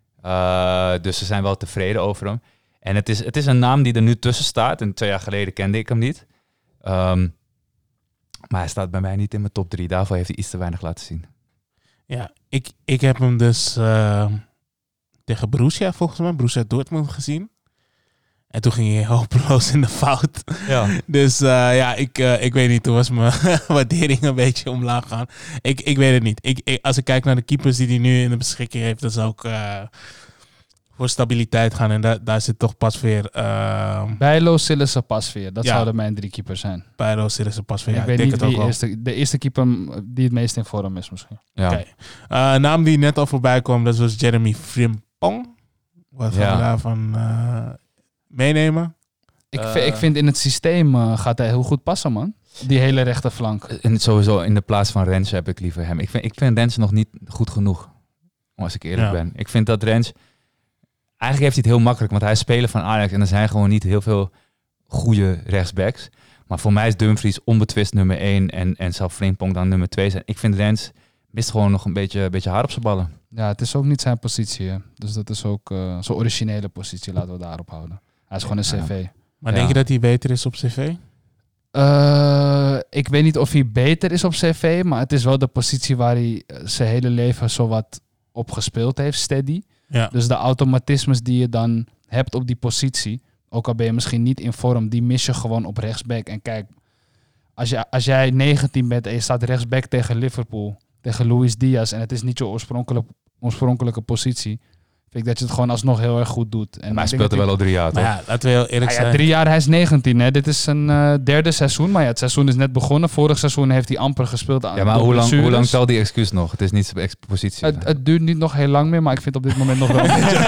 S1: Uh, dus ze zijn wel tevreden over hem. En het is, het is een naam die er nu tussen staat. En twee jaar geleden kende ik hem niet. Um, maar hij staat bij mij niet in mijn top drie. Daarvoor heeft hij iets te weinig laten zien.
S4: Ja, ik, ik heb hem dus uh, tegen Borussia volgens mij, Borussia Dortmund gezien. En toen ging hij hopeloos in de fout.
S1: Ja.
S4: Dus uh, ja, ik, uh, ik weet niet, toen was mijn waardering een beetje omlaag gaan. Ik, ik weet het niet. Ik, ik, als ik kijk naar de keepers die hij nu in de beschikking heeft, dan zou ik uh, voor stabiliteit gaan. En da- daar zit toch Pasveer, uh,
S5: Bijlo, Sillissen, Pasveer. Dat
S4: Ja.
S5: zouden mijn drie keepers zijn.
S4: Bijlo, Sillissen, Pasveer. Ja,
S5: ik
S4: ik
S5: weet
S4: denk
S5: niet
S4: het ook
S5: wie
S4: wel.
S5: eerste, de eerste keeper die het meest in vorm is misschien.
S1: Ja.
S4: Oké. Uh, naam die net al voorbij kwam, dat was Jeremy Frimpong. Wat gaan
S1: Ja.
S4: we daarvan uh, meenemen?
S5: Ik,
S1: Uh,
S5: vind, ik vind in het systeem uh, gaat hij heel goed passen, man. Die hele rechterflank.
S1: En sowieso in de plaats van Rens heb ik liever hem. Ik vind, ik vind Rens nog niet goed genoeg. Als ik eerlijk
S4: Ja.
S1: ben. Ik vind dat Rens... Eigenlijk heeft hij het heel makkelijk. Want hij is speler van Ajax. En er zijn gewoon niet heel veel goede rechtsbacks. Maar voor mij is Dumfries onbetwist nummer één. En, en zal Frimpong dan nummer twee zijn. Ik vind Rens mist gewoon nog een beetje, een beetje haar op zijn ballen.
S5: Ja, het is ook niet zijn positie. Hè. Dus dat is ook uh, zijn originele positie. Laten we daarop houden. Hij is gewoon een cv.
S1: Ja.
S4: Maar
S1: Ja.
S4: denk je dat hij beter is op cv?
S5: Uh, ik weet niet of hij beter is op cv, maar het is wel de positie waar hij uh, zijn hele leven zowat op gespeeld heeft, steady.
S4: Ja.
S5: Dus de automatismes die je dan hebt op die positie, ook al ben je misschien niet in vorm, die mis je gewoon op rechtsback. En kijk, als, je, als jij negentien bent en je staat rechtsback tegen Liverpool, tegen Luis Diaz, en het is niet je oorspronkelijke, oorspronkelijke positie, vind ik dat je het gewoon alsnog heel erg goed doet. En
S1: Maar hij
S5: ik denk
S1: speelt er
S5: dat
S1: wel al drie jaar, toch?
S4: Maar ja, laten we heel eerlijk
S5: Ah ja,
S4: zijn.
S5: drie jaar, hij is negentien. Hè. Dit is zijn uh, derde seizoen. Maar ja, het seizoen is net begonnen. Vorig seizoen heeft hij amper gespeeld aan
S1: Ja, maar
S5: door
S1: hoe lang, hoe
S5: blessures.
S1: lang telt die excuus nog? Het is niet zijn expositie.
S5: Het, het duurt niet nog heel lang meer, maar ik vind op dit moment nog wel een beetje.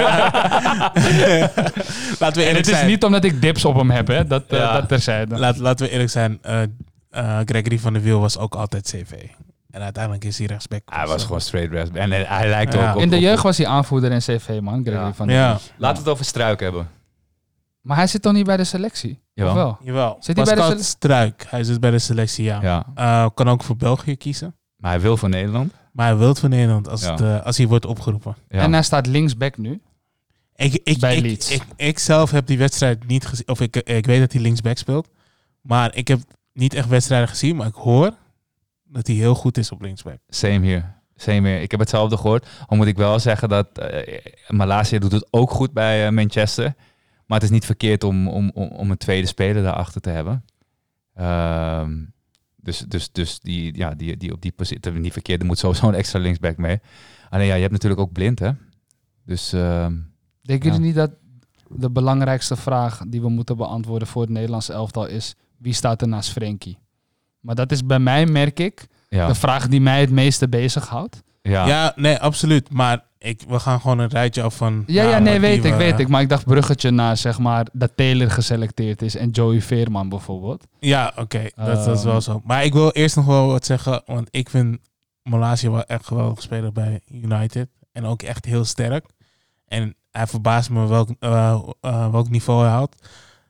S4: Laten we
S5: En
S4: eerlijk
S5: het is
S4: zijn.
S5: niet omdat ik dips op hem heb, hè. Dat, uh,
S1: Ja.
S5: dat terzijde.
S4: Laat, laten we eerlijk zijn. Uh, uh, Gregory van der Wiel was ook altijd cv. En uiteindelijk is hij rechtsback.
S1: Hij was gewoon straight rest. En hij, hij lijkt
S4: Ja.
S1: ook op...
S5: In de
S1: op-
S5: jeugd was hij aanvoerder in C V, man. Gregory
S1: Ja.
S5: van der
S4: Ja,
S5: Wiel.
S1: Laten we het over Struik hebben.
S5: Maar hij zit toch niet bij de selectie?
S1: Jawel.
S5: Of wel?
S4: jawel.
S5: Zit hij bij de
S4: Pascal
S5: sele-
S4: Struik. Hij zit bij de selectie, ja.
S1: Ja.
S4: Uh, kan ook voor België kiezen.
S1: Maar hij wil voor Nederland.
S4: Maar hij wil voor Nederland als,
S1: Ja.
S4: het, uh, als hij wordt opgeroepen.
S1: Ja.
S5: En hij staat linksback nu.
S4: Ik, ik,
S5: Bij
S4: ik,
S5: Leeds.
S4: Ik, ik zelf heb die wedstrijd niet gezien. Of ik, ik weet dat hij linksback speelt. Maar ik heb niet echt wedstrijden gezien. Maar ik hoor dat hij heel goed is op linksback.
S1: Same hier. Same hier. Ik heb hetzelfde gehoord. Al moet ik wel zeggen dat uh, Malasia doet het ook goed bij uh, Manchester. Maar het is niet verkeerd om, om, om, om een tweede speler daarachter te hebben. Ehm, dus dus, dus die, ja, die, die op die positie... Niet verkeerd, er moet sowieso een extra linksback mee. Alleen ja, je hebt natuurlijk ook Blind, hè. Dus... ehm,
S5: Denken
S1: Ja.
S5: jullie niet dat de belangrijkste vraag die we moeten beantwoorden voor het Nederlandse elftal is: wie staat er naast Frenkie? Maar dat is bij mij, merk ik,
S1: ja.
S5: de vraag die mij het meeste bezighoudt.
S1: Ja.
S4: Ja, nee, absoluut. Maar ik, we gaan gewoon een rijtje af van...
S5: Ja, ja,
S4: nou,
S5: nee,
S4: die
S5: weet
S4: we-
S5: ik, weet ik. Maar ik dacht bruggetje naar, zeg maar, dat Taylor geselecteerd is en Joey Veerman bijvoorbeeld.
S4: Ja, oké. dat, dat is wel
S5: Ehm.
S4: zo. Maar ik wil eerst nog wel wat zeggen. Want ik vind Malasia wel echt geweldig speler bij United. En ook echt heel sterk. En hij verbaast me welk, uh, uh, welk niveau hij houdt.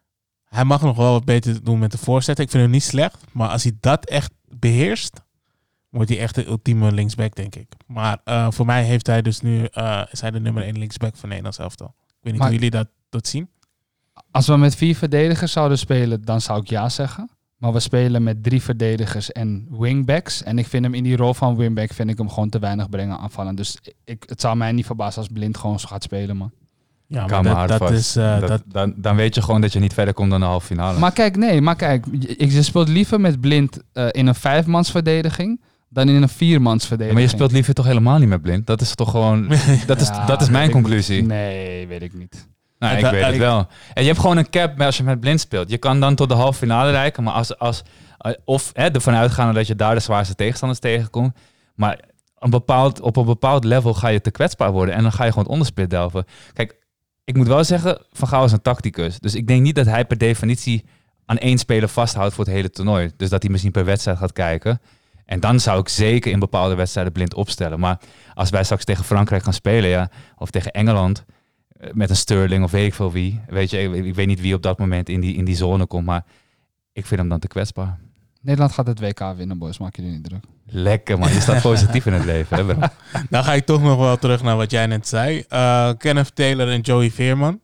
S4: Hij mag nog wel wat beter doen met de voorzet. Ik vind hem niet slecht. Maar als hij dat echt beheerst, wordt hij echt de ultieme linksback, denk ik. Maar uh, voor mij heeft hij dus nu, uh, is hij de nummer één linksback van Nederlands elftal. Ik weet niet
S5: Maar-
S4: hoe jullie dat, dat zien.
S5: Als we met vier verdedigers zouden spelen, dan zou ik ja zeggen. Maar we spelen met drie verdedigers en wingbacks. En ik vind hem in die rol van wingback vind ik hem gewoon te weinig brengen aanvallen. Dus ik, het zou mij niet verbazen als Blind gewoon zo gaat spelen, man.
S4: Ja, maar
S1: Kan me
S4: dat,
S1: hard
S4: dat
S1: vast.
S4: is... Uh,
S1: Dat-
S4: dat,
S1: dan, dan weet je gewoon dat je niet verder komt dan de halve finale.
S5: Maar kijk, nee, maar kijk. Je, je speelt liever met Blind uh, in een vijfmansverdediging dan in een
S1: Ja,
S5: viermansverdediging.
S1: maar je speelt liever toch helemaal niet met Blind? Dat is toch gewoon... Dat is,
S5: Ja,
S1: dat is mijn
S5: weet ik
S1: conclusie.
S5: niet. Nee, weet ik niet.
S1: Nou,
S4: Het-
S1: ik weet
S4: het-
S1: het wel. En je hebt gewoon een cap als je met Blind speelt. Je kan dan tot de halve finale reiken, maar als... als uh, of hè, ervan uitgaande dat je daar de zwaarste tegenstanders tegenkomt. Maar een bepaald, op een bepaald level ga je te kwetsbaar worden. En dan ga je gewoon het onderspit delven. Kijk, ik moet wel zeggen, Van Gaal is een tacticus. Dus ik denk niet dat hij per definitie aan één speler vasthoudt voor het hele toernooi. Dus dat hij misschien per wedstrijd gaat kijken. En dan zou ik zeker in bepaalde wedstrijden Blind opstellen. Maar als wij straks tegen Frankrijk gaan spelen, ja, of tegen Engeland, eh, met een Sterling of weet ik veel wie. Weet je, ik, ik weet niet wie op dat moment in die, in die zone komt, maar ik vind hem dan te kwetsbaar.
S5: Nederland gaat het W K winnen, boys. Maak je je niet druk.
S1: Lekker man, je staat positief in het leven. Hè, bro?
S4: Dan ga ik toch nog wel terug naar wat jij net zei. Uh, Kenneth Taylor en Joey Veerman.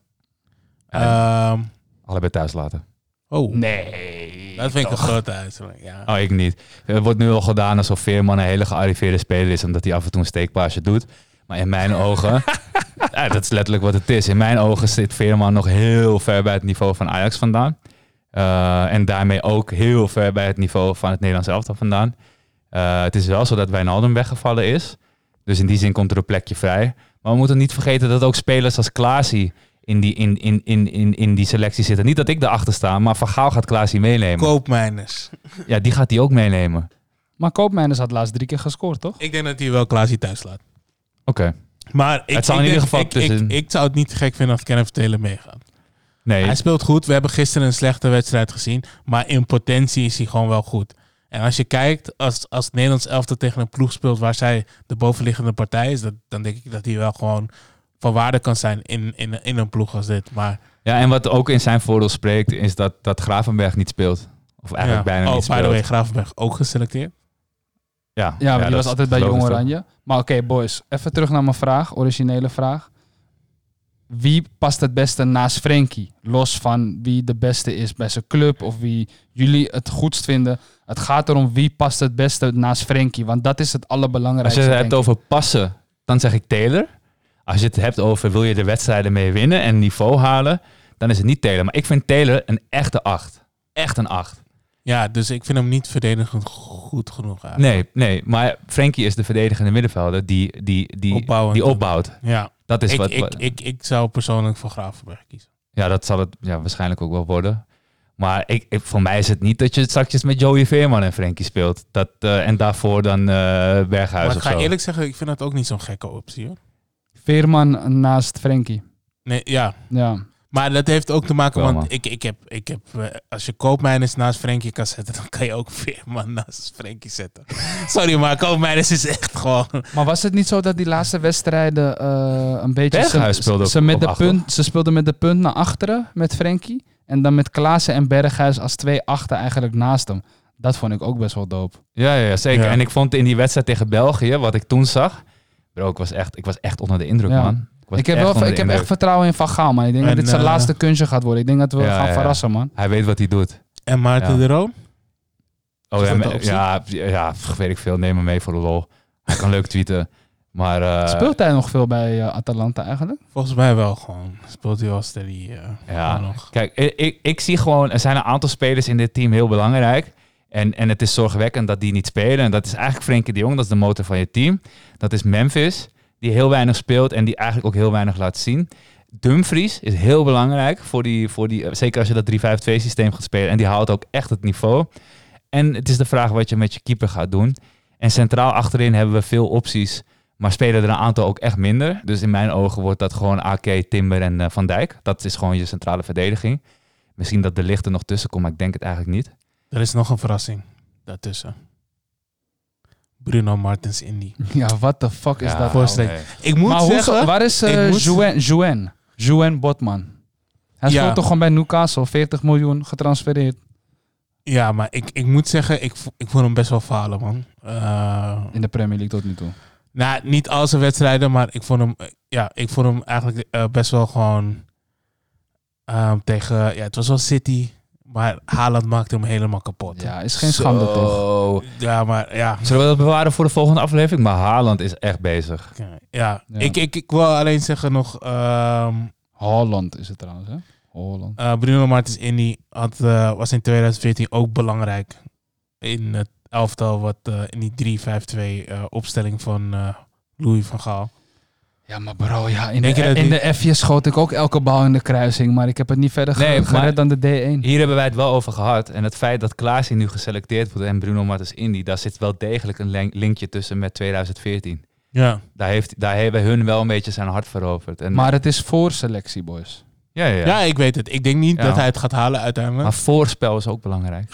S4: Ehm,
S1: Allebei thuis laten.
S4: oh,
S5: Nee.
S4: dat vind ik een grote uitzondering. Ja.
S1: Oh, ik niet. Het wordt nu al gedaan alsof Veerman een hele gearriveerde speler is, omdat hij af en toe een steekpaasje doet. Maar in mijn ogen, ja, dat is letterlijk wat het is. In mijn ogen zit Veerman nog heel ver bij het niveau van Ajax vandaan. Uh, en daarmee ook heel ver bij het niveau van het Nederlands elftal vandaan. Uh, het is wel zo dat Wijnaldum weggevallen is. Dus in die zin komt er een plekje vrij. Maar we moeten niet vergeten dat ook spelers als Klaasie in die, in, in, in, in, in die selectie zitten. Niet dat ik erachter sta, maar Van Gaal gaat Klaasie meenemen.
S4: Koopmijners.
S1: Ja, die gaat hij ook meenemen.
S5: Maar Koopmeiners had laatst drie keer gescoord, toch?
S4: Ik denk dat hij wel Klaasie thuis laat.
S1: Oké.
S4: Maar ik,
S1: Het zou
S4: ik
S1: in ieder
S4: denk-
S1: geval
S4: ik,
S1: tussen-
S4: ik, ik zou het niet gek vinden als Kenneth Taylor meegaat.
S1: Nee,
S4: Hij speelt goed. We hebben gisteren een slechte wedstrijd gezien. Maar in potentie is hij gewoon wel goed. En als je kijkt, als, als het Nederlands elftal tegen een ploeg speelt waar zij de bovenliggende partij is, dat, dan denk ik dat hij wel gewoon van waarde kan zijn in, in, in een ploeg als dit. Maar
S1: ja, en wat ook in zijn voordeel spreekt, is dat, dat Gravenberg niet speelt. Of eigenlijk
S4: ja.
S1: bijna
S4: oh,
S1: niet
S4: by the
S1: speelt.
S4: way, Gravenberg ook geselecteerd.
S1: Ja,
S5: Ja, maar die
S1: dat
S5: was
S1: is
S5: altijd bij
S1: logisch,
S5: Jong
S1: toch?
S5: Oranje. Maar oké, boys. Even terug naar mijn vraag. Originele vraag. Wie past het beste naast Frenkie? Los van wie de beste is bij zijn club of wie jullie het goedst vinden. Het gaat erom wie past het beste naast Frenkie. Want dat is het
S1: Als
S5: allerbelangrijkste.
S1: je het hebt
S5: denk ik.
S1: over passen, dan zeg ik Taylor. Als je het hebt over wil je de wedstrijden mee winnen en niveau halen, dan is het niet Taylor. Maar ik vind Taylor een echte acht. Echt een acht.
S4: Ja, dus ik vind hem niet verdedigend goed genoeg eigenlijk.
S1: Nee, nee, maar Frenkie is de verdedigende middenvelder die, die, die,
S4: Opbouwend.
S1: die opbouwt.
S4: Ja,
S1: Dat is
S4: ik,
S1: wat,
S4: ik,
S1: wat-
S4: ik, ik zou persoonlijk voor Gravenberg kiezen.
S1: Ja, dat zal het ja, waarschijnlijk ook wel worden. Maar ik, ik, voor mij is het niet dat je het straks met Joey Veerman en Frenkie speelt. Dat, uh, en daarvoor dan uh, Berghuis
S4: Maar ik
S1: of
S4: ga
S1: zo.
S4: eerlijk zeggen, ik vind dat ook niet zo'n gekke optie hoor.
S5: Veerman naast Frenkie.
S4: Nee, ja.
S5: Ja.
S4: Maar dat heeft ook te maken,
S1: Wel,
S4: want
S1: man.
S4: ik, ik heb, ik heb uh, als je Koopmeiners naast Frenkie kan zetten, dan kan je ook Veerman naast Frenkie zetten. Sorry, maar Koopmeiners is echt gewoon...
S5: Maar was het niet zo dat die laatste wedstrijden uh, een beetje...
S1: Berghuis
S5: ze,
S1: speelde
S5: ze,
S1: op-
S5: met
S1: op
S5: de
S1: achter.
S5: punt, ze speelden met de punt naar achteren met Frenkie. En dan met Klaassen en Berghuis als twee achter eigenlijk naast hem. Dat vond ik ook best wel dope.
S1: Ja, ja, ja, zeker.
S4: Ja.
S1: En ik vond in die wedstrijd tegen België, wat ik toen zag... Bro, ik was echt, ik was echt onder de indruk,
S5: Ja.
S1: man. Ik, was
S5: Ik heb,
S1: echt
S5: wel,
S1: onder de
S5: ik heb
S1: indruk.
S5: echt vertrouwen in Van Gaal, man. Ik denk
S4: En,
S5: dat dit zijn
S4: uh,
S5: laatste kunstje gaat worden. Ik denk dat we
S1: Ja,
S5: gaan
S1: ja.
S5: verrassen, man.
S1: Hij weet wat hij doet.
S4: En Maarten
S1: Ja.
S4: de Roon?
S1: Oh
S4: Is
S1: ja,
S4: dat de
S1: me-
S4: optie?
S1: ja, ja, pff, weet ik veel. Neem hem mee voor de lol. Hij kan leuk tweeten. Maar uh,
S5: Speelt hij nog veel bij uh, Atalanta eigenlijk?
S4: Volgens mij wel gewoon. Speelt hij wel steady. Uh,
S1: Ja.
S4: gewoon nog.
S1: kijk, ik, ik, ik zie gewoon... Er zijn een aantal spelers in dit team heel belangrijk. En, en het is zorgwekkend dat die niet spelen. En dat is eigenlijk Frenkie de Jong. Dat is de motor van je team. Dat is Memphis, die heel weinig speelt en die eigenlijk ook heel weinig laat zien. Dumfries is heel belangrijk, voor die, voor die, zeker als je dat drie vijf twee systeem gaat spelen. En die haalt ook echt het niveau. En het is de vraag wat je met je keeper gaat doen. En centraal achterin hebben we veel opties, maar spelen er een aantal ook echt minder. Dus in mijn ogen wordt dat gewoon A K, Timber en uh, Van Dijk. Dat is gewoon je centrale verdediging. Misschien dat de licht er nog tussen komt, maar ik denk het eigenlijk niet.
S4: Er is nog een verrassing daartussen. Bruno Martens Indy.
S5: Ja, what the fuck is
S1: Ja,
S5: dat?
S4: voorstel-
S5: nou?
S1: nee.
S4: Ik moet
S5: Maar hoe,
S4: zeggen...
S5: waar is
S4: ik
S5: uh,
S4: moet-
S5: Jouen, Jouen? Jouen Botman. Hij
S4: Ja.
S5: speelt toch gewoon bij Newcastle, veertig miljoen getransfereerd.
S4: Ja, maar ik, ik moet zeggen, ik, vo- ik vond hem best wel falen, man. Uh,
S5: In de Premier League tot nu toe.
S4: nou, niet al zijn wedstrijden, maar ik vond hem, eh, ja, ik vond hem eigenlijk uh, best wel gewoon uh, tegen, ja, het was wel City, maar Haaland maakte hem helemaal kapot.
S5: Ja, is geen schande toch?
S1: Zo.
S4: Ja, maar ja,
S1: Zullen we dat bewaren voor de volgende aflevering? Maar Haaland is echt bezig.
S4: ja, ja.
S5: Ja.
S4: Ik, ik, ik wil alleen zeggen nog, ehm,
S5: Holland is het trouwens, hè? Holland.
S4: uh, Bruno Martens Indy had, uh, was in twintig veertien ook belangrijk in het elftal wat uh, in die drie vijf twee uh, opstelling van uh, Louis van Gaal.
S5: Ja, maar bro, ja, in,
S4: Denk je
S5: de,
S4: dat
S5: in
S4: die-
S5: de F'jes schoot ik ook elke bal in de kruising, maar ik heb het niet verder ge-
S1: Nee,
S5: gered
S1: maar-
S5: dan de D één.
S1: Hier hebben wij het wel over gehad. En het feit dat Klaasie nu geselecteerd wordt en Bruno Martens Indy, daar zit wel degelijk een link- linkje tussen met twintig veertien.
S4: Ja.
S1: Daar, heeft, daar hebben hun wel een beetje zijn hart veroverd. En,
S5: Maar het is voor selectie, boys.
S1: ja, ja, ja.
S4: Ja, ik weet het. Ik denk niet
S1: Ja.
S4: dat hij het gaat halen uiteindelijk.
S1: Maar voorspel is ook belangrijk.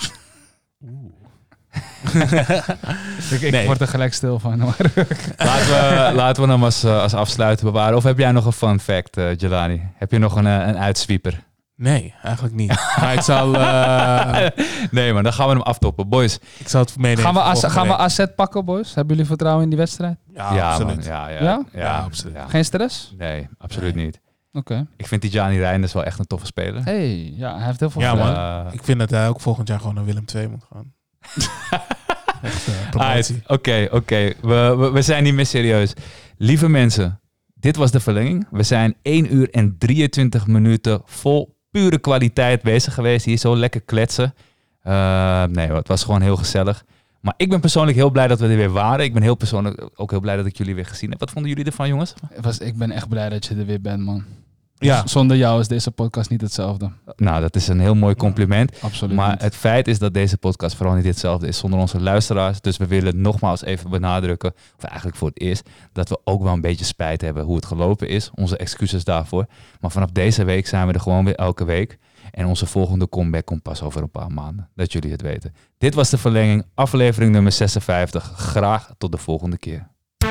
S5: Ik, ik
S4: Nee.
S5: word er gelijk stil van. Maar
S1: Laten we, laten we hem als, eh, als afsluiter bewaren. Of heb jij nog een fun fact, eh Jelani? Heb je nog een, eh, een uitswieper?
S4: Nee, eigenlijk niet. Maar ik zal, uh,
S1: Nee, maar dan gaan we hem aftoppen. Boys.
S4: ik zal het meenemen.
S5: gaan we,
S4: voor
S5: as,
S4: volgende
S5: gaan we
S4: week.
S5: A Z pakken, boys? Hebben jullie vertrouwen in die wedstrijd?
S4: Ja,
S1: ja,
S4: absoluut.
S1: man, ja, ja,
S5: Ja?
S4: Ja, absoluut.
S1: ja.
S5: Geen stress?
S1: Nee, absoluut niet.
S5: Oké.
S1: Ik vind die Gianni Reinders wel echt een toffe speler.
S5: Hey, ja, hij heeft heel veel
S4: Ja,
S5: gedaan.
S4: man.
S1: Eh,
S4: Ik vind dat hij ook volgend jaar gewoon naar Willem twee moet gaan. Echt, uh,
S1: Alright,
S4: promotie.
S1: Oké, oké. We, we, we zijn niet meer serieus. Lieve mensen, dit was de verlenging. We zijn één uur en drieëntwintig minuten vol pure kwaliteit bezig geweest. Hier zo lekker kletsen. Uh, nee, het was gewoon heel gezellig. Maar ik ben persoonlijk heel blij dat we er weer waren. Ik ben heel persoonlijk ook heel blij dat ik jullie weer gezien heb. Wat vonden jullie ervan, jongens?
S5: Het was, ik ben echt blij dat je er weer bent, man.
S4: Ja.
S5: Z- Zonder jou is deze podcast niet hetzelfde.
S1: Nou, dat is een heel mooi compliment.
S5: Absoluut
S1: Maar
S5: niet.
S1: het feit is dat deze podcast vooral niet hetzelfde is zonder onze luisteraars. Dus we willen nogmaals even benadrukken, of eigenlijk voor het eerst, dat we ook wel een beetje spijt hebben hoe het gelopen is. Onze excuses daarvoor. Maar vanaf deze week zijn we er gewoon weer elke week. En onze volgende comeback komt pas over een paar maanden. Dat jullie het weten. Dit was de verlenging, aflevering nummer zesenvijftig. Graag tot de volgende keer.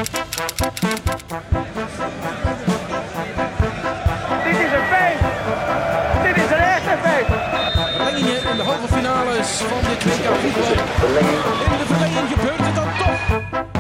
S2: Dit is een feit. Dit is een echte feit.
S3: Verlengingen in de halve finales van dit W K voetbal. In de verlenging gebeurt het dan toch.
S2: Thank